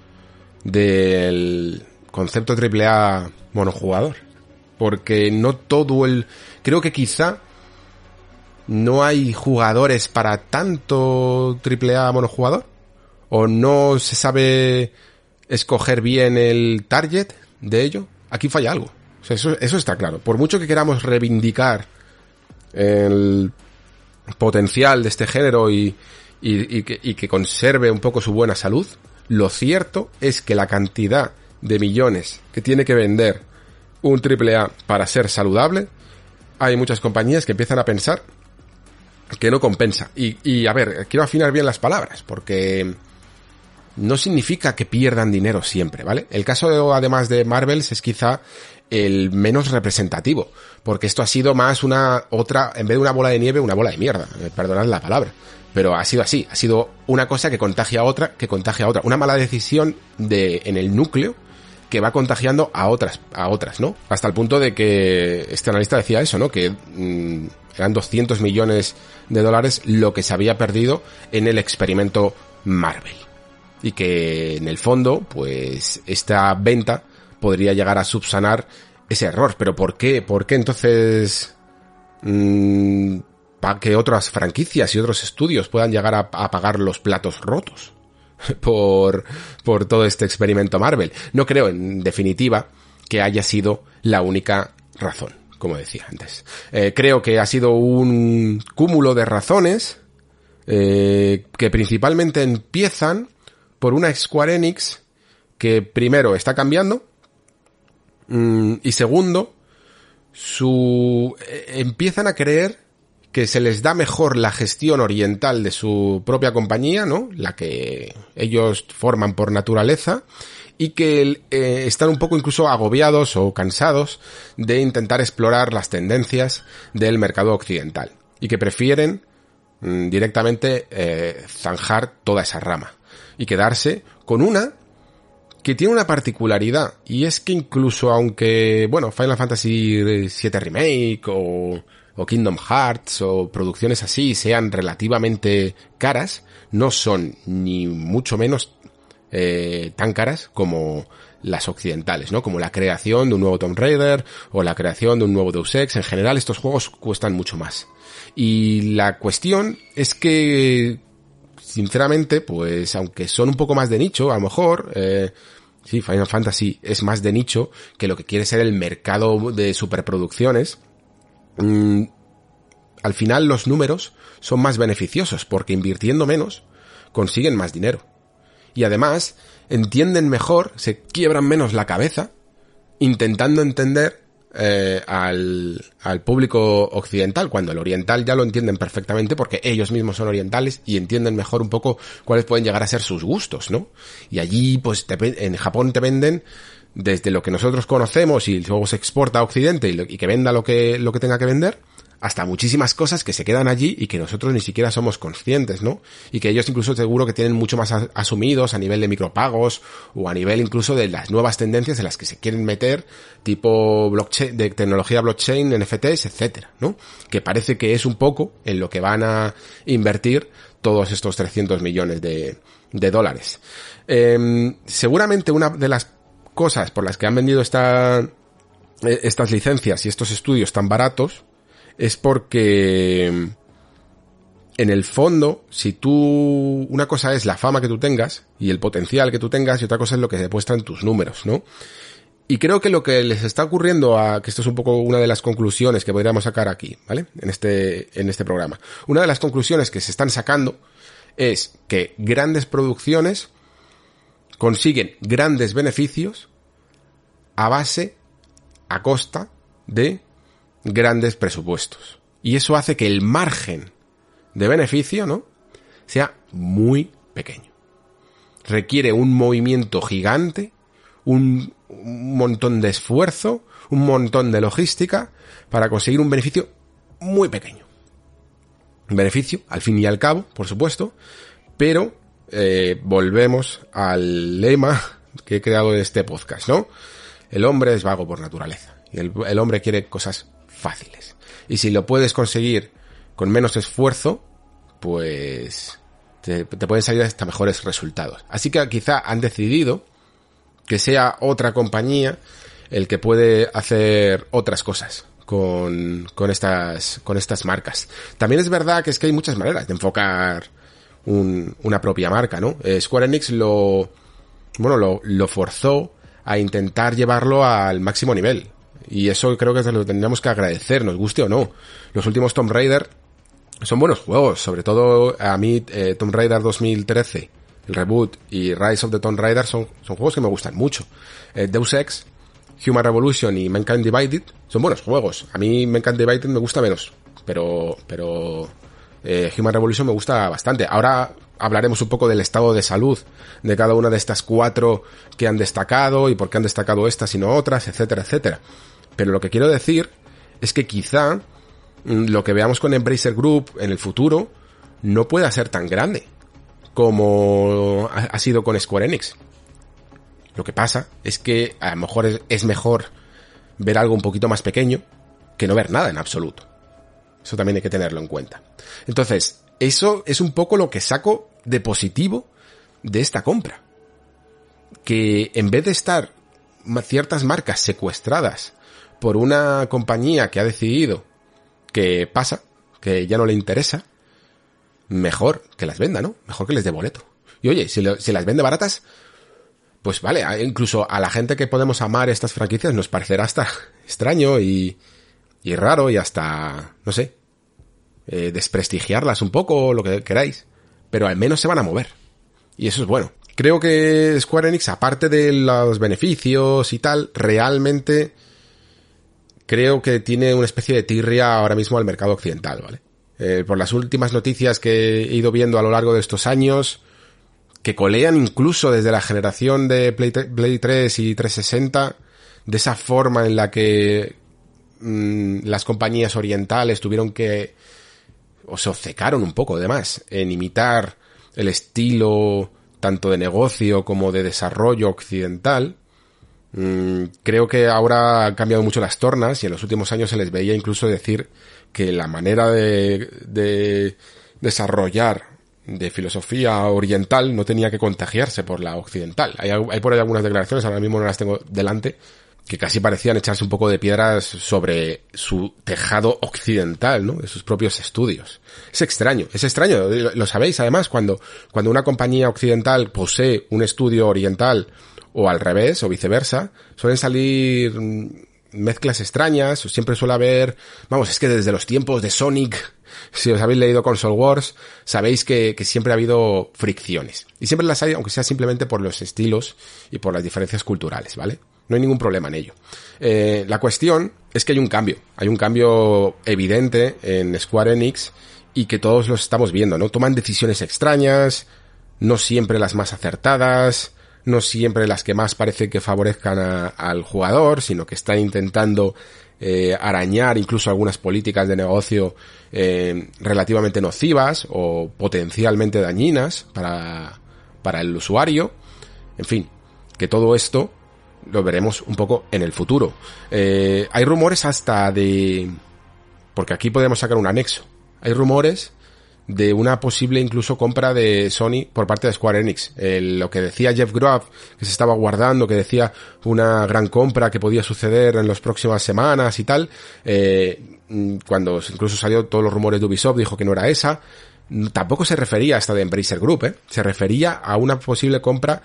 del concepto triple A monojugador, porque no todo el... Creo que quizá no hay jugadores para tanto triple A monojugador, o no se sabe escoger bien el target de ello. Aquí falla algo. O sea, eso, eso está claro. Por mucho que queramos reivindicar el potencial de este género y, y, y, que, y que conserve un poco su buena salud, lo cierto es que la cantidad de millones que tiene que vender un triple A para ser saludable, hay muchas compañías que empiezan a pensar que no compensa. Y, y a ver, quiero afinar bien las palabras, porque no significa que pierdan dinero siempre, ¿vale? El caso, además de Marvels, es quizá el menos representativo, porque esto ha sido más una otra, en vez de una bola de nieve, una bola de mierda, perdonad la palabra, pero ha sido así, ha sido una cosa que contagia a otra, que contagia a otra, una mala decisión de en el núcleo que va contagiando a otras, a otras, ¿no? Hasta el punto de que este analista decía eso, ¿no? Que mmm, eran doscientos millones de dólares lo que se había perdido en el experimento Marvel. Y que en el fondo, pues, esta venta podría llegar a subsanar ese error. Pero ¿por qué? ¿Por qué entonces mmm, para que otras franquicias y otros estudios puedan llegar a, a pagar los platos rotos por, por todo este experimento Marvel? No creo, en definitiva, que haya sido la única razón. como decía antes. Eh, creo que ha sido un cúmulo de razones eh, que principalmente empiezan por una Square Enix que primero está cambiando mmm, y segundo, su eh, empiezan a creer que se les da mejor la gestión oriental de su propia compañía, ¿no? La que ellos forman por naturaleza, y que eh, están un poco incluso agobiados o cansados de intentar explorar las tendencias del mercado occidental, y que prefieren mmm, directamente eh, zanjar toda esa rama y quedarse con una que tiene una particularidad, y es que incluso aunque, bueno, Final Fantasy siete Remake o, o Kingdom Hearts o producciones así sean relativamente caras, no son ni mucho menos eh, tan caras como las occidentales, ¿no? Como la creación de un nuevo Tomb Raider o la creación de un nuevo Deus Ex. En general estos juegos cuestan mucho más. Y la cuestión es que, sinceramente, pues aunque son un poco más de nicho, a lo mejor, eh, sí, Final Fantasy es más de nicho que lo que quiere ser el mercado de superproducciones, mmm, al final los números son más beneficiosos porque invirtiendo menos consiguen más dinero. Y además entienden mejor, se quiebran menos la cabeza intentando entender Eh, al, al público occidental, cuando el oriental ya lo entienden perfectamente porque ellos mismos son orientales y entienden mejor un poco cuáles pueden llegar a ser sus gustos, ¿no? Y allí, pues, te, en Japón te venden desde lo que nosotros conocemos y luego se exporta a Occidente y, lo, y que venda lo que, lo que tenga que vender, hasta muchísimas cosas que se quedan allí y que nosotros ni siquiera somos conscientes, ¿no? Y que ellos incluso seguro que tienen mucho más a, asumidos a nivel de micropagos o a nivel incluso de las nuevas tendencias en las que se quieren meter, tipo blockchain, de tecnología blockchain, N F Ts, etcétera, ¿no? Que parece que es un poco en lo que van a invertir todos estos trescientos millones de, de dólares. Eh, seguramente una de las cosas por las que han vendido esta, estas licencias y estos estudios tan baratos es porque, en el fondo, si tú, una cosa es la fama que tú tengas y el potencial que tú tengas y otra cosa es lo que demuestra en tus números, ¿no? Y creo que lo que les está ocurriendo a, que esto es un poco una de las conclusiones que podríamos sacar aquí, ¿vale? En este, en este programa. Una de las conclusiones que se están sacando es que grandes producciones consiguen grandes beneficios a base, a costa de grandes presupuestos. Y eso hace que el margen de beneficio, ¿no?, sea muy pequeño. Requiere un movimiento gigante, un, un montón de esfuerzo, un montón de logística para conseguir un beneficio muy pequeño. Un beneficio, al fin y al cabo, por supuesto, pero eh, volvemos al lema que he creado de este podcast, ¿no? El hombre es vago por naturaleza y el, el hombre quiere cosas fáciles. Y si lo puedes conseguir con menos esfuerzo, pues te, te pueden salir hasta mejores resultados. Así que quizá han decidido que sea otra compañía el que puede hacer otras cosas con, con estas, con estas marcas. También es verdad que es que hay muchas maneras de enfocar un, una propia marca, ¿no? Eh, Square Enix lo, bueno, lo, lo forzó a intentar llevarlo al máximo nivel. Y eso creo que lo tendríamos que agradecer, nos guste o no. Los últimos Tomb Raider son buenos juegos, sobre todo a mí eh, Tomb Raider dos mil trece, el reboot, y Rise of the Tomb Raider son, son juegos que me gustan mucho. Eh, Deus Ex, Human Revolution y Mankind Divided son buenos juegos. A mí Mankind Divided me gusta menos, pero pero eh, Human Revolution me gusta bastante. Ahora hablaremos un poco del estado de salud de cada una de estas cuatro que han destacado y por qué han destacado estas y no otras, etcétera, etcétera. Pero lo que quiero decir es que quizá lo que veamos con Embracer Group en el futuro no pueda ser tan grande como ha sido con Square Enix. Lo que pasa es que a lo mejor es, es mejor ver algo un poquito más pequeño que no ver nada en absoluto. Eso también hay que tenerlo en cuenta. Entonces, eso es un poco lo que saco de positivo de esta compra. Que en vez de estar ciertas marcas secuestradas por una compañía que ha decidido que pasa, que ya no le interesa, mejor que las venda, ¿no? Mejor que les dé boleto. Y oye, si, lo, si las vende baratas, pues vale, incluso a la gente que podemos amar estas franquicias nos parecerá hasta extraño y, y raro y hasta, no sé, eh, desprestigiarlas un poco o lo que queráis, pero al menos se van a mover. Y eso es bueno. Creo que Square Enix, aparte de los beneficios y tal, realmente creo que tiene una especie de tirria ahora mismo al mercado occidental, ¿vale? Eh, por las últimas noticias que he ido viendo a lo largo de estos años, que colean incluso desde la generación de Play, Play tres y trescientos sesenta, de esa forma en la que mmm, las compañías orientales tuvieron que, o se obcecaron un poco además, en imitar el estilo tanto de negocio como de desarrollo occidental. mmm, creo que ahora han cambiado mucho las tornas y en los últimos años se les veía incluso decir que la manera de, de desarrollar de filosofía oriental no tenía que contagiarse por la occidental. Hay, hay por ahí algunas declaraciones, ahora mismo no las tengo delante, que casi parecían echarse un poco de piedras sobre su tejado occidental, ¿no? De sus propios estudios. Es extraño, es extraño, lo sabéis además, cuando, cuando una compañía occidental posee un estudio oriental o al revés o viceversa, suelen salir mezclas extrañas, siempre suele haber, vamos, es que desde los tiempos de Sonic, si os habéis leído Console Wars, sabéis que, que siempre ha habido fricciones. Y siempre las hay, aunque sea simplemente por los estilos y por las diferencias culturales, ¿vale? No hay ningún problema en ello. Eh, la cuestión es que hay un cambio. Hay un cambio evidente en Square Enix y que todos lo estamos viendo, ¿no? Toman decisiones extrañas, no siempre las más acertadas, no siempre las que más parece que favorezcan a, al jugador, sino que están intentando eh, arañar incluso algunas políticas de negocio eh, relativamente nocivas o potencialmente dañinas para, para el usuario. En fin, que todo esto lo veremos un poco en el futuro. Eh, hay rumores hasta de... porque aquí podemos sacar un anexo. Hay rumores de una posible incluso compra de Sony por parte de Square Enix. El, lo que decía Jeff Grubb, que se estaba guardando, que decía una gran compra que podía suceder en las próximas semanas y tal, eh, cuando incluso salió todos los rumores de Ubisoft, dijo que no era esa. Tampoco se refería a esta de Embracer Group, ¿eh? Se refería a una posible compra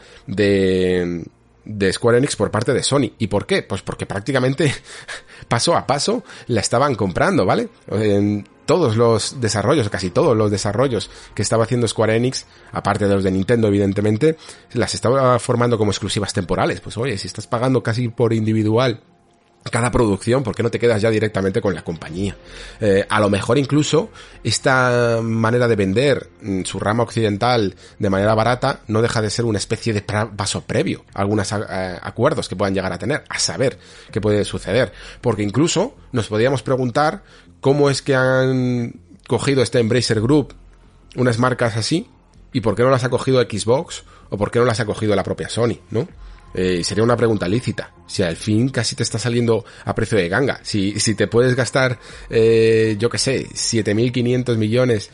de... de Square Enix por parte de Sony. ¿Y por qué? Pues porque prácticamente paso a paso la estaban comprando, ¿vale? En todos los desarrollos, casi todos los desarrollos que estaba haciendo Square Enix, aparte de los de Nintendo evidentemente, las estaba formando como exclusivas temporales. Pues oye, si estás pagando casi por individual cada producción, ¿por qué no te quedas ya directamente con la compañía? Eh, a lo mejor incluso esta manera de vender su rama occidental de manera barata no deja de ser una especie de paso previo a algunos eh, acuerdos que puedan llegar a tener, a saber qué puede suceder. Porque incluso nos podríamos preguntar cómo es que han cogido este Embracer Group unas marcas así y por qué no las ha cogido Xbox o por qué no las ha cogido la propia Sony, ¿no? Eh, sería una pregunta lícita. Si al fin casi te está saliendo a precio de ganga. Si, si te puedes gastar, eh, yo qué sé, siete mil quinientos millones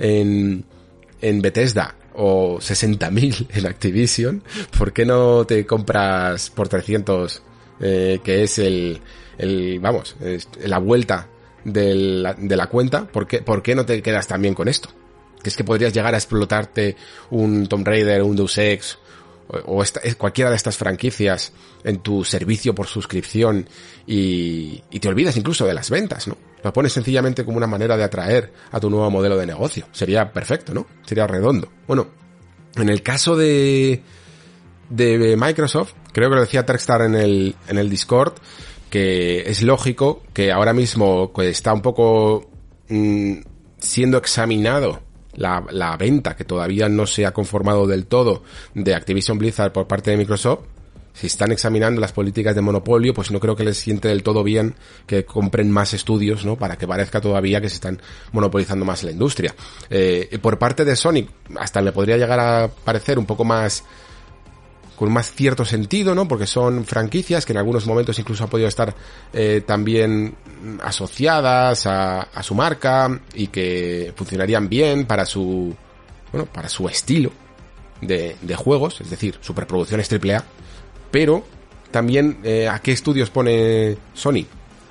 en, en Bethesda o sesenta mil en Activision, ¿por qué no te compras por trescientos, eh, que es el, el, vamos, es la vuelta de la, de la cuenta? ¿Por qué, ¿Por qué no te quedas también con esto? Que es que podrías llegar a explotarte un Tomb Raider, un Deus Ex, o esta, cualquiera de estas franquicias en tu servicio por suscripción y, y te olvidas incluso de las ventas, ¿no? Lo pones sencillamente como una manera de atraer a tu nuevo modelo de negocio. Sería perfecto, ¿no? Sería redondo. Bueno, en el caso de de Microsoft, creo que lo decía Terkstar en el en el Discord, que es lógico que ahora mismo pues, está un poco mmm, siendo examinado La, la venta, que todavía no se ha conformado del todo, de Activision Blizzard por parte de Microsoft. Si están examinando las políticas de monopolio, pues no creo que les siente del todo bien que compren más estudios, ¿no? Para que parezca todavía que se están monopolizando más la industria. Eh, por parte de Sony, hasta me podría llegar a parecer un poco más, con más cierto sentido, ¿no? Porque son franquicias que en algunos momentos incluso han podido estar eh, también asociadas a, a su marca y que funcionarían bien para su, bueno, para su estilo de, de juegos, es decir, superproducciones triple A. Pero también, eh, ¿a qué estudios pone Sony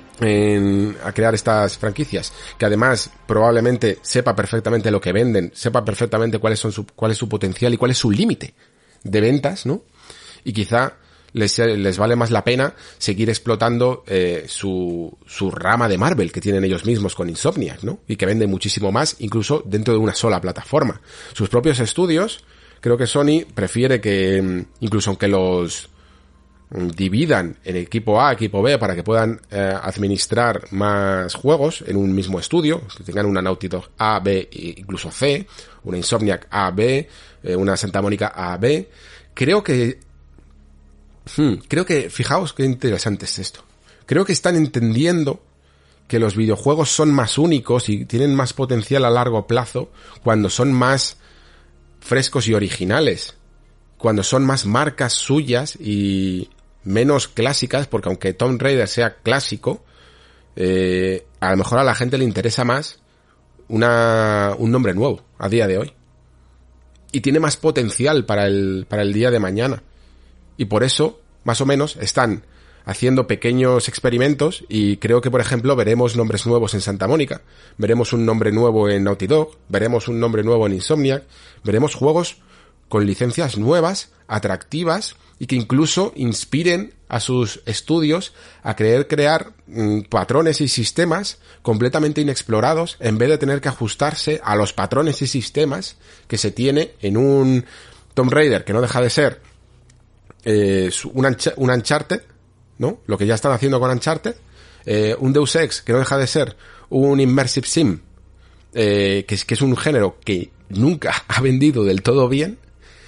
en, a crear estas franquicias? Que además probablemente sepa perfectamente lo que venden, sepa perfectamente cuáles son su, cuál es su potencial y cuál es su límite de ventas, ¿no? Y quizá les, les vale más la pena seguir explotando eh, su, su rama de Marvel que tienen ellos mismos con Insomniac, ¿no? Y que vende muchísimo más, incluso dentro de una sola plataforma. Sus propios estudios, creo que Sony prefiere que, incluso aunque los dividan en equipo A, equipo B, para que puedan eh, administrar más juegos en un mismo estudio, que tengan una Naughty Dog A, B e incluso C, una Insomniac A, B, eh, una Santa Mónica A, B. Creo que hmm, creo que, fijaos qué interesante es esto. Creo que están entendiendo que los videojuegos son más únicos y tienen más potencial a largo plazo cuando son más frescos y originales, cuando son más marcas suyas y menos clásicas, porque aunque Tomb Raider sea clásico, eh, a lo mejor a la gente le interesa más una, un nombre nuevo a día de hoy. Y tiene más potencial para el, para el día de mañana. Y por eso, más o menos, están haciendo pequeños experimentos y creo que, por ejemplo, veremos nombres nuevos en Santa Mónica, veremos un nombre nuevo en Naughty Dog, veremos un nombre nuevo en Insomniac, veremos juegos con licencias nuevas, atractivas y que incluso inspiren a sus estudios a querer crear mmm, patrones y sistemas completamente inexplorados en vez de tener que ajustarse a los patrones y sistemas que se tiene en un Tomb Raider, que no deja de ser eh, un, Unch- un Uncharted, ¿no? Lo que ya están haciendo con Uncharted, eh, un Deus Ex, que no deja de ser un Immersive Sim, eh, que, es, que es un género que nunca ha vendido del todo bien.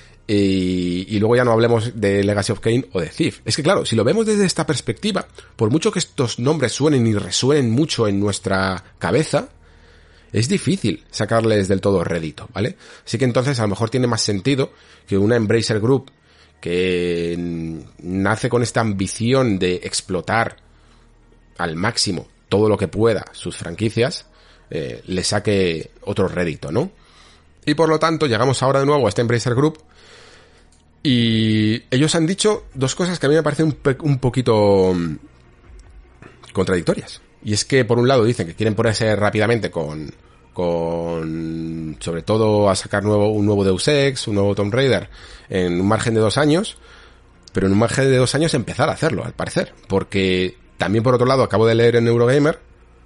Y, y luego ya no hablemos de Legacy of Kain o de Thief. Es que claro, si lo vemos desde esta perspectiva, por mucho que estos nombres suenen y resuenen mucho en nuestra cabeza, es difícil sacarles del todo rédito, ¿vale? Así que entonces a lo mejor tiene más sentido que una Embracer Group que nace con esta ambición de explotar al máximo todo lo que pueda sus franquicias, eh, le saque otro rédito, ¿no? Y por lo tanto llegamos ahora de nuevo a este Embracer Group. Y ellos han dicho dos cosas que a mí me parecen un, pe- un poquito contradictorias. Y es que por un lado dicen que quieren ponerse rápidamente con, con sobre todo a sacar nuevo, un nuevo Deus Ex, un nuevo Tomb Raider en un margen de dos años, pero en un margen de dos años empezar a hacerlo, al parecer. Porque también por otro lado acabo de leer en Eurogamer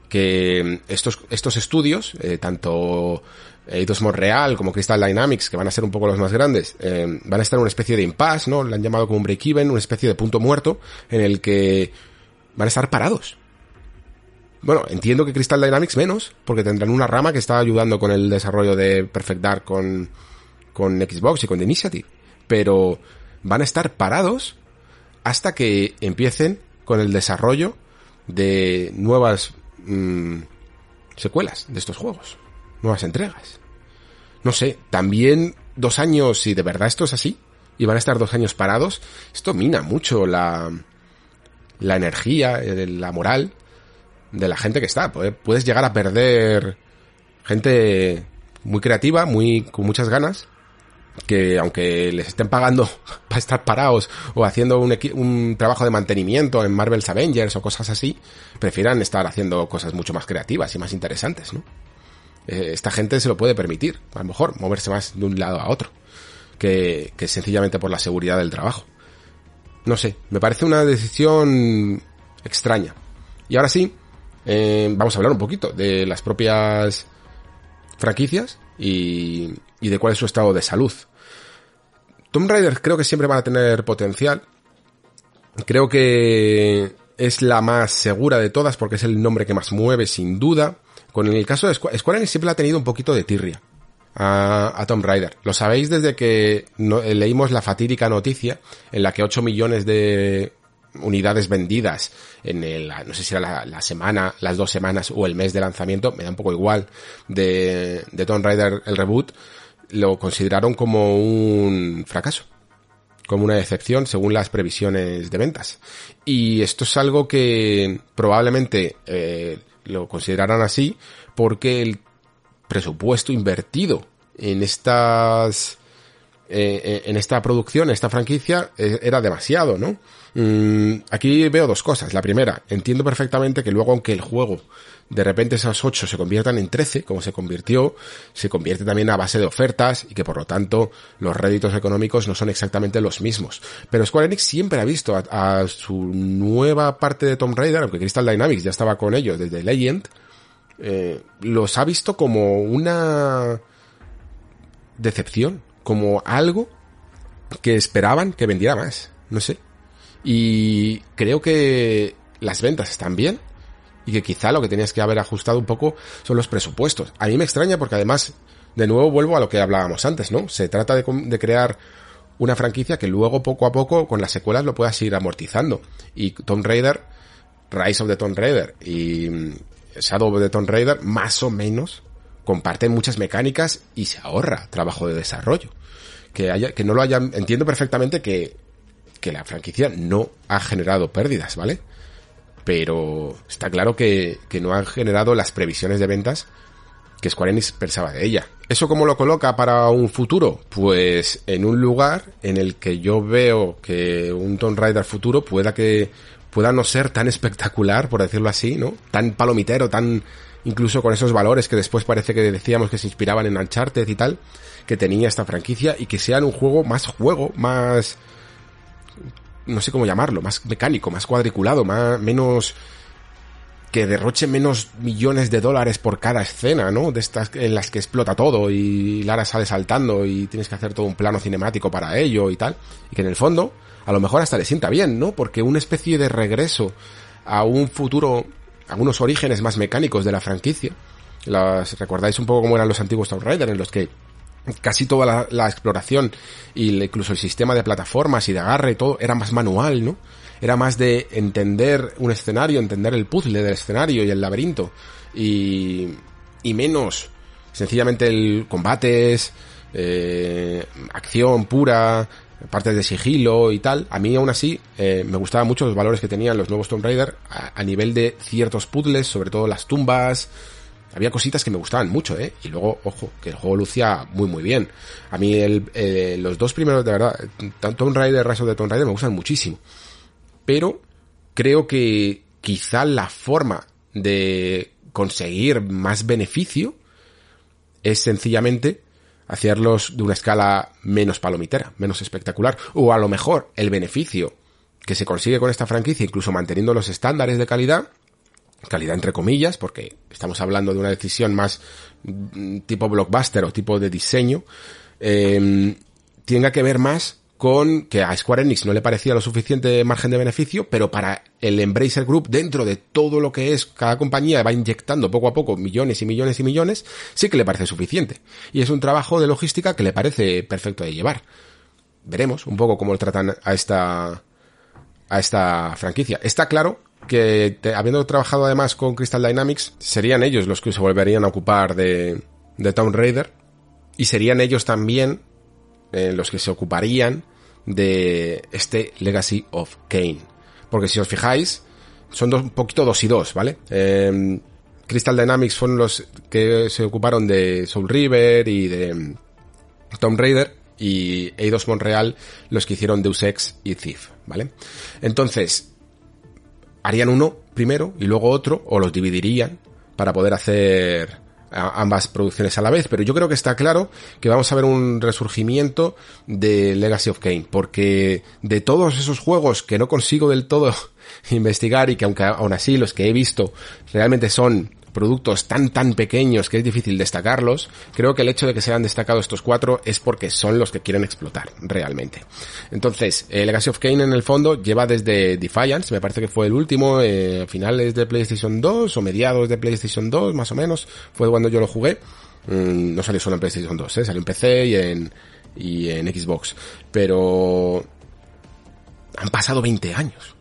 que estos, estos estudios, eh, tanto Eidos Montreal como Crystal Dynamics, que van a ser un poco los más grandes, eh, van a estar en una especie de impasse, ¿no? Lo han llamado como un break-even, una especie de punto muerto, en el que van a estar parados. Bueno, entiendo que Crystal Dynamics menos, porque tendrán una rama que está ayudando con el desarrollo de Perfect Dark con, con Xbox y con The Initiative, pero van a estar parados hasta que empiecen con el desarrollo de nuevas mmm, secuelas de estos juegos, nuevas entregas. No sé, también dos años, si de verdad esto es así, y van a estar dos años parados, esto mina mucho la, la energía, la moral de la gente que está. Puedes llegar a perder gente muy creativa, muy con muchas ganas, que aunque les estén pagando para estar parados o haciendo un, equi- un trabajo de mantenimiento en Marvel's Avengers o cosas así, prefieran estar haciendo cosas mucho más creativas y más interesantes, ¿no? Eh, esta gente se lo puede permitir, a lo mejor, moverse más de un lado a otro, que, que sencillamente por la seguridad del trabajo. No sé, me parece una decisión extraña. Y ahora sí, eh, vamos a hablar un poquito de las propias franquicias y, y de cuál es su estado de salud. Tomb Raider creo que siempre van a tener potencial. Creo que es la más segura de todas porque es el nombre que más mueve, sin duda. Con el caso de Square, Square Enix siempre le ha tenido un poquito de tirria a, a Tomb Raider. Lo sabéis desde que no, leímos la fatídica noticia en la que ocho millones de unidades vendidas en el, no sé si era la, la semana, las dos semanas o el mes de lanzamiento, me da un poco igual, de, de Tomb Raider el reboot, lo consideraron como un fracaso, como una decepción según las previsiones de ventas. Y esto es algo que probablemente eh, lo considerarán así porque el presupuesto invertido en estas eh, en esta producción, en esta franquicia, eh, era demasiado, ¿no? Mm, aquí veo dos cosas. La primera, entiendo perfectamente que luego, aunque el juego de repente esos ocho se conviertan en trece, como se convirtió, se convierte también a base de ofertas y que por lo tanto los réditos económicos no son exactamente los mismos. Pero Square Enix siempre ha visto a, a su nueva parte de Tomb Raider, aunque Crystal Dynamics ya estaba con ellos desde Legend, eh, los ha visto como una decepción, como algo que esperaban que vendiera más, no sé. Y creo que las ventas están bien y que quizá lo que tenías que haber ajustado un poco son los presupuestos. A mí me extraña porque además, de nuevo vuelvo a lo que hablábamos antes, ¿no? Se trata de, de crear una franquicia que luego poco a poco con las secuelas lo puedas ir amortizando. Y Tomb Raider, Rise of the Tomb Raider y Shadow of the Tomb Raider más o menos comparten muchas mecánicas y se ahorra trabajo de desarrollo. Que haya, que no lo hayan, entiendo perfectamente que, que la franquicia no ha generado pérdidas, ¿vale? Pero está claro que, que no han generado las previsiones de ventas que Square Enix pensaba de ella. ¿Eso cómo lo coloca para un futuro? Pues en un lugar en el que yo veo que un Tomb Raider futuro pueda que, pueda no ser tan espectacular, por decirlo así, ¿no? Tan palomitero, tan, incluso con esos valores que después parece que decíamos que se inspiraban en Uncharted y tal, que tenía esta franquicia, y que sean un juego más juego, más, no sé cómo llamarlo, más mecánico, más cuadriculado, más, menos, que derroche menos millones de dólares por cada escena, ¿no? De estas en las que explota todo y Lara sale saltando y tienes que hacer todo un plano cinemático para ello y tal, y que en el fondo a lo mejor hasta le sienta bien, ¿no? Porque una especie de regreso a un futuro, a unos orígenes más mecánicos de la franquicia. Las, recordáis un poco cómo eran los antiguos Tomb Raider, en los que casi toda la, la exploración y incluso el sistema de plataformas y de agarre y todo era más manual, ¿no? Era más de entender un escenario, entender el puzzle del escenario y el laberinto, y, y menos sencillamente el combates, eh, acción pura, partes de sigilo y tal. A mí aún así eh, me gustaban mucho los valores que tenían los nuevos Tomb Raider a, a nivel de ciertos puzzles, sobre todo las tumbas. Había cositas que me gustaban mucho, ¿eh? Y luego, ojo, que el juego lucía muy muy bien. A mí el, eh, los dos primeros, de verdad, Tomb Raider, Rise of the Tomb Raider me gustan muchísimo. Pero creo que quizá la forma de conseguir más beneficio es sencillamente hacerlos de una escala menos palomitera, menos espectacular. O a lo mejor el beneficio que se consigue con esta franquicia, incluso manteniendo los estándares de calidad, calidad entre comillas, porque estamos hablando de una decisión más tipo blockbuster o tipo de diseño, eh, tenga que ver más con que a Square Enix no le parecía lo suficiente margen de beneficio, pero para el Embracer Group, dentro de todo lo que es, cada compañía va inyectando poco a poco millones y millones y millones, sí que le parece suficiente. Y es un trabajo de logística que le parece perfecto de llevar. Veremos un poco cómo tratan a esta, a esta franquicia. Está claro que, te, habiendo trabajado además con Crystal Dynamics, serían ellos los que se volverían a ocupar de, de Tomb Raider, y serían ellos también eh, los que se ocuparían de este Legacy of Kain. Porque si os fijáis, son dos, un poquito dos y dos, ¿vale? Eh, Crystal Dynamics fueron los que se ocuparon de Soul River y de Tomb Raider, y Eidos Montreal los que hicieron Deus Ex y Thief, ¿vale? Entonces, harían uno primero y luego otro, o los dividirían para poder hacer ambas producciones a la vez, pero yo creo que está claro que vamos a ver un resurgimiento de Legacy of Kain, porque de todos esos juegos que no consigo del todo investigar, y que aunque aún así los que he visto realmente son productos tan tan pequeños que es difícil destacarlos, creo que el hecho de que se hayan destacado estos cuatro es porque son los que quieren explotar realmente. Entonces, eh, Legacy of Kain en el fondo lleva desde Defiance, me parece que fue el último, eh, finales de PlayStation dos o mediados de PlayStation dos más o menos, fue cuando yo lo jugué. Mm, no salió solo en PlayStation dos, eh, salió en P C y en, y en Xbox, pero han pasado veinte años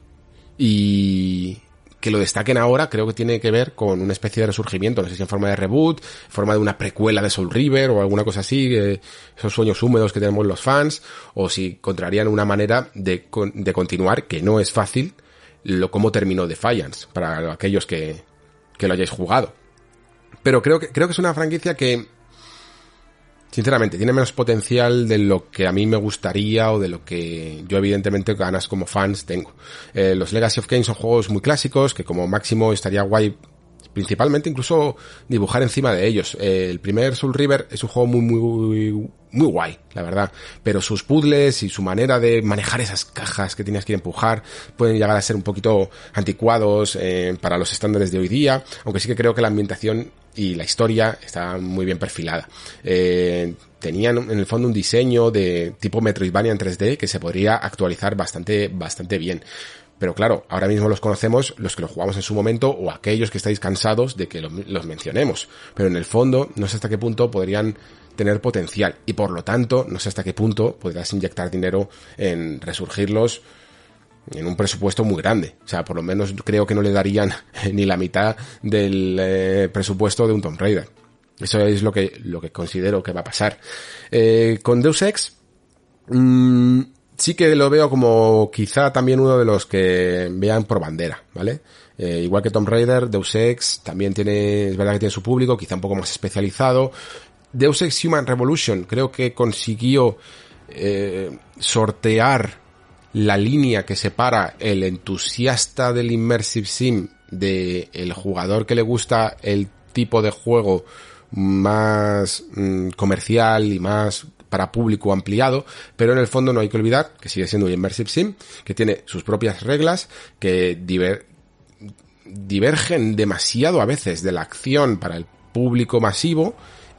y que lo destaquen ahora creo que tiene que ver con una especie de resurgimiento, no sé si en forma de reboot, en forma de una precuela de Soul River o alguna cosa así, eh, esos sueños húmedos que tenemos los fans, o si encontrarían una manera de, de continuar, que no es fácil, lo cómo terminó Defiance, para aquellos que, que lo hayáis jugado. Pero creo que, creo que es una franquicia que Sinceramente, tiene menos potencial de lo que a mí me gustaría o de lo que yo evidentemente ganas como fans tengo. Eh, los Legacy of Kain son juegos muy clásicos que como máximo estaría guay principalmente incluso dibujar encima de ellos. Eh, el primer Soul River es un juego muy muy muy guay, la verdad, pero sus puzzles y su manera de manejar esas cajas que tienes que empujar pueden llegar a ser un poquito anticuados eh, para los estándares de hoy día, aunque sí que creo que la ambientación y la historia está muy bien perfilada. Eh, tenían en el fondo un diseño de tipo Metroidvania en tres D que se podría actualizar bastante bastante bien. Pero claro, ahora mismo los conocemos los que los jugamos en su momento o aquellos que estáis cansados de que los mencionemos. Pero en el fondo no sé hasta qué punto podrían tener potencial y por lo tanto no sé hasta qué punto podrás inyectar dinero en resurgirlos en un presupuesto muy grande. O sea, por lo menos creo que no le darían ni la mitad del eh, presupuesto de un Tomb Raider. Eso es lo que, lo que considero que va a pasar. Eh, con Deus Ex... Mmm, sí que lo veo como quizá también uno de los que vean por bandera, ¿vale? Eh, igual que Tomb Raider, Deus Ex también tiene, es verdad que tiene su público, quizá un poco más especializado. Deus Ex Human Revolution creo que consiguió eh, sortear la línea que separa el entusiasta del Immersive Sim de el jugador que le gusta el tipo de juego más mmm, comercial y más para público ampliado, pero en el fondo no hay que olvidar que sigue siendo un Immersive Sim, que tiene sus propias reglas, que diver, divergen demasiado a veces de la acción para el público masivo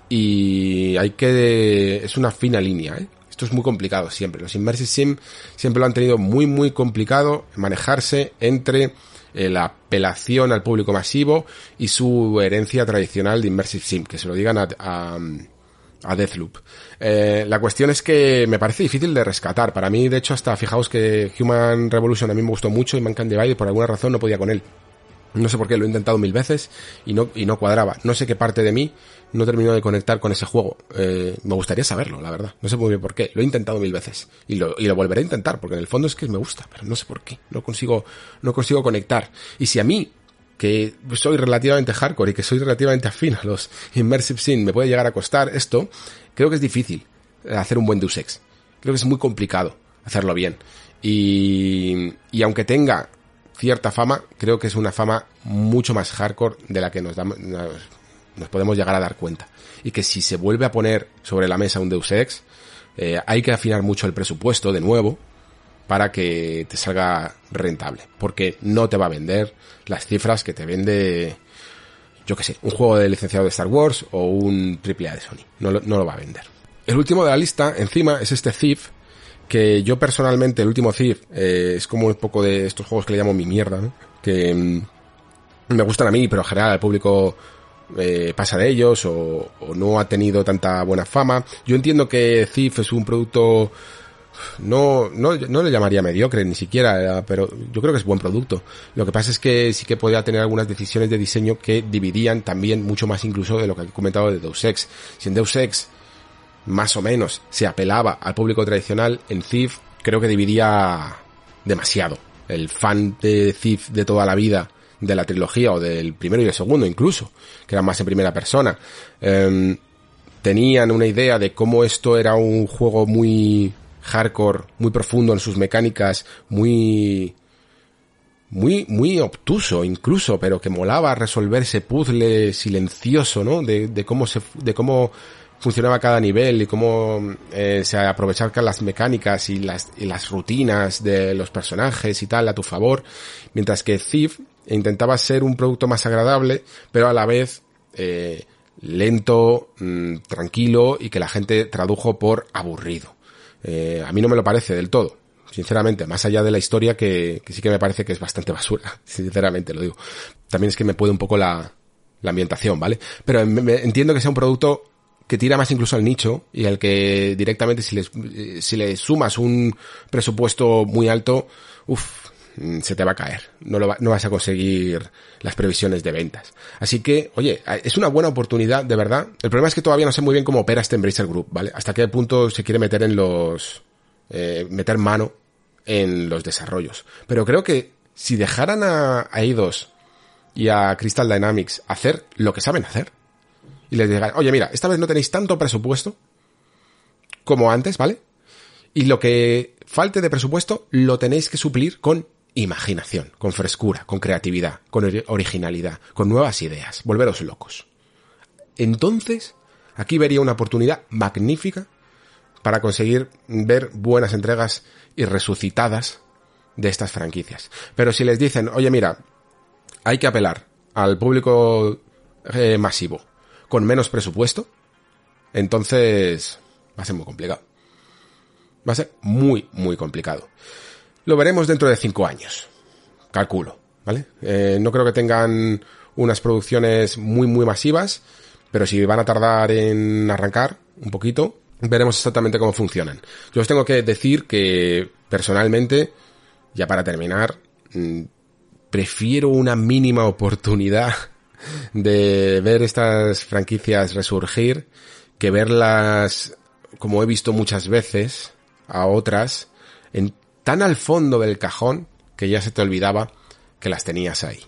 y hay que... es una fina línea, ¿eh? Esto es muy complicado siempre. Los Immersive Sim siempre lo han tenido muy muy complicado manejarse entre eh, la apelación al público masivo y su herencia tradicional de Immersive Sim, que se lo digan a... a a Deathloop. Eh, la cuestión es que me parece difícil de rescatar. Para mí, de hecho, hasta fijaos que Human Revolution a mí me gustó mucho y Mankind Divided por alguna razón no podía con él. No sé por qué, lo he intentado mil veces y no y no cuadraba. No sé qué parte de mí no terminó de conectar con ese juego. Eh, me gustaría saberlo, la verdad. No sé muy bien por qué. Lo he intentado mil veces y lo y lo volveré a intentar porque en el fondo es que me gusta, pero no sé por qué. No consigo no consigo conectar. Y si a mí, que soy relativamente hardcore y que soy relativamente afín a los Immersive Sim, me puede llegar a costar esto, creo que es difícil hacer un buen Deus Ex. Creo que es muy complicado hacerlo bien. Y, y aunque tenga cierta fama, creo que es una fama mucho más hardcore de la que nos, damos, nos, nos podemos llegar a dar cuenta. Y que si se vuelve a poner sobre la mesa un Deus Ex, eh, hay que afinar mucho el presupuesto de nuevo, para que te salga rentable, porque no te va a vender las cifras que te vende, yo que sé, un juego de licenciado de Star Wars o un triple A de Sony. No lo, no lo va a vender. El último de la lista, encima, es este Thief, que yo personalmente, el último Thief, eh, es como un poco de estos juegos que le llamo mi mierda, ¿no? Que mmm, me gustan a mí, pero en general al público eh, pasa de ellos o, o no ha tenido tanta buena fama. Yo entiendo que Thief es un producto... No, no, no le llamaría mediocre ni siquiera, pero yo creo que es buen producto. Lo que pasa es que sí que podía tener algunas decisiones de diseño que dividían también mucho más incluso de lo que he comentado de Deus Ex. Si en Deus Ex más o menos se apelaba al público tradicional, en Thief creo que dividía demasiado. El fan de Thief de toda la vida, de la trilogía o del primero y el segundo incluso, que eran más en primera persona, eh, tenían una idea de cómo esto era un juego muy hardcore, muy profundo en sus mecánicas, muy muy muy obtuso incluso, pero que molaba resolver ese puzzle silencioso, ¿no? De, de cómo se de cómo funcionaba cada nivel y cómo eh, se aprovechaban las mecánicas y las y las rutinas de los personajes y tal a tu favor, mientras que Thief intentaba ser un producto más agradable, pero a la vez eh, lento, mmm, tranquilo y que la gente tradujo por aburrido. Eh, a mí no me lo parece del todo, sinceramente, más allá de la historia que, que sí que me parece que es bastante basura, sinceramente lo digo. También es que me puede un poco la, la ambientación, ¿vale? Pero me, me, entiendo que sea un producto que tira más incluso al nicho y al que directamente si le, si le sumas un presupuesto muy alto, uff, se te va a caer, no, lo va, no vas a conseguir las previsiones de ventas. Así que, oye, es una buena oportunidad, de verdad. El problema es que todavía no sé muy bien cómo opera este Embracer Group, ¿vale? Hasta qué punto se quiere meter en los... Eh, meter mano en los desarrollos. Pero creo que si dejaran a, a Eidos y a Crystal Dynamics hacer lo que saben hacer, y les digan, oye, mira, esta vez no tenéis tanto presupuesto, como antes, ¿vale? Y lo que falte de presupuesto lo tenéis que suplir con imaginación, con frescura, con creatividad, con originalidad, con nuevas ideas, volveros locos. Entonces, aquí vería una oportunidad magnífica para conseguir ver buenas entregas y resucitadas de estas franquicias. Pero si les dicen, oye mira, hay que apelar al público eh, masivo con menos presupuesto, entonces va a ser muy complicado. Va a ser muy, muy complicado. Lo veremos dentro de cinco años, calculo, ¿vale? Eh, no creo que tengan unas producciones muy, muy masivas, pero si van a tardar en arrancar un poquito, veremos exactamente cómo funcionan. Yo os tengo que decir que, personalmente, ya para terminar, mmm, prefiero una mínima oportunidad de ver estas franquicias resurgir que verlas, como he visto muchas veces, a otras, en tan al fondo del cajón que ya se te olvidaba que las tenías ahí.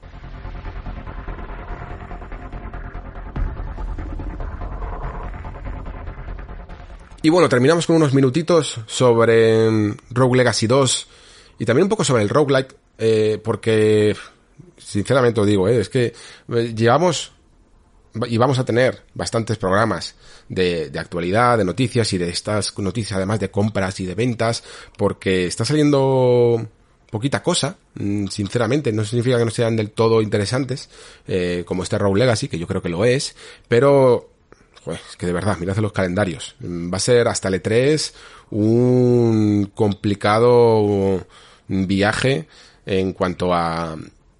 Y bueno, terminamos con unos minutitos sobre Rogue Legacy dos y también un poco sobre el roguelike, eh, porque sinceramente os digo, eh, es que llevamos y vamos a tener bastantes programas de, de actualidad, de noticias y de estas noticias además de compras y de ventas, porque está saliendo poquita cosa, sinceramente. No significa que no sean del todo interesantes, eh, como este Rogue Legacy, que yo creo que lo es, pero joder, es que de verdad, mirad los calendarios. Va a ser hasta el E tres un complicado viaje en cuanto a,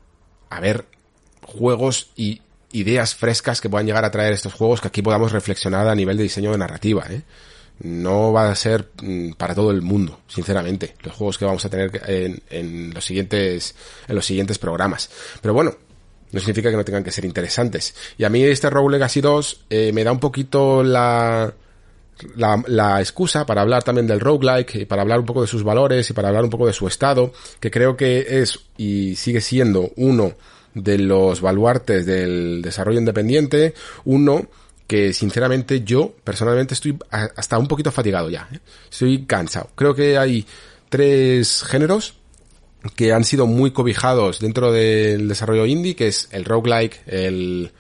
a ver juegos y ideas frescas que puedan llegar a traer estos juegos, que aquí podamos reflexionar a nivel de diseño de narrativa, ¿eh? No va a ser para todo el mundo, sinceramente, los juegos que vamos a tener en, en los siguientes, en los siguientes programas. Pero bueno, no significa que no tengan que ser interesantes. Y a mí este Rogue Legacy dos eh, me da un poquito la, la, la excusa para hablar también del roguelike, y para hablar un poco de sus valores y para hablar un poco de su estado, que creo que es y sigue siendo uno de los baluartes del desarrollo independiente, uno que sinceramente yo personalmente estoy hasta un poquito fatigado ya, ¿eh? Estoy cansado. Creo que hay tres géneros que han sido muy cobijados dentro del desarrollo indie, que es el roguelike, el,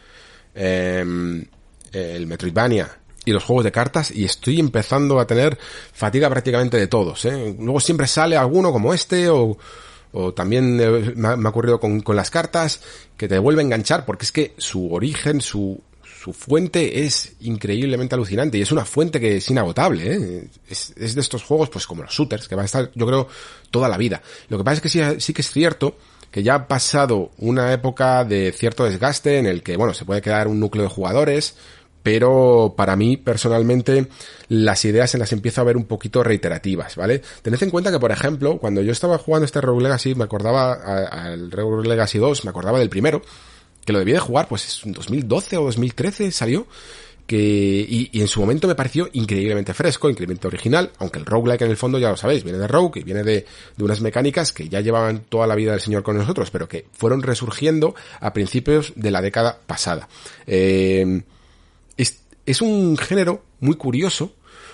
eh, el Metroidvania y los juegos de cartas, y estoy empezando a tener fatiga prácticamente de todos, ¿eh? Luego siempre sale alguno como este, o o también eh, me, ha, me ha ocurrido con, con las cartas, que te vuelve a enganchar, porque es que su origen, su su fuente es increíblemente alucinante, y es una fuente que es inagotable, ¿eh? Es, es de estos juegos, pues como los shooters, que van a estar, yo creo, toda la vida. Lo que pasa es que sí, sí que es cierto que ya ha pasado una época de cierto desgaste en el que, bueno, se puede quedar un núcleo de jugadores, pero para mí, personalmente, las ideas se las empiezo a ver un poquito reiterativas, ¿vale? Tened en cuenta que, por ejemplo, cuando yo estaba jugando este Rogue Legacy, me acordaba, al Rogue Legacy dos, me acordaba del primero, que lo debí de jugar, pues en dos mil doce o dos mil trece salió, que y, y en su momento me pareció increíblemente fresco, increíblemente original, aunque el roguelike en el fondo ya lo sabéis, viene de Rogue y viene de, de unas mecánicas que ya llevaban toda la vida del señor con nosotros, pero que fueron resurgiendo a principios de la década pasada. Eh... Es, es un género muy curioso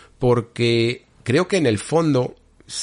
porque creo que en el fondo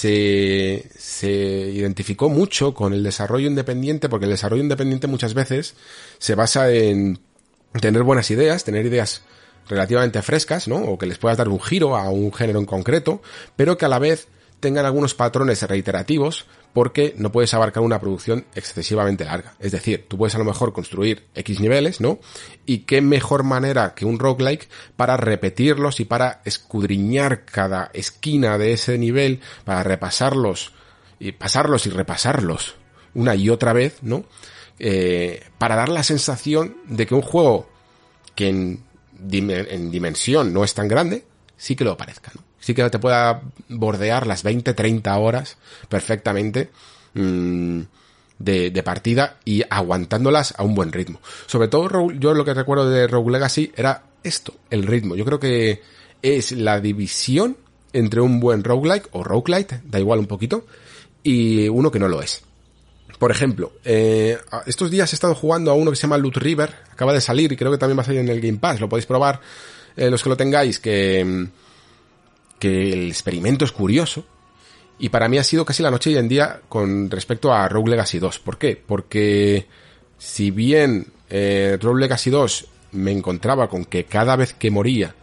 se, se identificó mucho con el desarrollo independiente, porque el desarrollo independiente muchas veces se basa en tener buenas ideas, tener ideas relativamente frescas, ¿no? O que les puedas dar un giro a un género en concreto, pero que a la vez tengan algunos patrones reiterativos, porque no puedes abarcar una producción excesivamente larga. Es decir, tú puedes a lo mejor construir X niveles, ¿no? Y qué mejor manera que un roguelike para repetirlos y para escudriñar cada esquina de ese nivel, para repasarlos y pasarlos y repasarlos una y otra vez, ¿no? Eh, para dar la sensación de que un juego que en, en dimensión no es tan grande, sí que lo parezca, ¿no? Sí que te pueda bordear las veinte, treinta horas perfectamente mmm, de, de partida y aguantándolas a un buen ritmo. Sobre todo, yo lo que recuerdo de Rogue Legacy era esto, el ritmo. Yo creo que es la división entre un buen roguelike o roguelite, da igual un poquito, y uno que no lo es. Por ejemplo, eh, estos días he estado jugando a uno que se llama Loot River, acaba de salir y creo que también va a salir en el Game Pass, lo podéis probar, eh, los que lo tengáis, que... que el experimento es curioso, y para mí ha sido casi la noche y en día con respecto a Rogue Legacy dos. ¿Por qué? Porque si bien eh, Rogue Legacy dos me encontraba con que cada vez que moría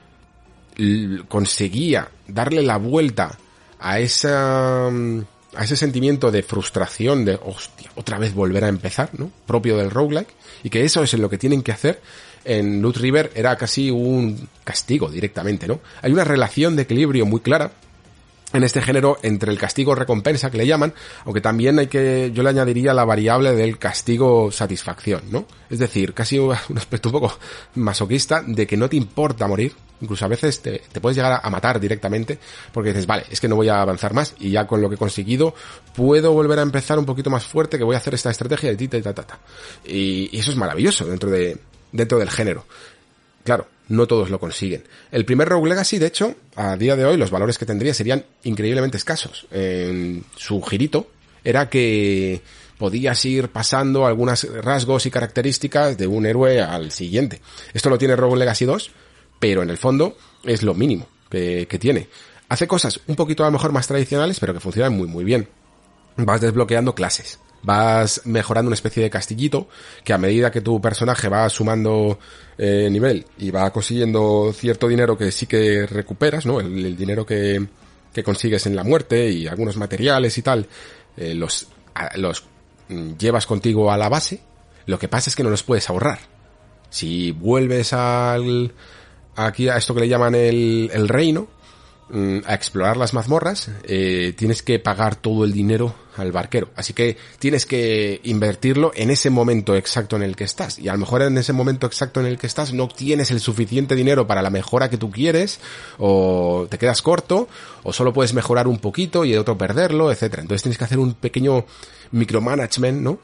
l- conseguía darle la vuelta a esa a ese sentimiento de frustración, de hostia, otra vez volver a empezar, ¿no? Propio del roguelike, y que eso es lo que tienen que hacer, en Loot River era casi un castigo directamente, ¿no? Hay una relación de equilibrio muy clara en este género entre el castigo-recompensa, que le llaman, aunque también hay que, yo le añadiría la variable del castigo-satisfacción, ¿no? Es decir, casi un aspecto un poco masoquista de que no te importa morir, incluso a veces te, te puedes llegar a matar directamente, porque dices, vale, es que no voy a avanzar más, y ya con lo que he conseguido, puedo volver a empezar un poquito más fuerte, que voy a hacer esta estrategia de ti, ta, ta, ta, ta. Y, y eso es maravilloso dentro de, dentro del género. Claro, no todos lo consiguen. El primer Rogue Legacy, de hecho, a día de hoy los valores que tendría serían increíblemente escasos. En su girito era que podías ir pasando algunos rasgos y características de un héroe al siguiente. Esto lo tiene Rogue Legacy dos, pero en el fondo es lo mínimo que, que tiene. Hace cosas un poquito a lo mejor más tradicionales, pero que funcionan muy muy bien. Vas desbloqueando clases. Vas mejorando una especie de castillito que a medida que tu personaje va sumando eh, nivel y va consiguiendo cierto dinero que sí que recuperas, ¿no? El, el dinero que, que consigues en la muerte y algunos materiales y tal, eh, los, a, los mm, llevas contigo a la base. Lo que pasa es que no los puedes ahorrar. Si vuelves al aquí a esto que le llaman el, el reino, a explorar las mazmorras, eh, tienes que pagar todo el dinero al barquero, así que tienes que invertirlo en ese momento exacto en el que estás, y a lo mejor en ese momento exacto en el que estás no tienes el suficiente dinero para la mejora que tú quieres, o te quedas corto, o solo puedes mejorar un poquito y el otro perderlo, etcétera. Entonces tienes que hacer un pequeño micromanagement, ¿no?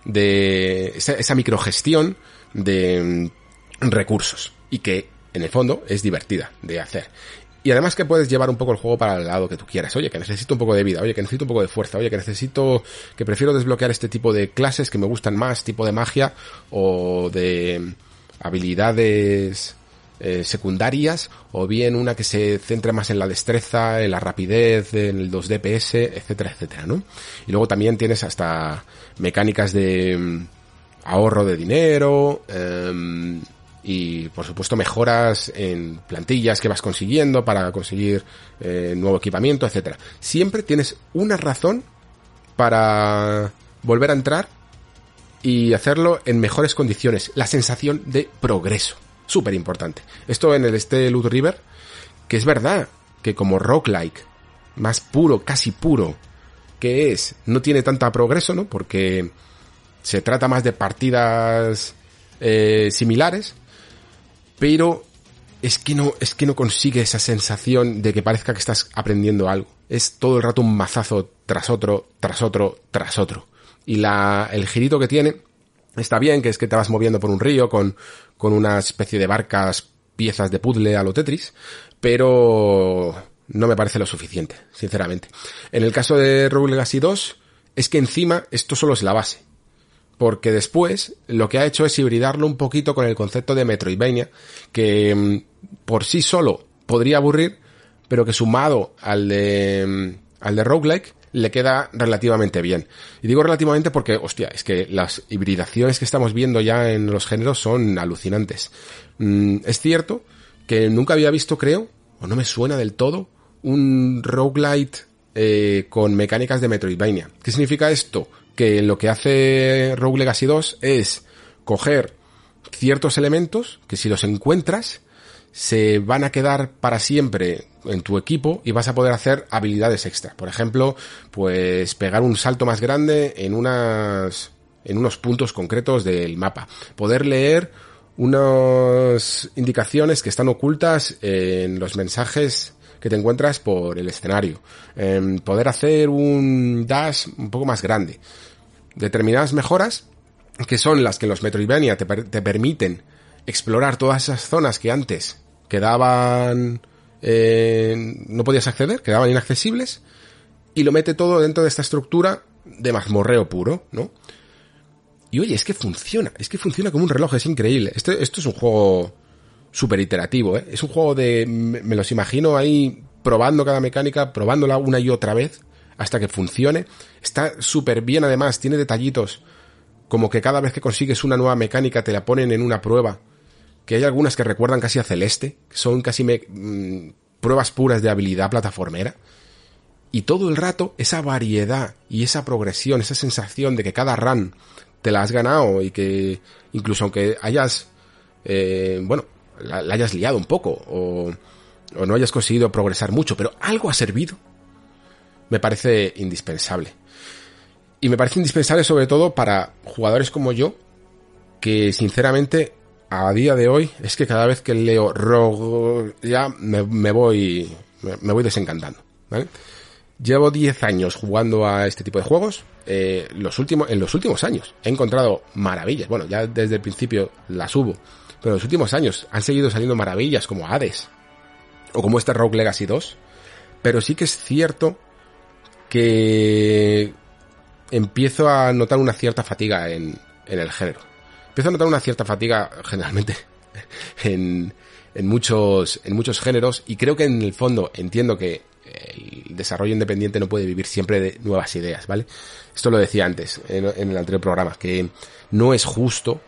De esa, esa microgestión de mm, recursos, y que en el fondo es divertida de hacer. Y además que puedes llevar un poco el juego para el lado que tú quieras. Oye, que necesito un poco de vida. Oye, que necesito un poco de fuerza. Oye, que necesito... que prefiero desbloquear este tipo de clases que me gustan más, tipo de magia o de habilidades eh, secundarias, o bien una que se centre más en la destreza, en la rapidez, en el dos D P S, etcétera, etcétera, ¿no? Y luego también tienes hasta mecánicas de um, ahorro de dinero, eh, y por supuesto mejoras en plantillas que vas consiguiendo para conseguir eh, nuevo equipamiento, etcétera. Siempre tienes una razón para volver a entrar y hacerlo en mejores condiciones. La sensación de progreso, súper importante. Esto en el este Loot River, que es verdad que como roguelike más puro, casi puro que es, no tiene tanta progreso, ¿no? Porque se trata más de partidas eh, similares. Pero es que no, es que no consigue esa sensación de que parezca que estás aprendiendo algo. Es todo el rato un mazazo tras otro, tras otro, tras otro. Y la, el girito que tiene está bien, que es que te vas moviendo por un río con, con una especie de barcas, piezas de puzzle a lo Tetris, pero no me parece lo suficiente, sinceramente. En el caso de Rogue Legacy dos, es que encima esto solo es la base. Porque después lo que ha hecho es hibridarlo un poquito con el concepto de Metroidvania, que mmm, por sí solo podría aburrir, pero que sumado al de mmm, al de roguelike le queda relativamente bien. Y digo relativamente porque, hostia, es que las hibridaciones que estamos viendo ya en los géneros son alucinantes. Mm, es cierto que nunca había visto, creo, o no me suena del todo, un roguelite eh, con mecánicas de Metroidvania. ¿Qué significa esto? Que lo que hace Rogue Legacy dos es coger ciertos elementos que si los encuentras se van a quedar para siempre en tu equipo y vas a poder hacer habilidades extra. Por ejemplo, pues pegar un salto más grande en unas en unos puntos concretos del mapa. Poder leer unas indicaciones que están ocultas en los mensajes que te encuentras por el escenario. Eh, poder hacer un dash un poco más grande. Determinadas mejoras que son las que en los Metroidvania te, per- te permiten explorar todas esas zonas que antes quedaban eh, no podías acceder, quedaban inaccesibles, y lo mete todo dentro de esta estructura de mazmorreo puro, ¿no? Y oye, es que funciona, es que funciona como un reloj, es increíble. Este, esto es un juego súper iterativo, ¿eh? Es un juego de... me los imagino ahí probando cada mecánica, probándola una y otra vez hasta que funcione. Está súper bien además, tiene detallitos como que cada vez que consigues una nueva mecánica te la ponen en una prueba, que hay algunas que recuerdan casi a Celeste, que son casi me, mmm, pruebas puras de habilidad plataformera. Y todo el rato esa variedad y esa progresión, esa sensación de que cada run te la has ganado y que incluso aunque hayas, eh, bueno, la, la hayas liado un poco o, o no hayas conseguido progresar mucho, pero algo ha servido, me parece indispensable. Y me parece indispensable sobre todo para jugadores como yo, que sinceramente a día de hoy es que cada vez que leo Rogue ya me, me voy me, me voy desencantando, ¿vale? Llevo diez años jugando a este tipo de juegos. Eh, los últimos, en los últimos años he encontrado maravillas. Bueno, ya desde el principio las hubo, pero en los últimos años han seguido saliendo maravillas como Hades o como este Rogue Legacy dos. Pero sí que es cierto que empiezo a notar una cierta fatiga en, en el género. Empiezo a notar una cierta fatiga generalmente en, en muchos, en muchos géneros, y creo que en el fondo entiendo que el desarrollo independiente no puede vivir siempre de nuevas ideas, ¿vale? Esto lo decía antes, en, en el anterior programa, que no es justo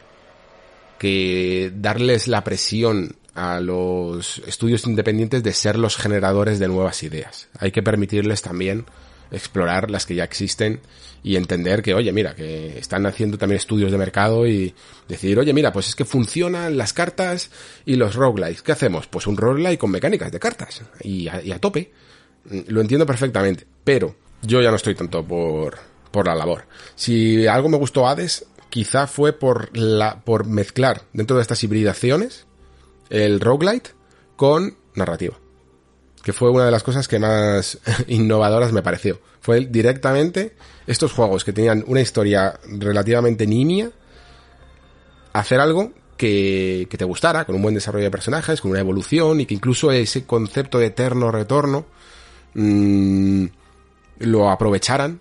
que darles la presión a los estudios independientes de ser los generadores de nuevas ideas. Hay que permitirles también explorar las que ya existen y entender que, oye, mira, que están haciendo también estudios de mercado y decir, oye, mira, pues es que funcionan las cartas y los roguelikes. ¿Qué hacemos? Pues un roguelike con mecánicas de cartas y a, y a tope. Lo entiendo perfectamente, pero yo ya no estoy tanto por, por la labor. Si algo me gustó Hades, quizá fue por la, por mezclar dentro de estas hibridaciones el roguelite con narrativa, que fue una de las cosas que más innovadoras me pareció. Fue directamente estos juegos que tenían una historia relativamente nimia, hacer algo que, que te gustara, con un buen desarrollo de personajes, con una evolución, y que incluso ese concepto de eterno retorno mmm, lo aprovecharan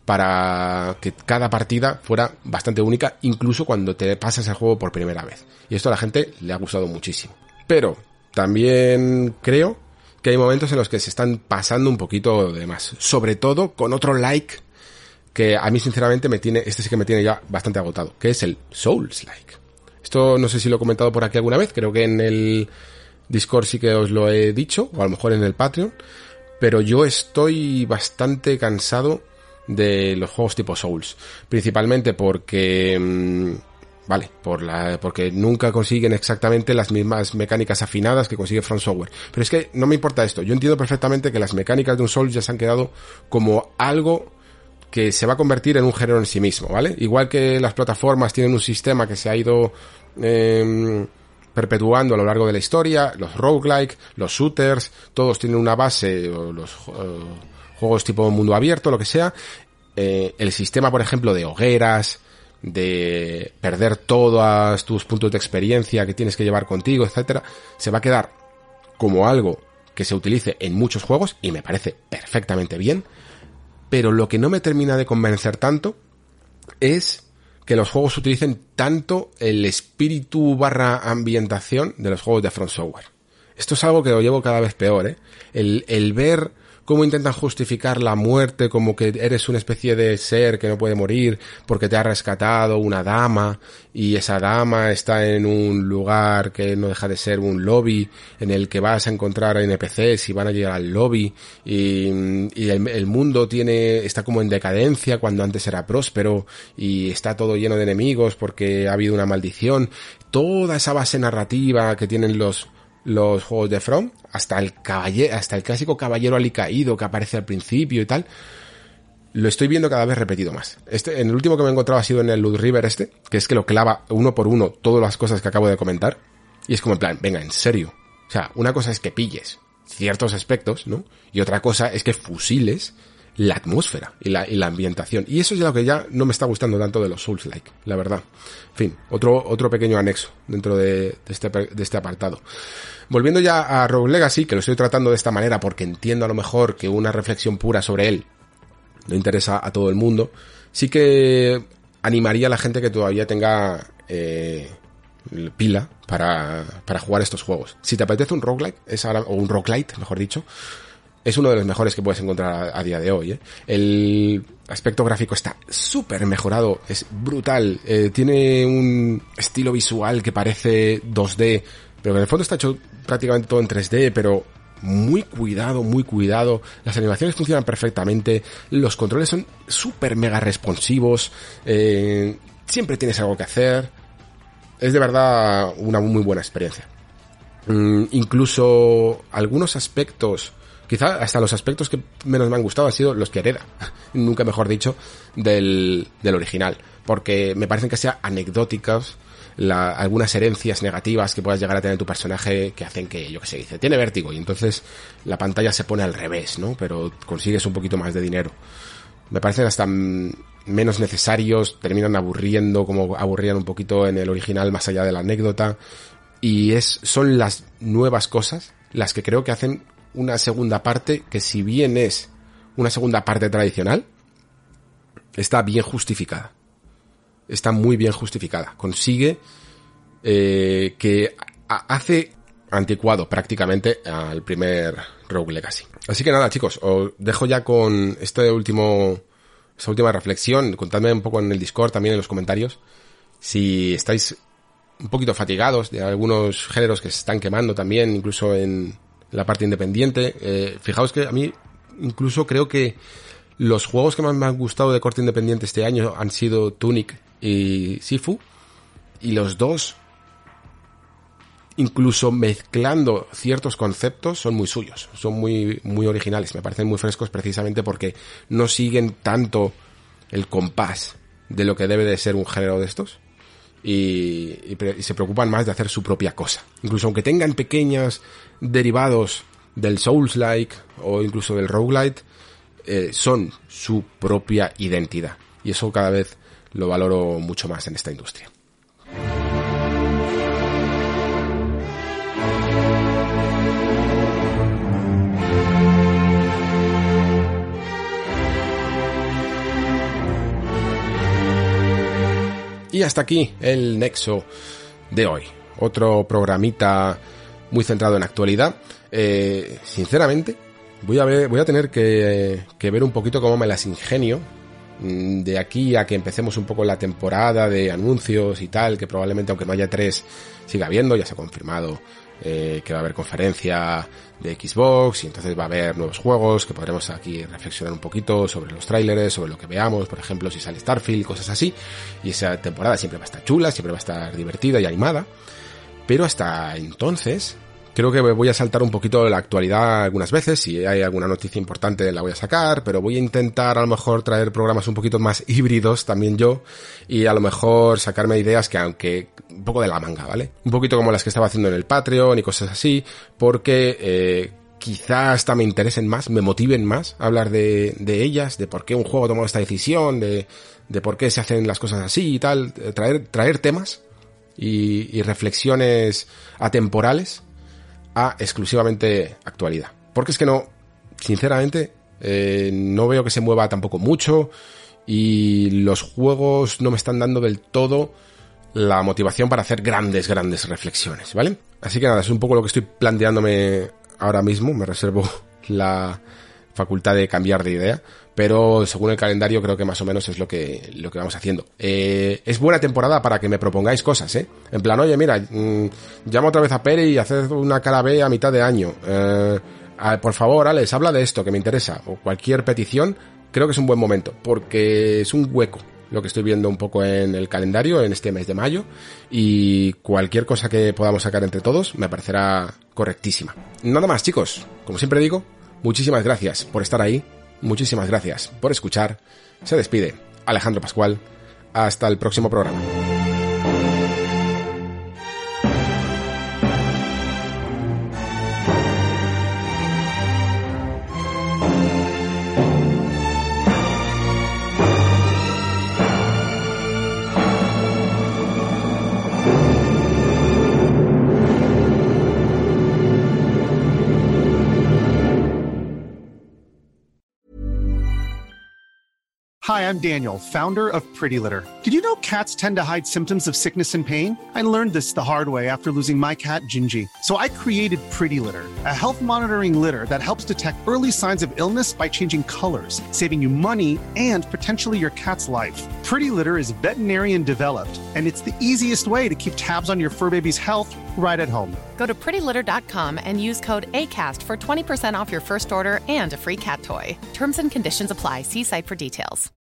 para que cada partida fuera bastante única, incluso cuando te pasas el juego por primera vez. Y esto a la gente le ha gustado muchísimo. Pero también creo que hay momentos en los que se están pasando un poquito de más. Sobre todo con otro like que a mí sinceramente me tiene, este sí que me tiene ya bastante agotado, que es el Souls-like. Esto no sé si lo he comentado por aquí alguna vez, creo que en el Discord sí que os lo he dicho, o a lo mejor en el Patreon, pero yo estoy bastante cansado de los juegos tipo Souls, principalmente porque mmm, vale, por la, porque nunca consiguen exactamente las mismas mecánicas afinadas que consigue From Software. Pero es que no me importa esto, yo entiendo perfectamente que las mecánicas de un Souls ya se han quedado como algo que se va a convertir en un género en sí mismo, ¿vale? Igual que las plataformas tienen un sistema que se ha ido eh, perpetuando a lo largo de la historia, los roguelike, los shooters, todos tienen una base, o los uh, juegos tipo mundo abierto, lo que sea. Eh, el sistema, por ejemplo, de hogueras, de perder todos tus puntos de experiencia que tienes que llevar contigo, etcétera, se va a quedar como algo que se utilice en muchos juegos, y me parece perfectamente bien. Pero lo que no me termina de convencer tanto es que los juegos utilicen tanto el espíritu barra ambientación de los juegos de From Software. Esto es algo que lo llevo cada vez peor, ¿eh? El, el ver cómo intentan justificar la muerte como que eres una especie de ser que no puede morir porque te ha rescatado una dama, y esa dama está en un lugar que no deja de ser un lobby en el que vas a encontrar N P Cs y van a llegar al lobby, y, y el, el mundo tiene está como en decadencia cuando antes era próspero, y está todo lleno de enemigos porque ha habido una maldición. Toda esa base narrativa que tienen los los juegos de From, hasta el caballero, hasta el clásico caballero alicaído que aparece al principio y tal, lo estoy viendo cada vez repetido más. Este, en el último que me he encontrado ha sido en el Loot River este, que es que lo clava uno por uno todas las cosas que acabo de comentar, y es como en plan, venga, en serio. O sea, una cosa es que pilles ciertos aspectos, ¿no? Y otra cosa es que fusiles la atmósfera y la, y la ambientación. Y eso es lo que ya no me está gustando tanto de los Souls-like, la verdad. En fin, otro, otro pequeño anexo dentro de, de, este, de este apartado. Volviendo ya a Rogue Legacy, que lo estoy tratando de esta manera porque entiendo a lo mejor que una reflexión pura sobre él no interesa a todo el mundo, sí que animaría a la gente que todavía tenga eh, pila para, para jugar estos juegos. Si te apetece un roguelike, es ahora, o un roguelite, mejor dicho, es uno de los mejores que puedes encontrar a, a día de hoy, ¿eh? El aspecto gráfico está súper mejorado, es brutal, eh, tiene un estilo visual que parece dos D, pero que en el fondo está hecho prácticamente todo en tres D, pero muy cuidado, muy cuidado. Las animaciones funcionan perfectamente, los controles son súper mega responsivos, eh, siempre tienes algo que hacer. Es de verdad una muy buena experiencia. Mm, incluso algunos aspectos, quizá hasta los aspectos que menos me han gustado han sido los que hereda, nunca mejor dicho, del, del original, porque me parecen que sean anecdóticos la, algunas herencias negativas que puedas llegar a tener tu personaje que hacen que, yo qué sé, dice, tiene vértigo y entonces la pantalla se pone al revés, ¿no? Pero consigues un poquito más de dinero. Me parecen hasta menos necesarios, terminan aburriendo, como aburrían un poquito en el original más allá de la anécdota, y es son las nuevas cosas las que creo que hacen una segunda parte que, si bien es una segunda parte tradicional, está bien justificada. Está muy bien justificada. Consigue eh, que hace anticuado prácticamente al primer Rogue Legacy. Así que nada, chicos, os dejo ya con este último, esta última reflexión. Contadme un poco en el Discord, también en los comentarios, si estáis un poquito fatigados de algunos géneros que se están quemando también, incluso en la parte independiente. Eh, fijaos que a mí incluso creo que los juegos que más me han gustado de corte independiente este año han sido Tunic y Sifu, y los dos, incluso mezclando ciertos conceptos, son muy suyos, son muy muy originales, me parecen muy frescos precisamente porque no siguen tanto el compás de lo que debe de ser un género de estos y, y, y se preocupan más de hacer su propia cosa, incluso aunque tengan pequeños derivados del Souls-like o incluso del Roguelite, eh, son su propia identidad, y eso cada vez lo valoro mucho más en esta industria. Y hasta aquí el Nexo de hoy. Otro programita muy centrado en actualidad. Eh, sinceramente, voy a ver, voy a tener que, que ver un poquito cómo me las ingenio de aquí a que empecemos un poco la temporada de anuncios y tal, que probablemente, aunque no haya tres, siga habiendo. Ya se ha confirmado eh, que va a haber conferencia de Xbox y entonces va a haber nuevos juegos que podremos aquí reflexionar un poquito sobre los tráileres, sobre lo que veamos, por ejemplo, si sale Starfield, cosas así. Y esa temporada siempre va a estar chula, siempre va a estar divertida y animada. Pero hasta entonces creo que voy a saltar un poquito la actualidad algunas veces. Si hay alguna noticia importante la voy a sacar, pero voy a intentar a lo mejor traer programas un poquito más híbridos también yo, y a lo mejor sacarme ideas que, aunque un poco de la manga, ¿vale? Un poquito como las que estaba haciendo en el Patreon y cosas así, porque eh, quizás hasta me interesen más, me motiven más a hablar de, de ellas, de por qué un juego ha tomado esta decisión, de, de por qué se hacen las cosas así y tal, traer, traer temas y, y reflexiones atemporales a exclusivamente actualidad. Porque es que no, sinceramente, eh, no veo que se mueva tampoco mucho y los juegos no me están dando del todo la motivación para hacer grandes, grandes reflexiones, ¿vale? Así que nada, es un poco lo que estoy planteándome ahora mismo. Me reservo la facultad de cambiar de idea, pero según el calendario creo que más o menos es lo que lo que vamos haciendo. Eh, es buena temporada para que me propongáis cosas, ¿eh? En plan, oye, mira, mmm, llama otra vez a Pere y haced una cara B a mitad de año. Eh, a, por favor, Alex, habla de esto que me interesa. O cualquier petición, creo que es un buen momento, porque es un hueco lo que estoy viendo un poco en el calendario en este mes de mayo, y cualquier cosa que podamos sacar entre todos me parecerá correctísima. Nada más, chicos, como siempre digo, muchísimas gracias por estar ahí, muchísimas gracias por escuchar. Se despide Alejandro Pascual. Hasta el próximo programa. Hi, I'm Daniel, founder of Pretty Litter. Did you know cats tend to hide symptoms of sickness and pain? I learned this the hard way after losing my cat, Gingy. So I created Pretty Litter, a health monitoring litter that helps detect early signs of illness by changing colors, saving you money and potentially your cat's life. Pretty Litter is veterinarian developed, and it's the easiest way to keep tabs on your fur baby's health right at home. Go to pretty litter dot com and use code ACAST for twenty percent off your first order and a free cat toy. Terms and conditions apply. See site for details.